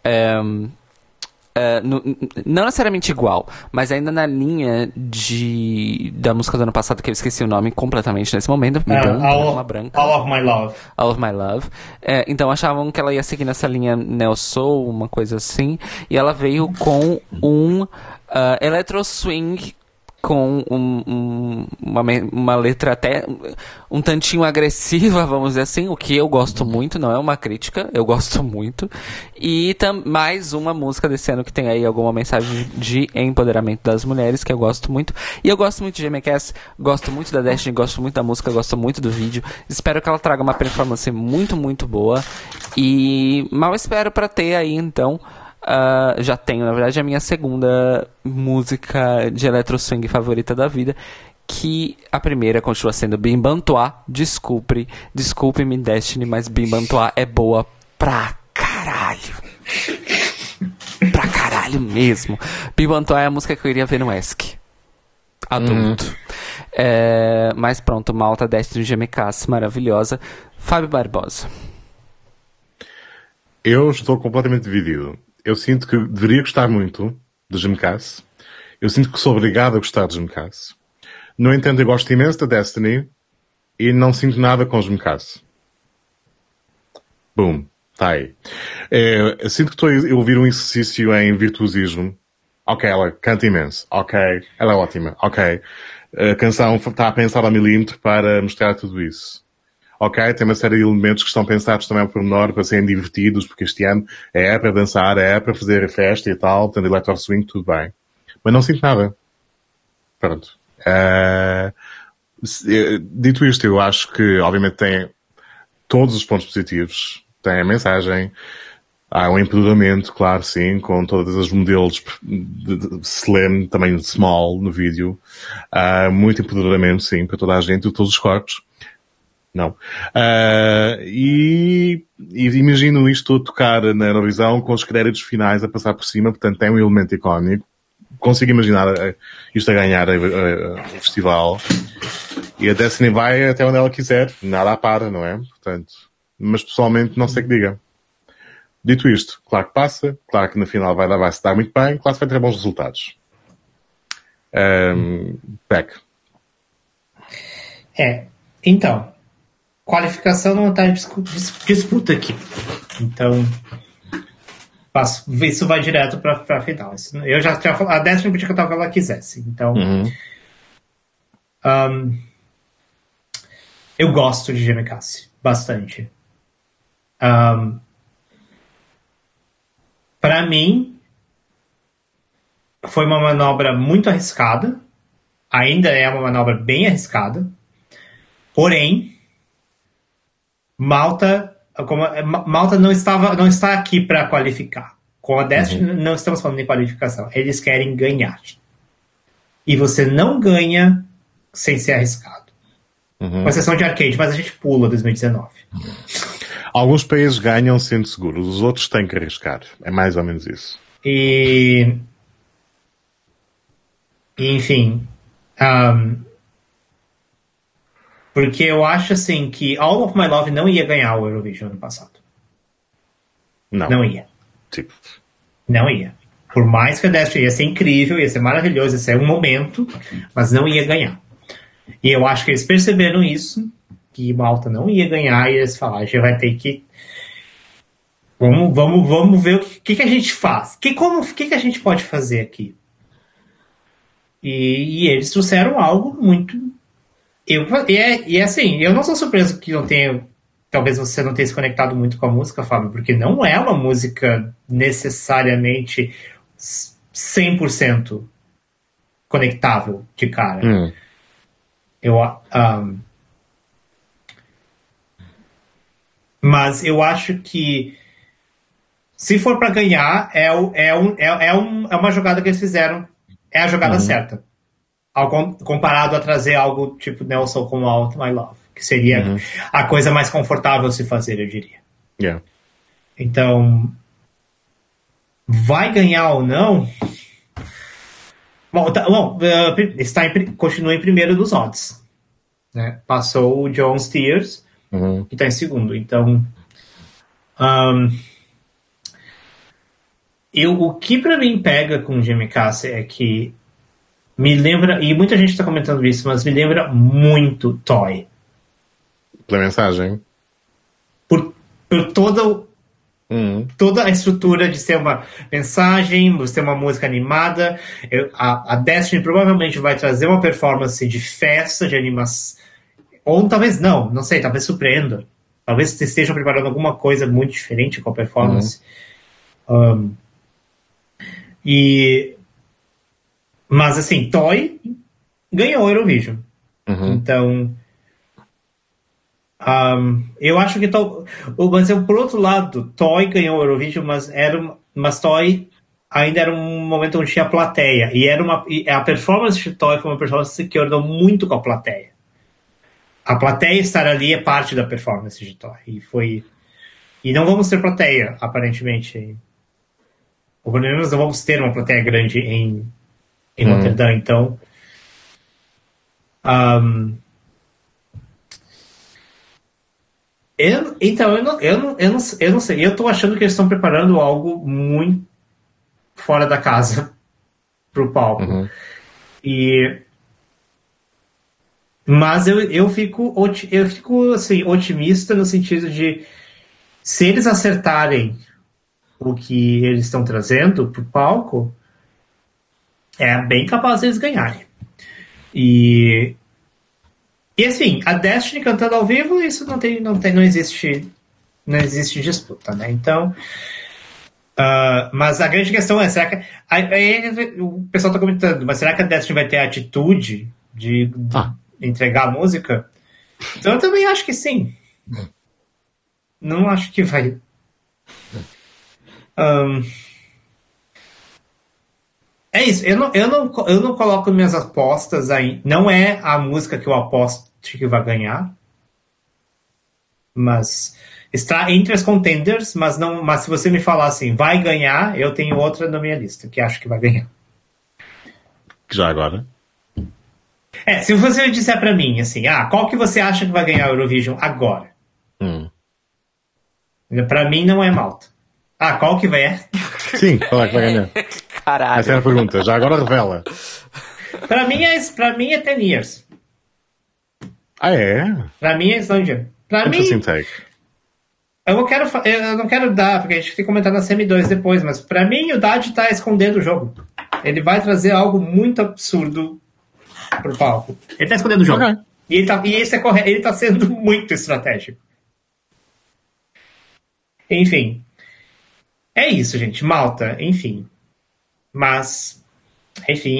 S4: não necessariamente igual, mas ainda na linha da música do ano passado, que eu esqueci o nome completamente nesse momento.
S2: All of My Love.
S4: All of My Love. Então achavam que ela ia seguir nessa linha neo soul, uma coisa assim, e ela veio com um electro swing com uma letra até um tantinho agressiva, vamos dizer assim, o que eu gosto muito, não é uma crítica, eu gosto muito. E mais uma música desse ano que tem aí alguma mensagem de empoderamento das mulheres, que eu gosto muito. E eu gosto muito de GMCast, gosto muito da Destiny, gosto muito da música, gosto muito do vídeo. Espero que ela traga uma performance muito, muito boa. E mal espero pra ter aí, então... já tenho, na verdade, a minha segunda música de electro swing favorita da vida, que a primeira continua sendo Bimban Toi. Desculpe-me, Destiny, mas Bimban Toi é boa pra caralho. Pra caralho mesmo. Bimban Toi é a música que eu iria ver no ESC adulto. Mas pronto, Malta, Destiny, GMK, maravilhosa. Fábio Barbosa.
S3: Eu estou completamente dividido. Eu sinto que deveria gostar muito de GMCAS. Eu sinto que sou obrigado a gostar de GMCAS. No entanto, eu gosto imenso da Destiny e não sinto nada com GMCAS. Boom. Tá aí. Eu sinto que estou a ouvir um exercício em virtuosismo. Ok, ela canta imenso. Ok, ela é ótima. Ok. A canção está a pensar ao milímetro para mostrar tudo isso. Ok, tem uma série de elementos que estão pensados também ao pormenor para serem divertidos, porque este ano é para dançar, é para fazer festa e tal, tendo electro swing, tudo bem. Mas não sinto nada. Pronto. Dito isto, eu acho que, obviamente, tem todos os pontos positivos. Tem a mensagem, há um empoderamento, claro, sim, com todos os modelos de slim, também small, no vídeo. Muito empoderamento, sim, para toda a gente, de todos os corpos. Não. E imagino isto tudo tocar na Eurovisão com os créditos finais a passar por cima, portanto tem um elemento icónico. Consigo imaginar isto a ganhar o festival. E a Destiny vai até onde ela quiser, nada a par, não é? Portanto, mas pessoalmente não sei o que diga. Dito isto, claro que passa, claro que na final vai-se dar muito bem, claro que vai ter bons resultados. Beck.
S2: Então, qualificação não está em disputa aqui. Então, isso vai direto para a final. Eu já tinha falado, a Destiny podia cantar o que ela quisesse. Então, eu gosto de GMCAS bastante. Para mim, foi uma manobra muito arriscada. Ainda é uma manobra bem arriscada. Porém, Malta não está aqui para qualificar. Com a Destiny, não estamos falando de qualificação. Eles querem ganhar. E você não ganha sem ser arriscado. Com exceção de arcade, mas a gente pula 2019.
S3: Alguns países ganham sendo seguros, os outros têm que arriscar. É mais ou menos isso.
S2: Enfim, Porque eu acho assim que All of My Love não ia ganhar o Eurovision ano passado. Não ia.
S3: Tipo.
S2: Não ia. Por mais que a Destiny ia ser incrível, ia ser maravilhoso, ia ser um momento, mas não ia ganhar. E eu acho que eles perceberam isso, que Malta não ia ganhar, e eles falaram, a gente vai ter que... Vamos ver o que a gente faz. O que a gente pode fazer aqui? E eles trouxeram algo muito... E assim, eu não sou surpreso que não tenha... Talvez você não tenha se conectado muito com a música, Fábio, porque não é uma música necessariamente 100% conectável de cara. Mas eu acho que se for para ganhar, é uma jogada que eles fizeram. É a jogada certa. Comparado a trazer algo tipo Nelson como All of My Love, que seria a coisa mais confortável se fazer, eu diria.
S3: Yeah.
S2: Então, vai ganhar ou não? Bom, continua em primeiro dos odds. Né? Passou o John Steers, que está em segundo. Então, o que para mim pega com o Jimmy Cassie é que me lembra, e muita gente está comentando isso, mas me lembra muito Toy.
S3: Pela mensagem.
S2: Por toda a estrutura de ser uma mensagem, de ser uma música animada. A Destiny provavelmente vai trazer uma performance de festa, de animação. Ou talvez não sei, talvez surpreenda. Talvez estejam preparando alguma coisa muito diferente com a performance. Mas assim, Toy ganhou o Eurovision. Então, eu acho que mas por outro lado, Toy ganhou o Eurovision, mas Toy ainda era um momento onde tinha plateia, e a performance de Toy foi uma performance que ornou muito com a plateia. A plateia estar ali é parte da performance de Toy, e não vamos ter plateia, aparentemente, ou pelo menos não vamos ter uma plateia grande em Roterdã, então eu não sei. Eu tô achando que eles estão preparando algo muito fora da casa pro palco. Mas eu fico assim, otimista no sentido de, se eles acertarem o que eles estão trazendo pro palco, é bem capaz de eles ganharem. E assim, a Destiny cantando ao vivo, isso não existe disputa, né? Então, mas a grande questão é, será que o pessoal está comentando, mas será que a Destiny vai ter a atitude de entregar a música? Então eu também acho que sim. Não acho que vai. É isso, eu não coloco minhas apostas aí. Não é a música que eu aposto que vai ganhar. Mas está entre as contenders, mas se você me falar assim, vai ganhar, eu tenho outra na minha lista, que acho que vai ganhar.
S3: Já agora?
S2: Se você disser pra mim, assim, qual que você acha que vai ganhar o Eurovision agora? Pra mim não é Malta. Qual que vai?
S3: Sim, qual é que vai ganhar?
S4: Caralho.
S3: Essa é a pergunta, já agora revela.
S2: Pra mim é 10 Years.
S3: É?
S2: Pra mim é Islândia. Pra mim... Eu não quero dar, porque a gente tem que comentar na Semi 2 depois, mas pra mim o Dad tá escondendo o jogo. Ele vai trazer algo muito absurdo pro palco. Ele tá escondendo o jogo. E isso é correto. Ele tá sendo muito estratégico. Enfim. É isso, gente. Malta, enfim. Mas, enfim,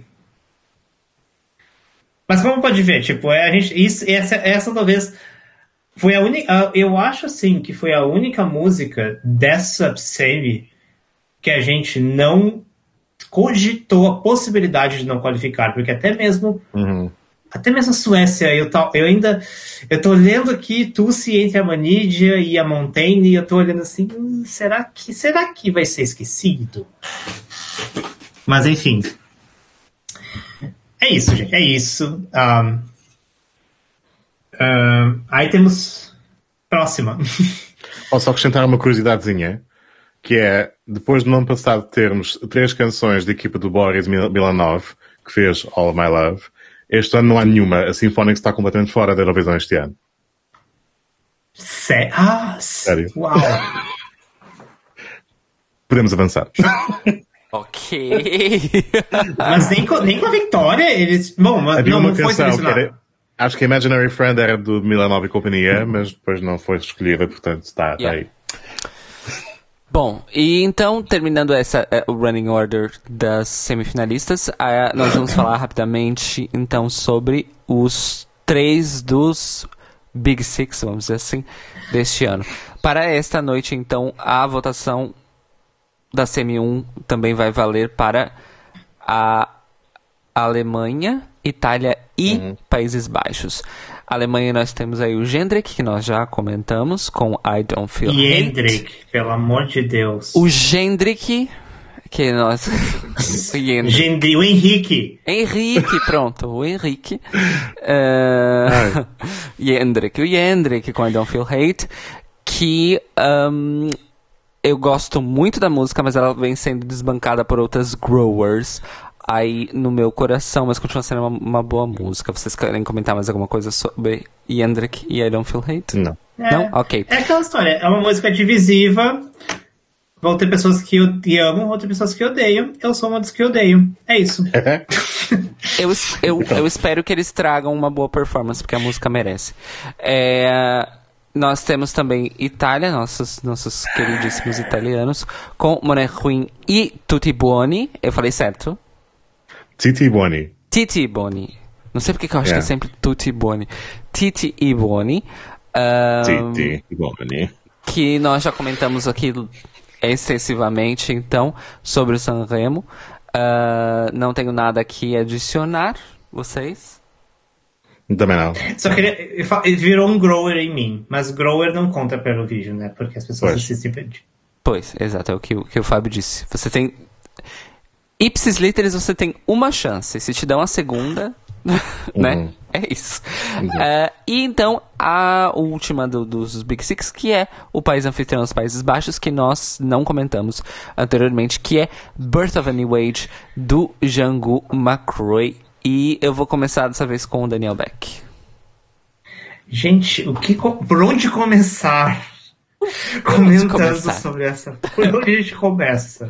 S2: Mas como pode ver, tipo, essa talvez foi a única. Eu acho assim que foi a única música dessa semi que a gente não cogitou a possibilidade de não qualificar, porque até mesmo a Suécia, eu tô olhando aqui Tussi entre a Manídia e a Montaigne, e eu tô olhando assim, será que vai ser esquecido? Mas enfim, É isso, gente. É isso. Aí temos próxima.
S3: Posso acrescentar uma curiosidadezinha, que é, depois do ano passado termos 3 canções da equipa do Boris Milanov, que fez All of My Love, este ano não há nenhuma. A Symphonics está completamente fora da Eurovisão este ano.
S2: Sério? Uau!
S3: Podemos avançar.
S1: Ok.
S2: Mas nem com a vitória, eles... Bom, mas
S3: Havia
S2: não
S3: uma
S2: foi
S3: canção que
S2: selecionado.
S3: acho que Imaginary Friend era do Milanov e companhia, mas depois não foi escolhida, portanto está aí.
S1: Bom, e então, terminando o running order das semifinalistas, nós vamos falar rapidamente, então, sobre os 3 dos Big Six, vamos dizer assim, deste ano. Para esta noite, então, a votação da Semi 1 também vai valer para a Alemanha, Itália e Países Baixos. Alemanha, nós temos aí o Jendrik, que nós já comentamos, com I Don't Feel Hate.
S2: Jendrik, pelo amor de Deus.
S1: O Jendrik, que nós...
S2: o Henrique.
S1: Henrique, pronto, o Henrique. Jendrik, o Jendrik com I Don't Feel Hate, que eu gosto muito da música, mas ela vem sendo desbancada por outras growers aí no meu coração, mas continua sendo uma boa música. Vocês querem comentar mais alguma coisa sobre Jendrik e I Don't Feel Hate?
S3: Não.
S1: Não? Ok.
S2: É aquela história, é uma música divisiva. Vão ter pessoas que amam, vão ter pessoas que odeiam. Eu sou uma das que odeio. É isso.
S1: Eu espero que eles tragam uma boa performance, porque a música merece. Nós temos também Itália, nossos queridíssimos italianos, com Monet Ruin e Tutti Buoni. Eu falei certo?
S3: Titi Buoni.
S1: Titi Buoni. Não sei porque que eu acho que é sempre Tutti Buoni. Titi e Buoni.
S3: Titi Buoni.
S1: Que nós já comentamos aqui extensivamente, então, sobre o Sanremo. Não tenho nada aqui a adicionar. Vocês?
S3: Também não.
S2: Só queria... Virou um grower em mim. Mas grower não conta pelo vídeo, né? Porque as pessoas assistem pelo vídeo.
S1: Pois, exato. É o que o Fábio disse. Você tem... Ipsis literis, você tem uma chance. Se te dão a segunda, né? É isso. E então, a última dos Big Six, que é o país anfitrião dos Países Baixos, que nós não comentamos anteriormente, que é Birth of a New Age, do Django McCrory. E eu vou começar dessa vez com o Daniel Beck.
S2: Gente, por onde começar? Comentando sobre essa... Por onde a gente começa?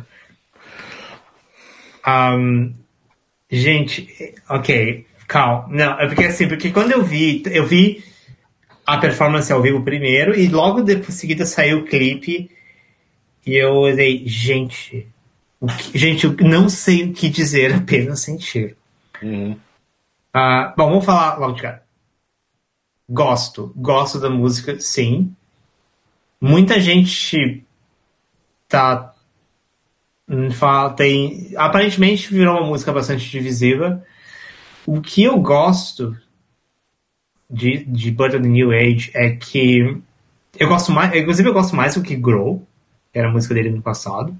S2: Gente, ok, calma. Não, é porque quando eu vi a performance ao vivo primeiro e logo depois seguida saiu o clipe e eu olhei, gente, eu não sei o que dizer, apenas sentir. Bom, vamos falar logo de cara. Gosto da música, sim. Muita gente aparentemente virou uma música bastante divisiva. O que eu gosto de Birth of the New Age é que eu gosto mais do que Grow, que era a música dele no passado.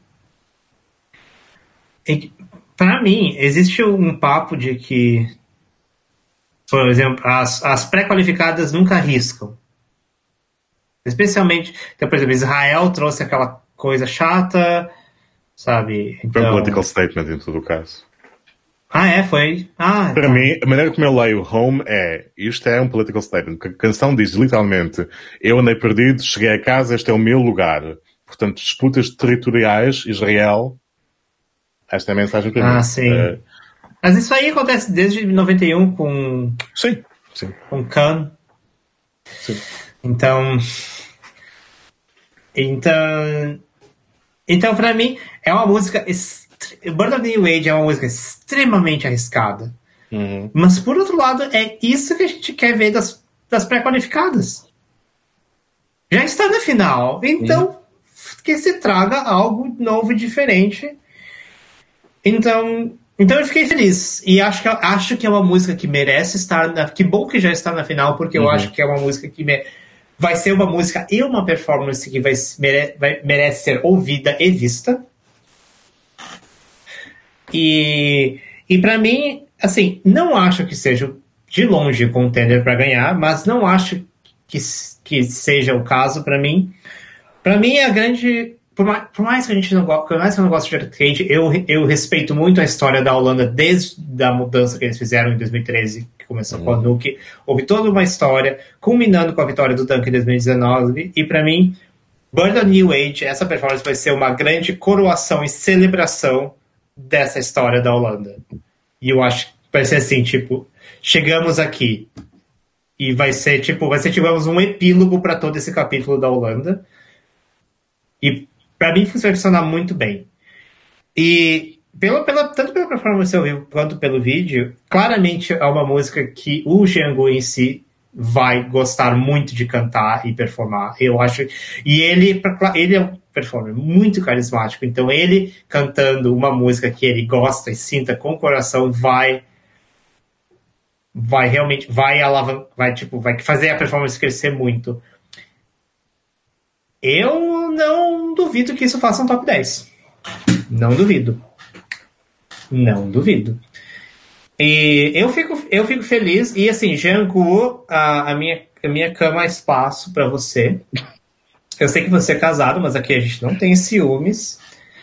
S2: E, pra mim, existe um papo de que, por exemplo, as pré-qualificadas nunca arriscam. Especialmente, então, por exemplo, Israel trouxe aquela coisa chata, sabe? Então...
S3: Foi um political statement em todo o caso.
S2: Foi?
S3: Para mim, a maneira como eu leio Home isto é um political statement. A canção diz literalmente: eu andei perdido, cheguei a casa, este é o meu lugar. Portanto, disputas territoriais, Israel. Esta é a mensagem para mim.
S2: Sim. Mas isso aí acontece desde 91 com...
S3: Sim.
S2: Com Khan.
S3: Sim.
S2: Então, para mim, é uma música... Birth of the New Age é uma música extremamente arriscada. Mas, por outro lado, é isso que a gente quer ver das pré-qualificadas. Já está na final. Então, que se traga algo novo e diferente. Então eu fiquei feliz. E acho que é uma música que merece estar... Que bom que já está na final, porque eu acho que é uma música que vai ser uma música e uma performance que merece ser ouvida e vista. E para mim, assim, não acho que seja de longe contender para ganhar, mas não acho que seja o caso para mim. Para mim é a grande... Por mais que a gente não goste, por mais que eu não goste de arcade, eu respeito muito a história da Holanda desde a mudança que eles fizeram em 2013, que começou com a Nuke. Houve toda uma história, culminando com a vitória do Dunk em 2019, e para mim, Bird on New Age, essa performance vai ser uma grande coroação e celebração dessa história da Holanda. E eu acho que vai ser assim, tipo, chegamos aqui. E vai ser, digamos, um epílogo para todo esse capítulo da Holanda. E para mim vai funcionar muito bem. E tanto pela performance ao vivo quanto pelo vídeo, claramente é uma música que o Jungkook em si vai gostar muito de cantar e performar. Eu acho. E ele é um performer muito carismático. Então ele cantando uma música que ele gosta e sinta com o coração vai realmente vai fazer a performance crescer muito. Eu não duvido que isso faça um top 10. Não duvido. Não duvido. E eu fico feliz. E assim, Jungkook, a minha cama é espaço para você. Eu sei que você é casado, mas aqui a gente não tem ciúmes.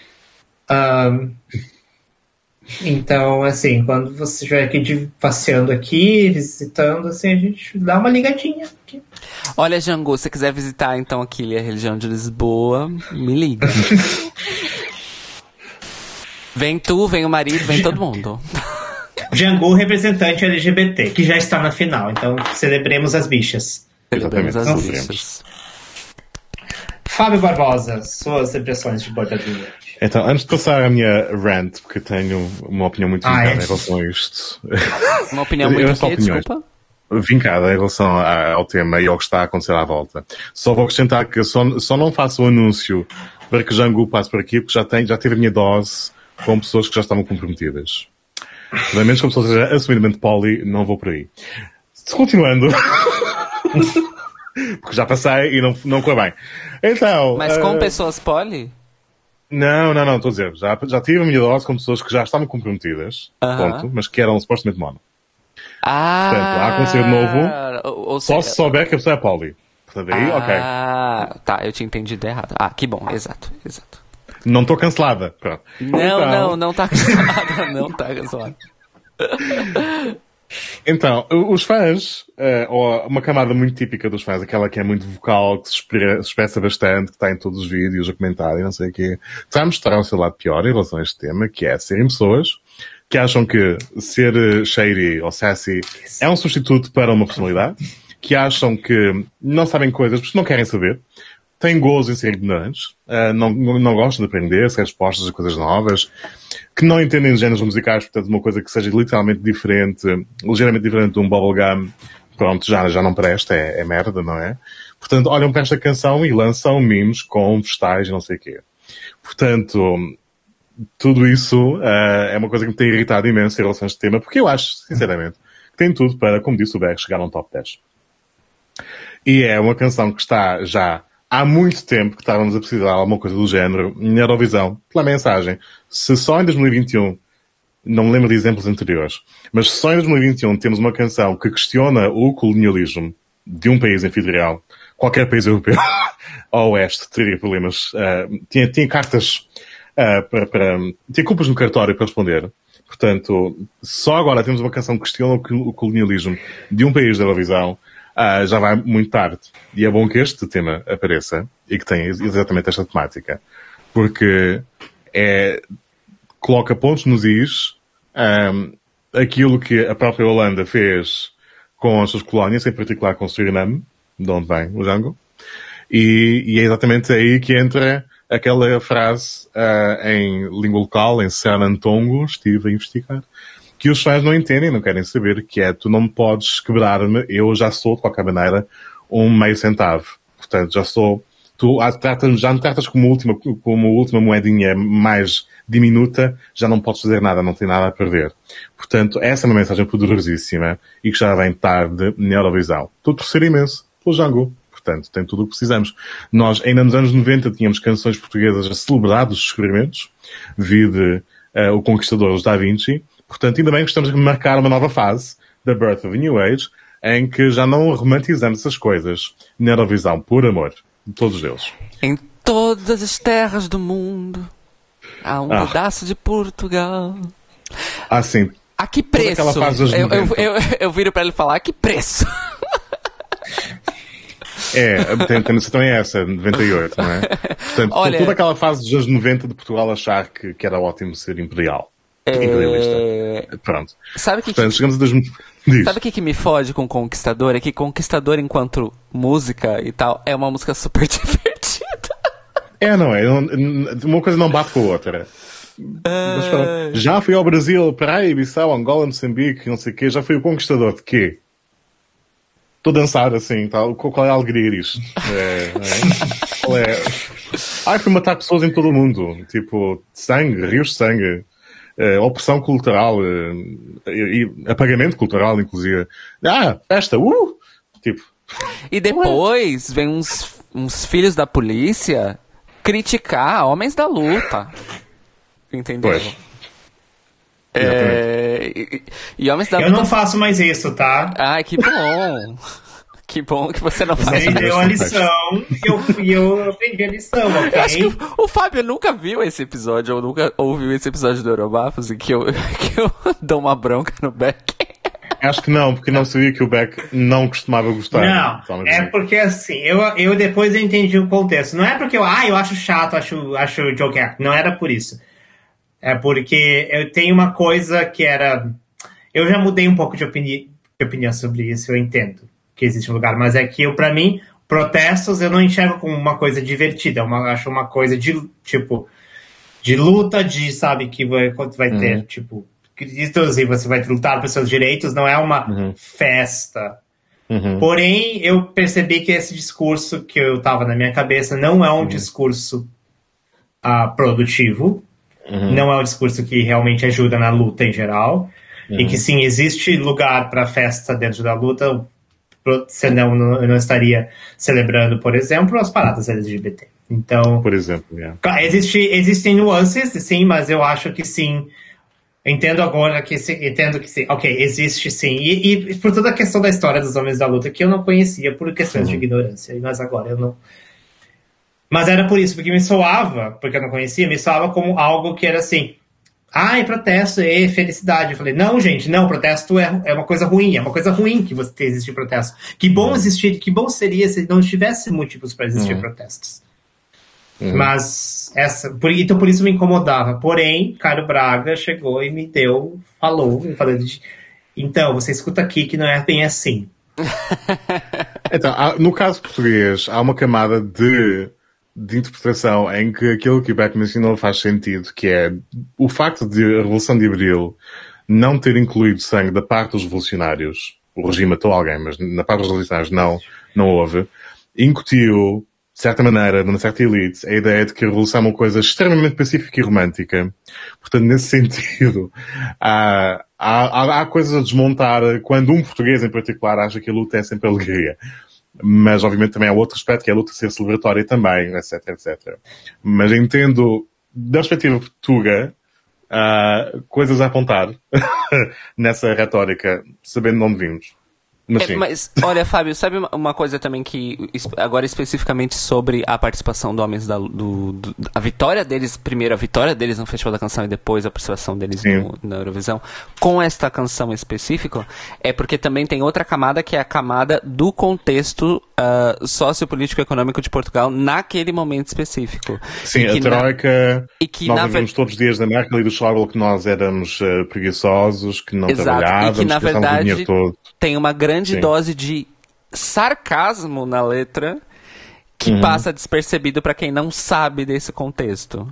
S2: Então, assim, quando você estiver aqui passeando aqui, visitando, assim, a gente dá uma ligadinha aqui.
S4: Olha, Jungkook, se você quiser visitar, então, aqui a região de Lisboa, me liga. Vem tu, vem o marido, vem todo mundo.
S2: Jungkook, representante LGBT, que já está na final. Então, celebremos as bichas.
S4: Celebremos as bichas.
S2: Fábio Barbosa, suas impressões de Bird on New Age.
S3: Então, antes de passar a minha rant, porque tenho uma opinião muito vincada em relação a isto.
S4: Uma opinião muito quê, desculpa?
S3: Vincada em relação ao tema e ao que está a acontecer à volta. Só vou acrescentar que só não faço o anúncio para que Jungkook passe por aqui, porque já tive a minha dose com pessoas que já estavam comprometidas. Pelo menos como se seja assumidamente poli, não vou por aí. Continuando. Porque já passei e não correu bem. Então...
S4: Mas com pessoas poli?
S3: Não, estou a dizer. Já tive a minha dose com pessoas que já estavam comprometidas, ponto, mas que eram supostamente mono. Portanto, há conselho novo, só se souber que a pessoa é poli. Portanto, aí, ok.
S4: Tá, eu tinha entendido errado. Que bom, exato.
S3: Não estou cancelada. Pronto.
S4: Não tá cancelada, não tá cancelada.
S3: Então, os fãs, ou uma camada muito típica dos fãs, aquela que é muito vocal, que se expressa bastante, que está em todos os vídeos a comentar e não sei o quê, está a mostrar o seu lado pior em relação a este tema, que é serem pessoas que acham que ser shady ou sassy é um substituto para uma personalidade, que acham que não sabem coisas porque não querem saber, têm gozo em ser ignorantes, não gostam de aprender, ser expostos a coisas novas, que não entendem géneros musicais, portanto uma coisa que seja literalmente diferente, ligeiramente diferente de um bubblegum, pronto, já não presta, é merda, não é? Portanto, olham para esta canção e lançam memes com vegetais e não sei o quê. Portanto, tudo isso é uma coisa que me tem irritado imenso em relação a este tema, porque eu acho, sinceramente, que tem tudo para, como disse o Berg, chegar a um top 10. E é uma canção que está já há muito tempo que estávamos a precisar de alguma coisa do género na Eurovisão, pela mensagem. Se só em 2021, não me lembro de exemplos anteriores, mas se só em 2021 temos uma canção que questiona o colonialismo de um país anfitrião, qualquer país europeu ao oeste teria problemas, tinha cartas tinha culpas no cartório para responder. Portanto, só agora temos uma canção que questiona o colonialismo de um país da Eurovisão, já vai muito tarde. E é bom que este tema apareça e que tenha exatamente esta temática. Porque coloca pontos nos is aquilo que a própria Holanda fez com as suas colónias, em particular com o Suriname, de onde vem o Django. E é exatamente aí que entra aquela frase em língua local, em Serantongo, estive a investigar, que os fãs não entendem, não querem saber, que é: tu não podes quebrar-me, eu já sou, de qualquer maneira, um meio centavo. Portanto, já sou... Tu já me tratas como a última moedinha mais diminuta, já não podes fazer nada, não tem nada a perder. Portanto, essa é uma mensagem poderosíssima e que já vem tarde na Eurovisão. Estou a torcer imenso pelo Django. Portanto, tem tudo o que precisamos. Nós, ainda nos anos 90, tínhamos canções portuguesas a celebrar os descobrimentos, vide o Conquistador, os Da Vinci. Portanto, ainda bem que estamos a marcar uma nova fase da Birth of a New Age, em que já não romantizamos essas coisas. Na Eurovisão, por amor, de todos eles.
S4: Em todas as terras do mundo há um pedaço de Portugal.
S3: Sim.
S4: A que preço?
S3: Aquela fase dos 90.
S4: Eu viro pra ele falar, a que preço?
S3: Tem também essa, 98, não é? Portanto,
S4: Olha,
S3: toda aquela fase dos anos 90 de Portugal achar que era ótimo ser imperialista. Pronto. Portanto, chegamos a 2000.
S4: Sabe o que me fode com Conquistador? É que Conquistador, enquanto música e tal, é uma música super divertida.
S3: Não é? Uma coisa não bate com a outra. Mas pronto. Já fui ao Brasil, Praia, Bissau, Angola, Moçambique, não sei o quê. Já fui o Conquistador de quê? Estou a dançar assim, tal. Qual é a alegria disto? Qual é? Fui matar pessoas em todo o mundo. Tipo, sangue, rios de sangue. Opressão cultural. E apagamento cultural, inclusive. Festa, Tipo.
S4: E depois vem uns filhos da polícia criticar homens da luta. Entendeu?
S3: Pois.
S4: E homens da
S2: luta... Eu não faço mais isso, tá?
S4: Ai, que bom. Que bom que você não faz
S2: isso. Você deu a lição e eu aprendi a lição, ok?
S4: Eu acho que o Fábio nunca viu esse episódio, ou nunca ouviu esse episódio do Eurobafos, em que eu dou uma bronca no Beck.
S3: Acho que não, porque não sabia que o Beck não costumava gostar.
S2: Não, porque assim, eu depois entendi o contexto. Não é porque eu acho chato, acho joker. Não era por isso. É porque eu tenho uma coisa que era... Eu já mudei um pouco de opinião sobre isso, eu entendo que existe um lugar. Mas é que, pra mim, protestos eu não enxergo como uma coisa divertida. Eu acho uma coisa de, tipo, de luta, sabe, que vai ter, tipo... Assim, você vai lutar pelos seus direitos, não é uma festa. Porém, eu percebi que esse discurso que eu tava na minha cabeça não é um discurso produtivo. Não é um discurso que realmente ajuda na luta em geral. E que sim, existe lugar para festa dentro da luta, senão eu não estaria celebrando, por exemplo, as paradas LGBT. Então,
S3: por exemplo,
S2: existem nuances, sim, mas eu acho que sim. Entendo que sim. Ok, existe sim. E por toda a questão da história dos homens da luta, que eu não conhecia por questões de ignorância, mas agora eu não. Mas era por isso, porque me soava, porque eu não conhecia, me soava como algo que era assim, protesto e felicidade. Eu falei, não, gente, não, protesto é uma coisa ruim, que você existir protesto. Que bom seria se não tivesse motivos para existir protestos. Mas então por isso me incomodava. Porém, Caio Braga chegou e me falou, então, você escuta aqui que não é bem assim.
S3: Então, no caso português, há uma camada de interpretação em que aquilo que o Beck mencionou faz sentido, que é o facto de a Revolução de Abril não ter incluído sangue da parte dos revolucionários. O regime matou alguém, mas na parte dos revolucionários não houve. Incutiu, de certa maneira, numa certa elite, a ideia de que a revolução é uma coisa extremamente pacífica e romântica. Portanto, nesse sentido, há coisas a desmontar quando um português, em particular, acha que a luta é sempre alegria. Mas, obviamente, também há outro aspecto, que é a luta ser celebratória também, etc, etc. Mas entendo, da perspectiva portuguesa, coisas a apontar nessa retórica, sabendo de onde vimos.
S4: Mas, olha, Fábio, sabe uma coisa também que, agora especificamente sobre a participação do Homens a vitória deles, primeiro a vitória deles no Festival da Canção e depois a participação deles na Eurovisão, com esta canção específica, é porque também tem outra camada que é a camada do contexto sociopolítico-econômico de Portugal naquele momento específico.
S3: Sim, a Troika, nós vimos todos os dias da Merkel e do Schäuble que nós éramos preguiçosos, que não trabalhávamos,
S4: e que na verdade
S3: o dinheiro todo.
S4: Tem uma grande dose de sarcasmo na letra que passa despercebido para quem não sabe desse contexto.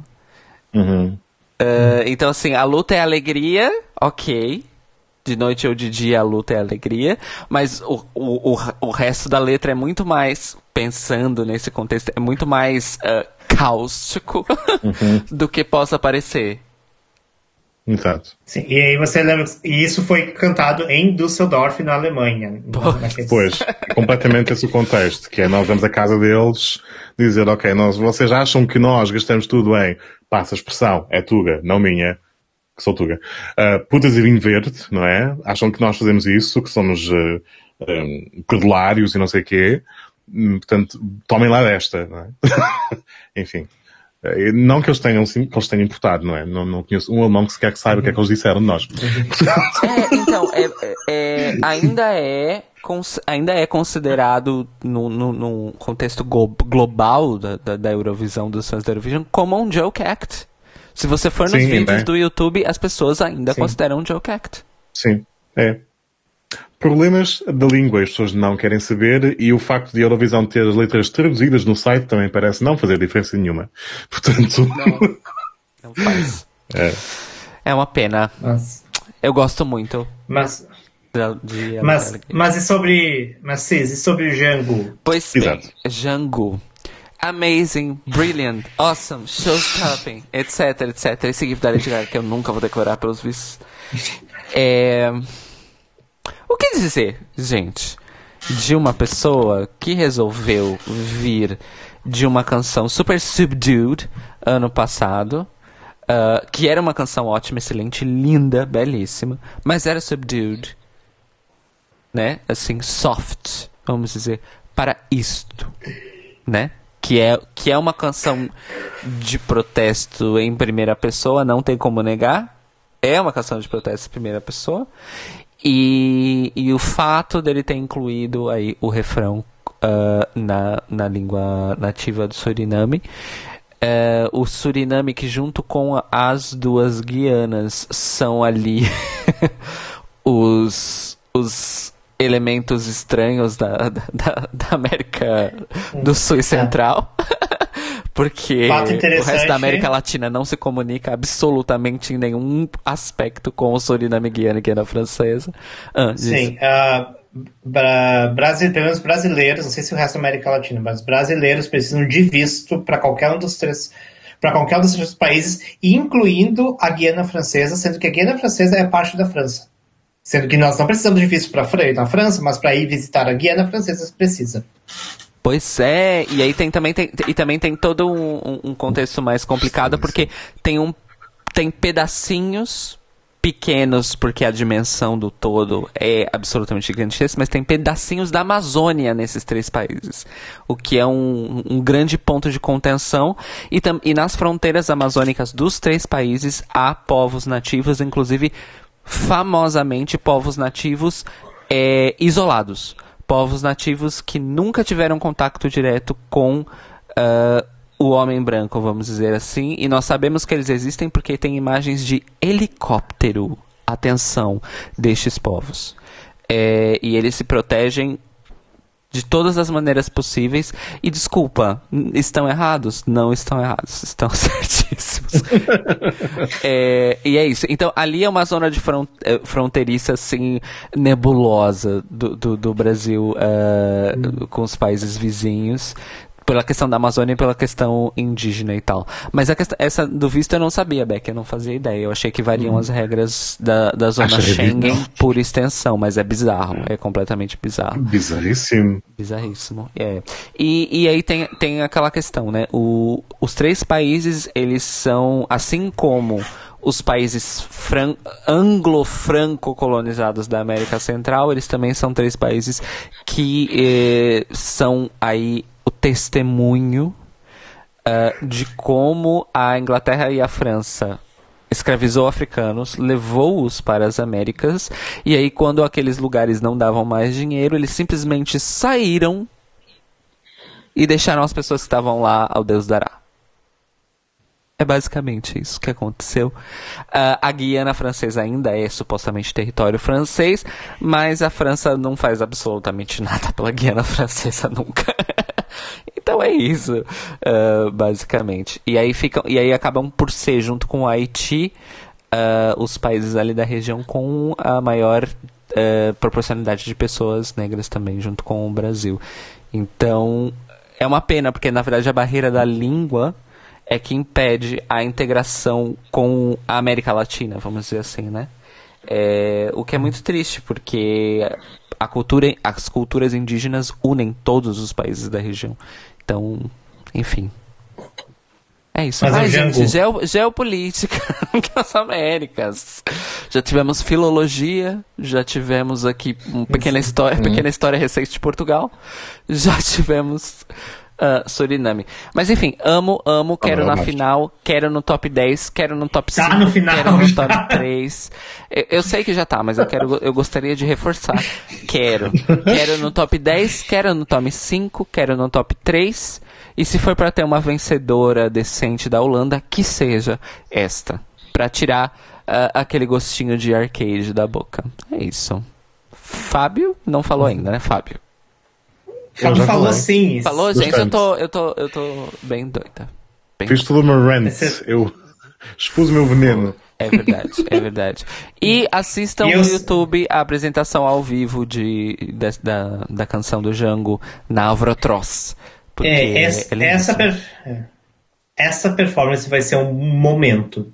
S4: Então, assim, a luta é alegria, ok. De noite ou de dia a luta é alegria. Mas o resto da letra é muito mais, pensando nesse contexto, é muito mais cáustico do que possa parecer.
S3: Exato.
S2: Sim, e aí você lembra, e isso foi cantado em Düsseldorf, na Alemanha.
S3: Pois, é completamente esse o contexto, que é nós vamos à casa deles dizer, ok, vocês acham que nós gastamos tudo em, passa a expressão, é tuga, não minha, que sou tuga, putas e vinho verde, não é? Acham que nós fazemos isso, que somos perdulários e não sei o quê. Portanto, tomem lá desta, não é? Enfim. Não que eles tenham importado, não é? Não conheço um alemão que sequer saiba o que é que eles disseram de nós.
S1: Então, ainda é considerado no contexto global da Eurovisão, dos fãs da Eurovision, como um joke act. Se você for nos vídeos do YouTube, as pessoas ainda consideram um joke act.
S3: Sim, é. Problemas da língua, as pessoas não querem saber, e o facto de a Eurovisão ter as letras traduzidas no site também parece não fazer diferença nenhuma. Portanto...
S1: Não faz. É uma pena. Eu gosto muito.
S2: Mas e sobre o Django?
S1: Pois bem, Django. Amazing, brilliant, awesome, show-stopping, etc, etc. Esse GIF da Lady Gaga que eu nunca vou decorar pelos vistos. O que dizer, gente, de uma pessoa que resolveu vir de uma canção super subdued ano passado, que era uma canção ótima, excelente, linda, belíssima, mas era subdued, né? Assim, soft, vamos dizer, para isto, né? Que é uma canção de protesto em primeira pessoa, não tem como negar. É uma canção de protesto em primeira pessoa. E o fato dele ter incluído aí o refrão na língua nativa do Suriname. O Suriname, que junto com as duas Guianas são ali os elementos estranhos da América do Sul e Central. Porque o resto da América Latina não se comunica absolutamente em nenhum aspecto com o Suriname, Guiana e Guiana Francesa.
S2: Sim, brasileiros, não sei se o resto da América Latina, mas brasileiros precisam de visto para qualquer um dos três países, incluindo a Guiana Francesa, sendo que a Guiana Francesa é parte da França. Sendo que nós não precisamos de visto para na França, mas para ir visitar a Guiana Francesa precisa.
S1: Pois é, e aí também tem todo um contexto mais complicado, porque tem pedacinhos pequenos, porque a dimensão do todo é absolutamente gigantesca, mas tem pedacinhos da Amazônia nesses três países, o que é um grande ponto de contenção, e nas fronteiras amazônicas dos três países há povos nativos, inclusive famosamente povos nativos isolados. Povos nativos que nunca tiveram contato direto com o homem branco, vamos dizer assim. E nós sabemos que eles existem porque tem imagens de helicóptero, atenção, destes povos. E eles se protegem de todas as maneiras possíveis. E desculpa, estão errados? Não estão errados, estão certíssimos. E é isso. Então ali é uma zona de fronteiriça assim, nebulosa do Brasil com os países vizinhos, pela questão da Amazônia e pela questão indígena e tal. Mas essa do visto eu não sabia, Beck, eu não fazia ideia. Eu achei que variam as regras da zona Schengen por extensão, mas é bizarro, é completamente bizarro. Bizarríssimo, E aí tem aquela questão, né? Os três países, eles são, assim como os países anglo-franco-colonizados da América Central, eles também são três países que são aí o testemunho de como a Inglaterra e a França escravizou africanos, levou-os para as Américas, e aí quando aqueles lugares não davam mais dinheiro, eles simplesmente saíram e deixaram as pessoas que estavam lá ao Deus dará. É basicamente isso que aconteceu. A Guiana Francesa ainda é supostamente território francês, mas a França não faz absolutamente nada pela Guiana Francesa nunca. Então é isso, basicamente. E aí acabam por ser, junto com o Haiti, os países ali da região com a maior proporcionalidade de pessoas negras também, junto com o Brasil. Então é uma pena, porque na verdade a barreira da língua é que impede a integração com a América Latina, vamos dizer assim, né? O que é muito triste, porque as culturas indígenas unem todos os países da região. Então, enfim.
S4: É isso.
S2: Mas
S4: Ai,
S2: o Jango...
S4: gente, geopolítica das Américas. Já tivemos filologia, já tivemos aqui uma pequena história recente de Portugal. Já tivemos Suriname. Mas enfim, amo, quero na final, quero no top 10, quero no top 5,
S2: no final,
S4: quero no
S2: já.
S4: top 3. Eu sei que já tá, mas eu gostaria de reforçar. Quero no top 10, quero no top 5, quero no top 3. E se for pra ter uma vencedora decente da Holanda, que seja esta. Pra tirar aquele gostinho de arcade da boca. É isso. Fábio não falou ainda, né, Fábio?
S2: Fábio falou sim.
S4: Falou, gente? Eu tô bem doida.
S3: Fiz tudo uma rant. Eu expus o meu veneno.
S4: É verdade. E assistam no YouTube a apresentação ao vivo da canção do Jango na Avrotross.
S2: Essa performance vai ser um momento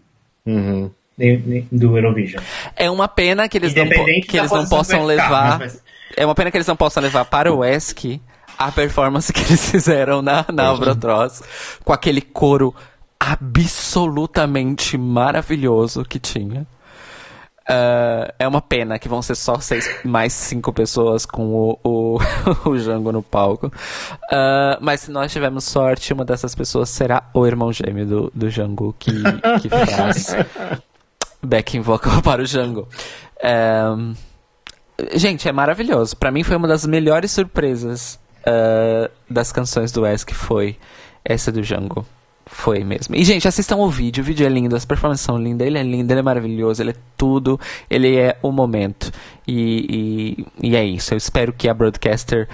S2: do Eurovision.
S4: É uma pena que eles não possam levar. É uma pena que eles não possam levar para o ESC a performance que eles fizeram na Avrotross, com aquele coro absolutamente maravilhoso que tinha. É uma pena que vão ser só 6 mais 5 pessoas com o Jango no palco. Mas se nós tivermos sorte, uma dessas pessoas será o irmão gêmeo do Jango que faz backing vocal para o Jango. Gente, é maravilhoso. Pra mim foi uma das melhores surpresas das canções do ESC, foi essa do Jango. Foi mesmo. E, gente, assistam o vídeo é lindo, as performances são lindas, ele é lindo, ele é maravilhoso, ele é tudo, ele é o momento. E é isso, eu espero que a Broadcaster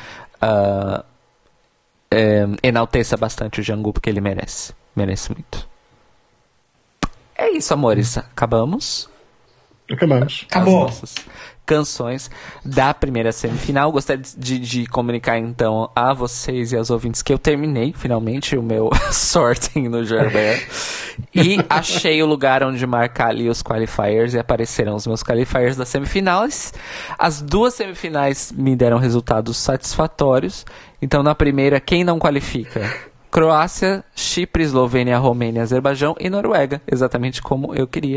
S4: enalteça bastante o Jango, porque ele merece muito. É isso, amores, acabamos.
S2: Acabou.
S4: Nossas canções da primeira semifinal. Gostaria de comunicar então a vocês e aos ouvintes que eu terminei finalmente o meu sorting no Gerber e achei o lugar onde marcar ali os qualifiers e apareceram os meus qualifiers das semifinais. As 2 semifinais me deram resultados satisfatórios. Então na primeira, quem não qualifica? Croácia, Chipre, Eslovênia, Romênia, Azerbaijão e Noruega, exatamente como eu queria.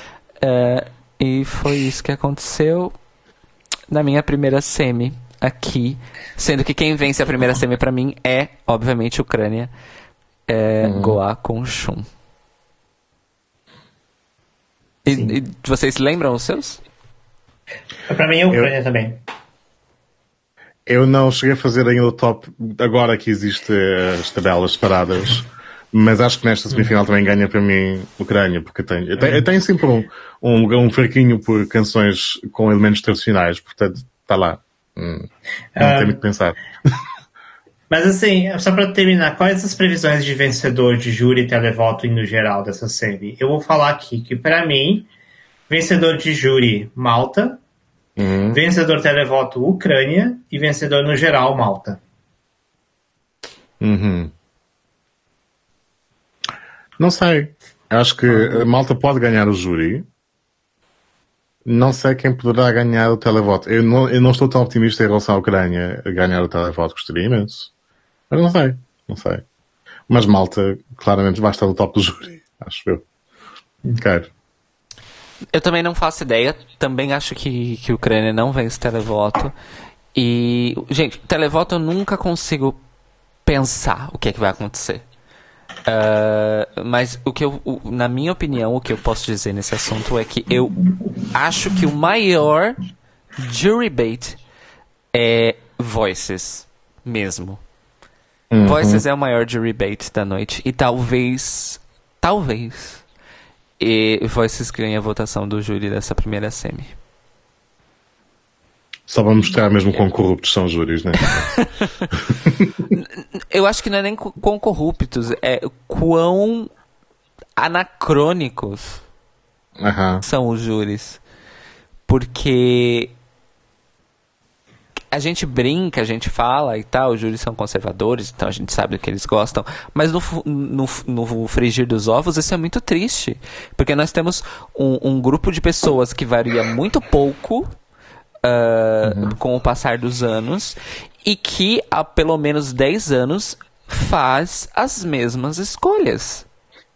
S4: E foi isso que aconteceu na minha primeira semi aqui. Sendo que quem vence a primeira semi pra mim é, obviamente, Ucrânia. Goa com Shum. E vocês lembram os seus?
S2: Pra mim é Ucrânia também.
S3: Eu não cheguei a fazer ainda o top, agora que existem as tabelas separadas. Mas acho que nesta semifinal também ganha para mim Ucrânia, porque eu tenho sempre um fraquinho por canções com elementos tradicionais, portanto, está lá. Não tem muito a pensar.
S2: Mas assim, só para terminar, quais as previsões de vencedor de júri e televoto no geral dessa semi? Eu vou falar aqui que, para mim, vencedor de júri, Malta, vencedor televoto, Ucrânia, e vencedor no geral, Malta.
S3: Não sei. Acho que a Malta pode ganhar o júri. Não sei quem poderá ganhar o televoto. Eu não estou tão otimista em relação à Ucrânia a ganhar o televoto. Gostaria imenso. Mas não sei. Mas Malta, claramente, vai estar no top do júri. Acho eu. Quero.
S4: Eu também não faço ideia. Também acho que a Ucrânia não vence televoto. E, gente, televoto eu nunca consigo pensar o que é que vai acontecer. Mas na minha opinião, o que eu posso dizer nesse assunto é que eu acho que o maior jury bait é Voices mesmo. Voices é o maior jury bait da noite e talvez Voices ganhe a votação do júri dessa primeira semi.
S3: Só para mostrar mesmo quão corruptos são os júris, né?
S4: Eu acho que não é nem quão corruptos, é quão anacrônicos são os júris. Porque a gente brinca, a gente fala e tal, os júris são conservadores, então a gente sabe do que eles gostam, mas no frigir dos ovos isso é muito triste. Porque nós temos um grupo de pessoas que varia muito pouco com o passar dos anos e que há pelo menos 10 anos faz as mesmas escolhas.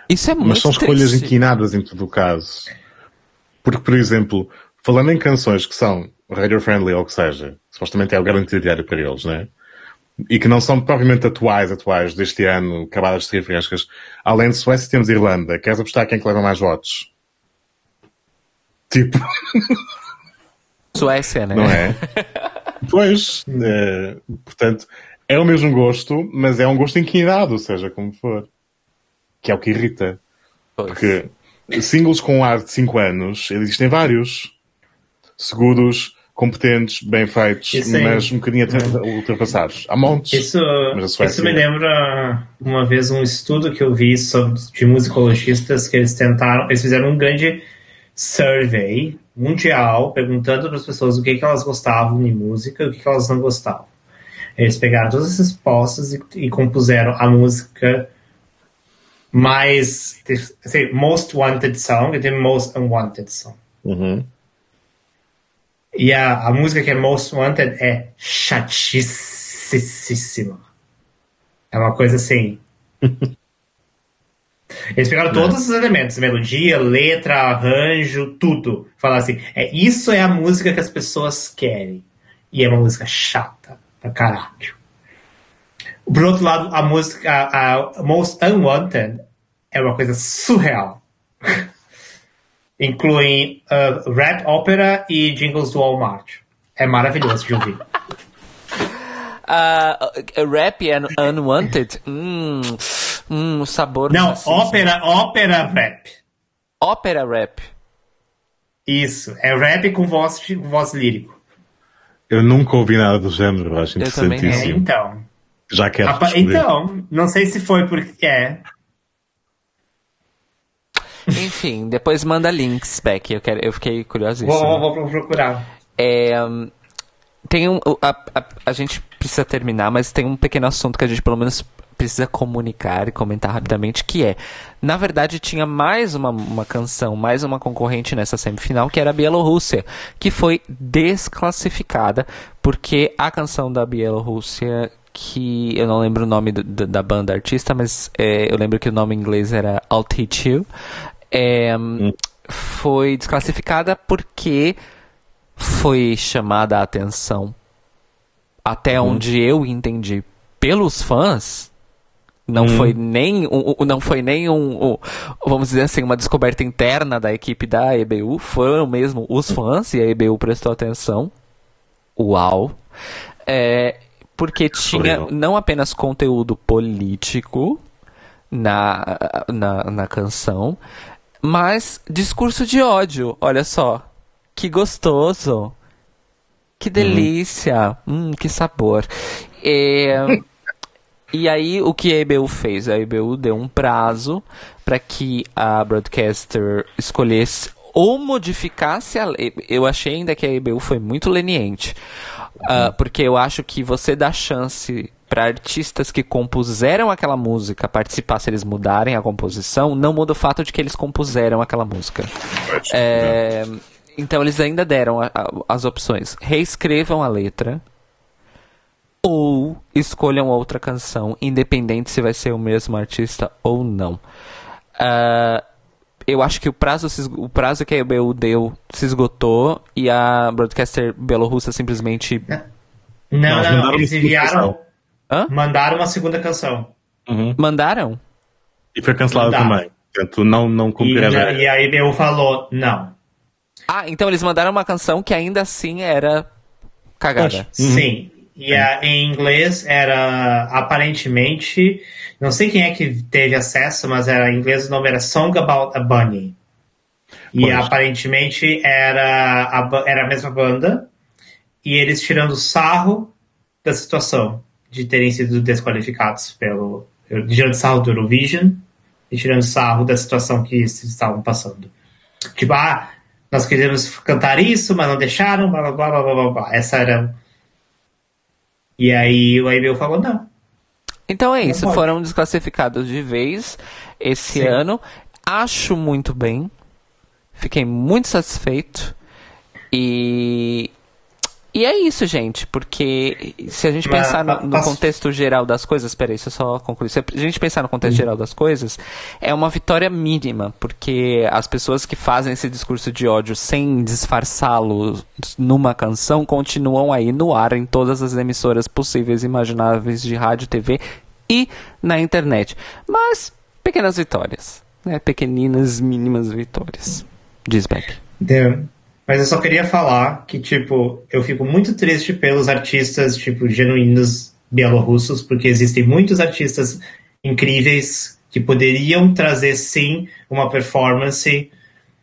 S1: Isso é muito
S3: Mas são escolhas
S1: triste.
S3: inquinadas em todo o caso. Porque, por exemplo, falando em canções que são radio-friendly ou o que seja, supostamente é o garantido diário para eles, né? E que não são propriamente atuais deste ano, acabadas de ser frescas. Além de Suécia, temos Irlanda. Queres apostar quem é que leva mais votos? Tipo,
S1: Suécia, né?
S3: não é? Pois, portanto, é o mesmo gosto, mas é um gosto inquinado, seja como for. Que é o que irrita.
S1: Pois.
S3: Porque singles com ar de 5 anos, existem vários. Seguros, competentes, bem feitos,
S2: Isso aí.
S3: mas um bocadinho ultrapassados. Há montes.
S2: Isso,
S3: Mas a Suécia-
S2: isso me lembra uma vez um estudo que eu vi de musicologistas que eles fizeram um grande survey mundial perguntando para as pessoas o que elas gostavam de música e o que elas não gostavam. Eles pegaram todas essas respostas e compuseram a música mais, assim, most wanted song e the most unwanted song.
S3: Uhum.
S2: E a música que é most wanted é chatíssima. É uma coisa assim. Eles pegaram todos os elementos, melodia, letra, arranjo, tudo. Falaram assim, isso é a música que as pessoas querem. E é uma música chata pra caralho. Por outro lado, a música, a Most Unwanted, é uma coisa surreal. Incluem rap, ópera e jingles do Walmart. É maravilhoso de ouvir.
S1: Rap and Unwanted? O sabor.
S2: Não,
S1: assim,
S2: ópera rap.
S1: Ópera rap.
S2: Isso, é rap com voz lírico.
S3: Eu nunca ouvi nada do género, acho
S1: Eu também não.
S3: interessantíssimo.
S2: Então,
S3: Já quero responder.
S2: então, não sei se foi porque
S1: Enfim, depois manda links, Beck. Eu fiquei curiosíssimo.
S2: Vou procurar.
S1: Tem a gente precisa terminar, mas tem um pequeno assunto que a gente pelo menos precisa comunicar e comentar rapidamente, que é, na verdade, tinha mais uma canção, mais uma concorrente nessa semifinal, que era a Bielorrússia, que foi desclassificada, porque a canção da Bielorrússia, que eu não lembro o nome da banda artista, mas eu lembro que o nome em inglês era I'll Teach You, foi desclassificada porque foi chamada a atenção, até onde eu entendi, pelos fãs. Não foi nem vamos dizer assim, uma descoberta interna da equipe da EBU, foram mesmo os fãs, e a EBU prestou atenção. Uau! Porque tinha não apenas conteúdo político na canção, mas discurso de ódio. Olha só, que gostoso, que delícia, que sabor. E aí, o que a EBU fez? A EBU deu um prazo para que a broadcaster escolhesse ou modificasse a lei. Eu achei ainda que a EBU foi muito leniente, porque eu acho que você dá chance para artistas que compuseram aquela música participar, se eles mudarem a composição, não muda o fato de que eles compuseram aquela música. Então, eles ainda deram as opções. Reescrevam a letra, ou escolham outra canção, independente se vai ser o mesmo artista ou não. Eu acho que o prazo que a EBU deu se esgotou e a broadcaster bielorrussa simplesmente...
S2: Não, eles enviaram...
S3: Mandaram
S2: uma segunda canção.
S1: Mandaram?
S3: E foi cancelada também. Portanto, não cumpriu
S2: e a EBU falou não.
S1: Então eles mandaram uma canção que ainda assim era cagada.
S2: Sim. E em inglês era, aparentemente, não sei quem é que teve acesso, mas em inglês o nome era Song About a Bunny. E aparentemente era a mesma banda, e eles tirando sarro da situação de terem sido desqualificados tirando sarro do Eurovision e tirando sarro da situação que eles estavam passando. Tipo, nós queríamos cantar isso, mas não deixaram, blá blá blá blá blá blá. Essa era... E aí o ABU falou não.
S1: Então é isso, foram desclassificados de vez esse ano. Acho muito bem. Fiquei muito satisfeito. E E é isso, gente, porque se a gente pensar no contexto geral das coisas, peraí, deixa eu só concluir. Se a gente pensar no contexto geral das coisas, é uma vitória mínima, porque as pessoas que fazem esse discurso de ódio sem disfarçá-lo numa canção continuam aí no ar em todas as emissoras possíveis e imagináveis de rádio, TV e na internet. Mas, pequenas vitórias, né? Pequeninas, mínimas vitórias. Diz Beck.
S2: Mas eu só queria falar que, tipo, eu fico muito triste pelos artistas, tipo, genuínos bielorrussos, porque existem muitos artistas incríveis que poderiam trazer, sim, uma performance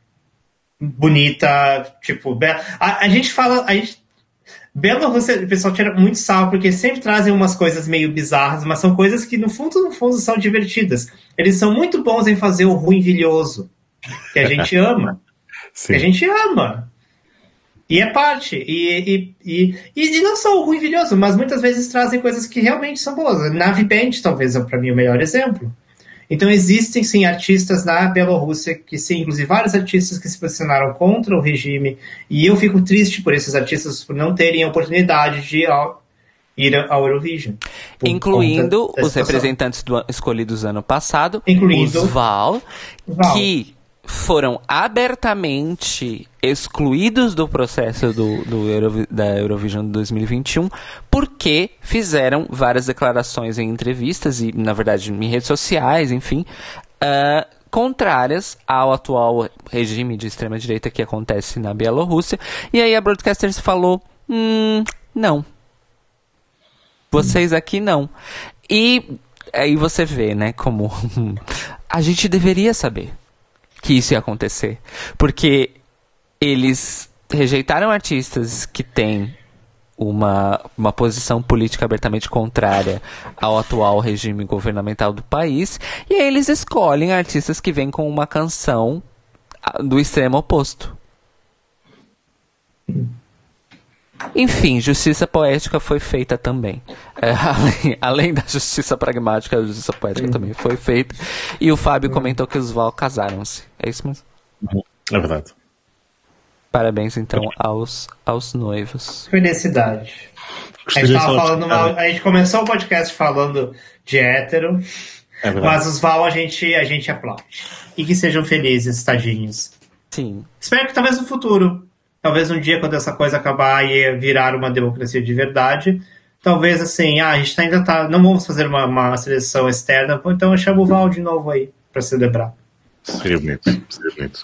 S2: bonita, tipo... A gente fala... Bielorrússia, o pessoal tira muito sal, porque sempre trazem umas coisas meio bizarras, mas são coisas que, no fundo, são divertidas. Eles são muito bons em fazer o ruivilhoso, que a gente ama.
S3: Sim.
S2: Que a gente ama. E é parte. E não só o ruivilhoso, mas muitas vezes trazem coisas que realmente são boas. Nave Band, talvez, é para mim o melhor exemplo. Então existem, sim, artistas na Bielorrússia, que sim, inclusive vários artistas que se posicionaram contra o regime, e eu fico triste por esses artistas por não terem a oportunidade de ir ao Eurovision.
S1: Incluindo os representantes escolhidos ano passado,
S2: incluindo
S1: os VAL, que foram abertamente excluídos do processo da Eurovision de 2021 porque fizeram várias declarações em entrevistas e, na verdade, em redes sociais, enfim, contrárias ao atual regime de extrema-direita que acontece na Bielorrússia. E aí a Broadcasters falou, não. Vocês aqui não. E aí você vê, né, como a gente deveria saber que isso ia acontecer, porque eles rejeitaram artistas que têm uma posição política abertamente contrária ao atual regime governamental do país, e aí eles escolhem artistas que vêm com uma canção do extremo oposto. Enfim, justiça poética foi feita também. Além da justiça pragmática, a justiça poética também foi feita. E o Fábio comentou que os Val casaram-se. É isso mesmo?
S3: É verdade.
S1: Parabéns, então, aos noivos.
S2: Felicidade. A gente começou o podcast falando de hétero, mas os Val a gente aplaude. E que sejam felizes, tadinhos.
S1: Sim.
S2: Espero que talvez no futuro, talvez um dia, quando essa coisa acabar e virar uma democracia de verdade, talvez assim, a gente ainda tá. Não vamos fazer uma seleção externa, então eu chamo o Val de novo aí pra celebrar.
S3: Seria bonito.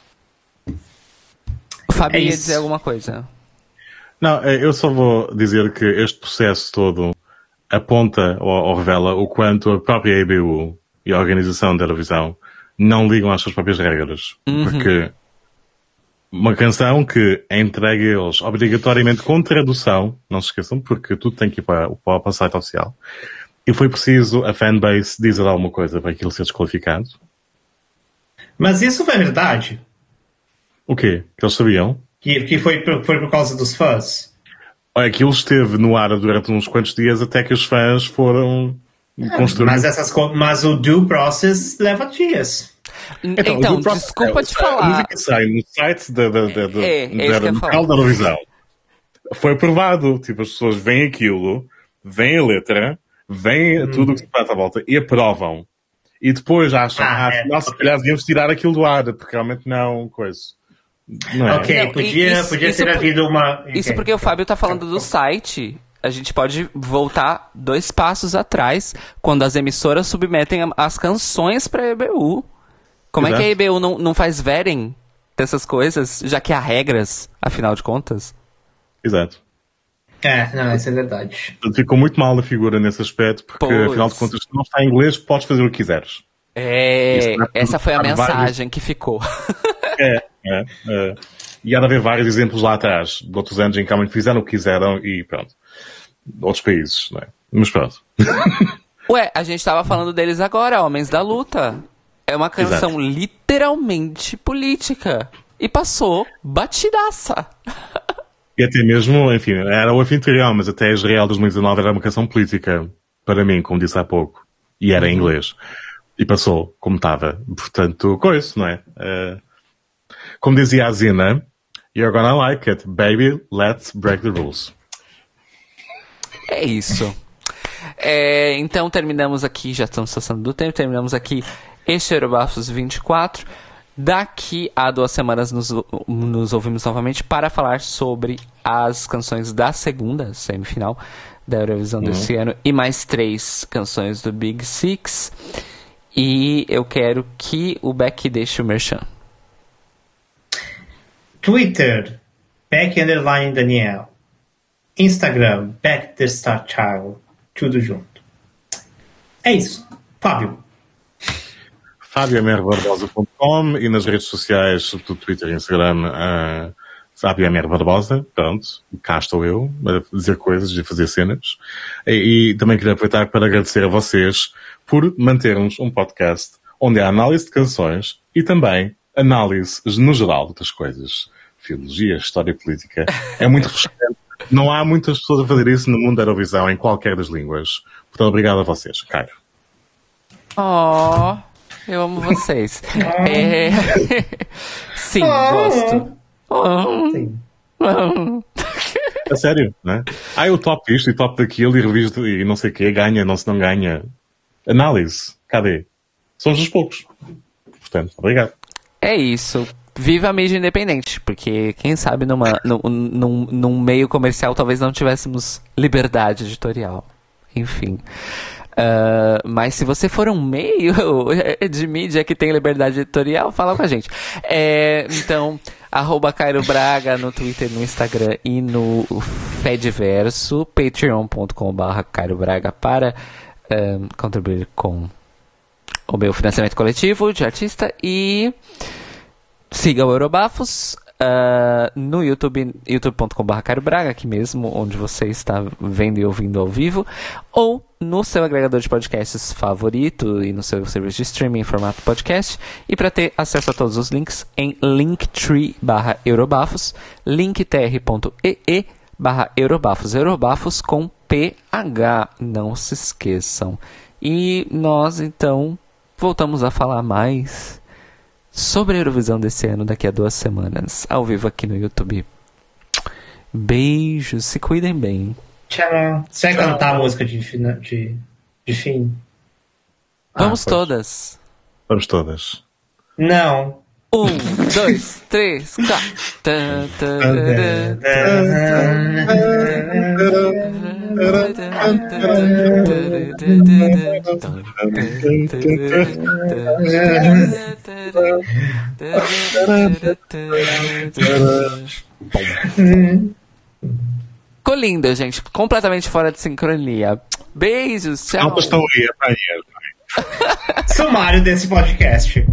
S1: O Fábio ia dizer alguma coisa.
S3: Não, eu só vou dizer que este processo todo aponta ou revela o quanto a própria EBU e a organização da Eurovisão não ligam às suas próprias regras. Porque uma canção que é entregue a eles obrigatoriamente com tradução, não se esqueçam, porque tudo tem que ir para o site oficial. E foi preciso a fanbase dizer alguma coisa para aquilo ser desqualificado.
S2: Mas isso foi verdade?
S3: O quê? Que eles sabiam?
S2: Que foi por causa dos fãs?
S3: Aquilo esteve no ar durante uns quantos dias até que os fãs foram construir.
S2: Mas o due process leva dias.
S1: Então desculpa te falar.
S3: A música sai no site do canal da Eurovisão. Foi aprovado. Tipo, as pessoas veem aquilo, veem a letra, veem tudo o que se passa à volta e aprovam. E depois acham, nossa, se calhar devíamos tirar aquilo do ar, porque realmente não, coisa. Não é?
S2: Ok, podia ter havido uma...
S1: Isso porque o Fábio tá falando do site. A gente pode voltar 2 passos atrás, quando as emissoras submetem as canções pra EBU. Como é que a EBU não faz vetting dessas coisas, já que há regras, afinal de contas?
S3: Exato.
S2: Não, isso é verdade.
S3: Ficou muito mal a figura nesse aspecto, porque afinal de contas, se não está em inglês, podes fazer o que quiseres.
S1: Essa foi a mensagem que ficou.
S3: E há de haver vários exemplos lá atrás, de outros anos em que realmente fizeram o que quiseram e pronto. Outros países, não é? Mas pronto.
S1: Ué, a gente tava falando deles agora, Homens da Luta. É uma canção literalmente política. E passou batidaça.
S3: E até mesmo, enfim, era o anfitrião, mas até Israel 2019 era uma canção política, para mim, como disse há pouco. E era em inglês. E passou, como estava. Portanto, coisa, não é? Como dizia a Zina, you're gonna like it, baby, let's break the rules.
S4: É isso. Então terminamos aqui, já estamos passando do tempo, terminamos aqui este Eurobafos 24. Daqui a 2 semanas nos ouvimos novamente para falar sobre as canções da segunda semifinal da Eurovisão desse ano e mais 3 canções do Big Six. E eu quero que o Beck deixe o merchan.
S2: Twitter, Beck_Daniel. Instagram, Beck the Star Child. Tudo junto. É isso. Fábio.
S3: FábioMRBarbosa.com e nas redes sociais, sobretudo Twitter e Instagram, FábioMRBarbosa. Pronto, cá estou eu a dizer coisas e fazer cenas. E também queria aproveitar para agradecer a vocês por mantermos um podcast onde há análise de canções e também análise no geral de outras coisas. Filologia, história política. É muito refrescante. Não há muitas pessoas a fazer isso no mundo da Eurovisão em qualquer das línguas. Portanto, obrigado a vocês. Cairo.
S4: Eu amo vocês. Sim, gosto.
S2: Sim.
S3: A sério, né? O top isto e top daquilo e revisto e não sei o quê, ganha, não se não ganha. Análise. Cadê? Somos os poucos. Portanto, obrigado.
S4: É isso. Viva a mídia independente, porque quem sabe num meio comercial talvez não tivéssemos liberdade editorial. Enfim. Mas se você for um meio de mídia que tem liberdade editorial, fala com a gente. Então, @Cairo Braga no Twitter, no Instagram e no Fediverso, patreon.com/Cairo Braga para contribuir com o meu financiamento coletivo de artista e siga o Eurobafos no YouTube, youtube.com/Cairo Braga, aqui mesmo, onde você está vendo e ouvindo ao vivo, ou no seu agregador de podcasts favorito e no seu serviço de streaming em formato podcast. E para ter acesso a todos os links em linktree/Eurobafos, linktr.ee/Eurobafos, Eurobafos com PH, não se esqueçam. E nós, então, voltamos a falar mais sobre a Eurovisão desse ano daqui a 2 semanas, ao vivo aqui no YouTube. Beijos, se cuidem bem.
S2: Tchau. Você vai cantar a música de fim?
S4: Vamos todas.
S3: Vamos todas.
S2: Não.
S4: 1, 2, 3, 4. Ficou lindo, gente. Completamente fora de sincronia. Beijos, tchau.
S3: Não, estão aí,
S2: Sumário desse podcast.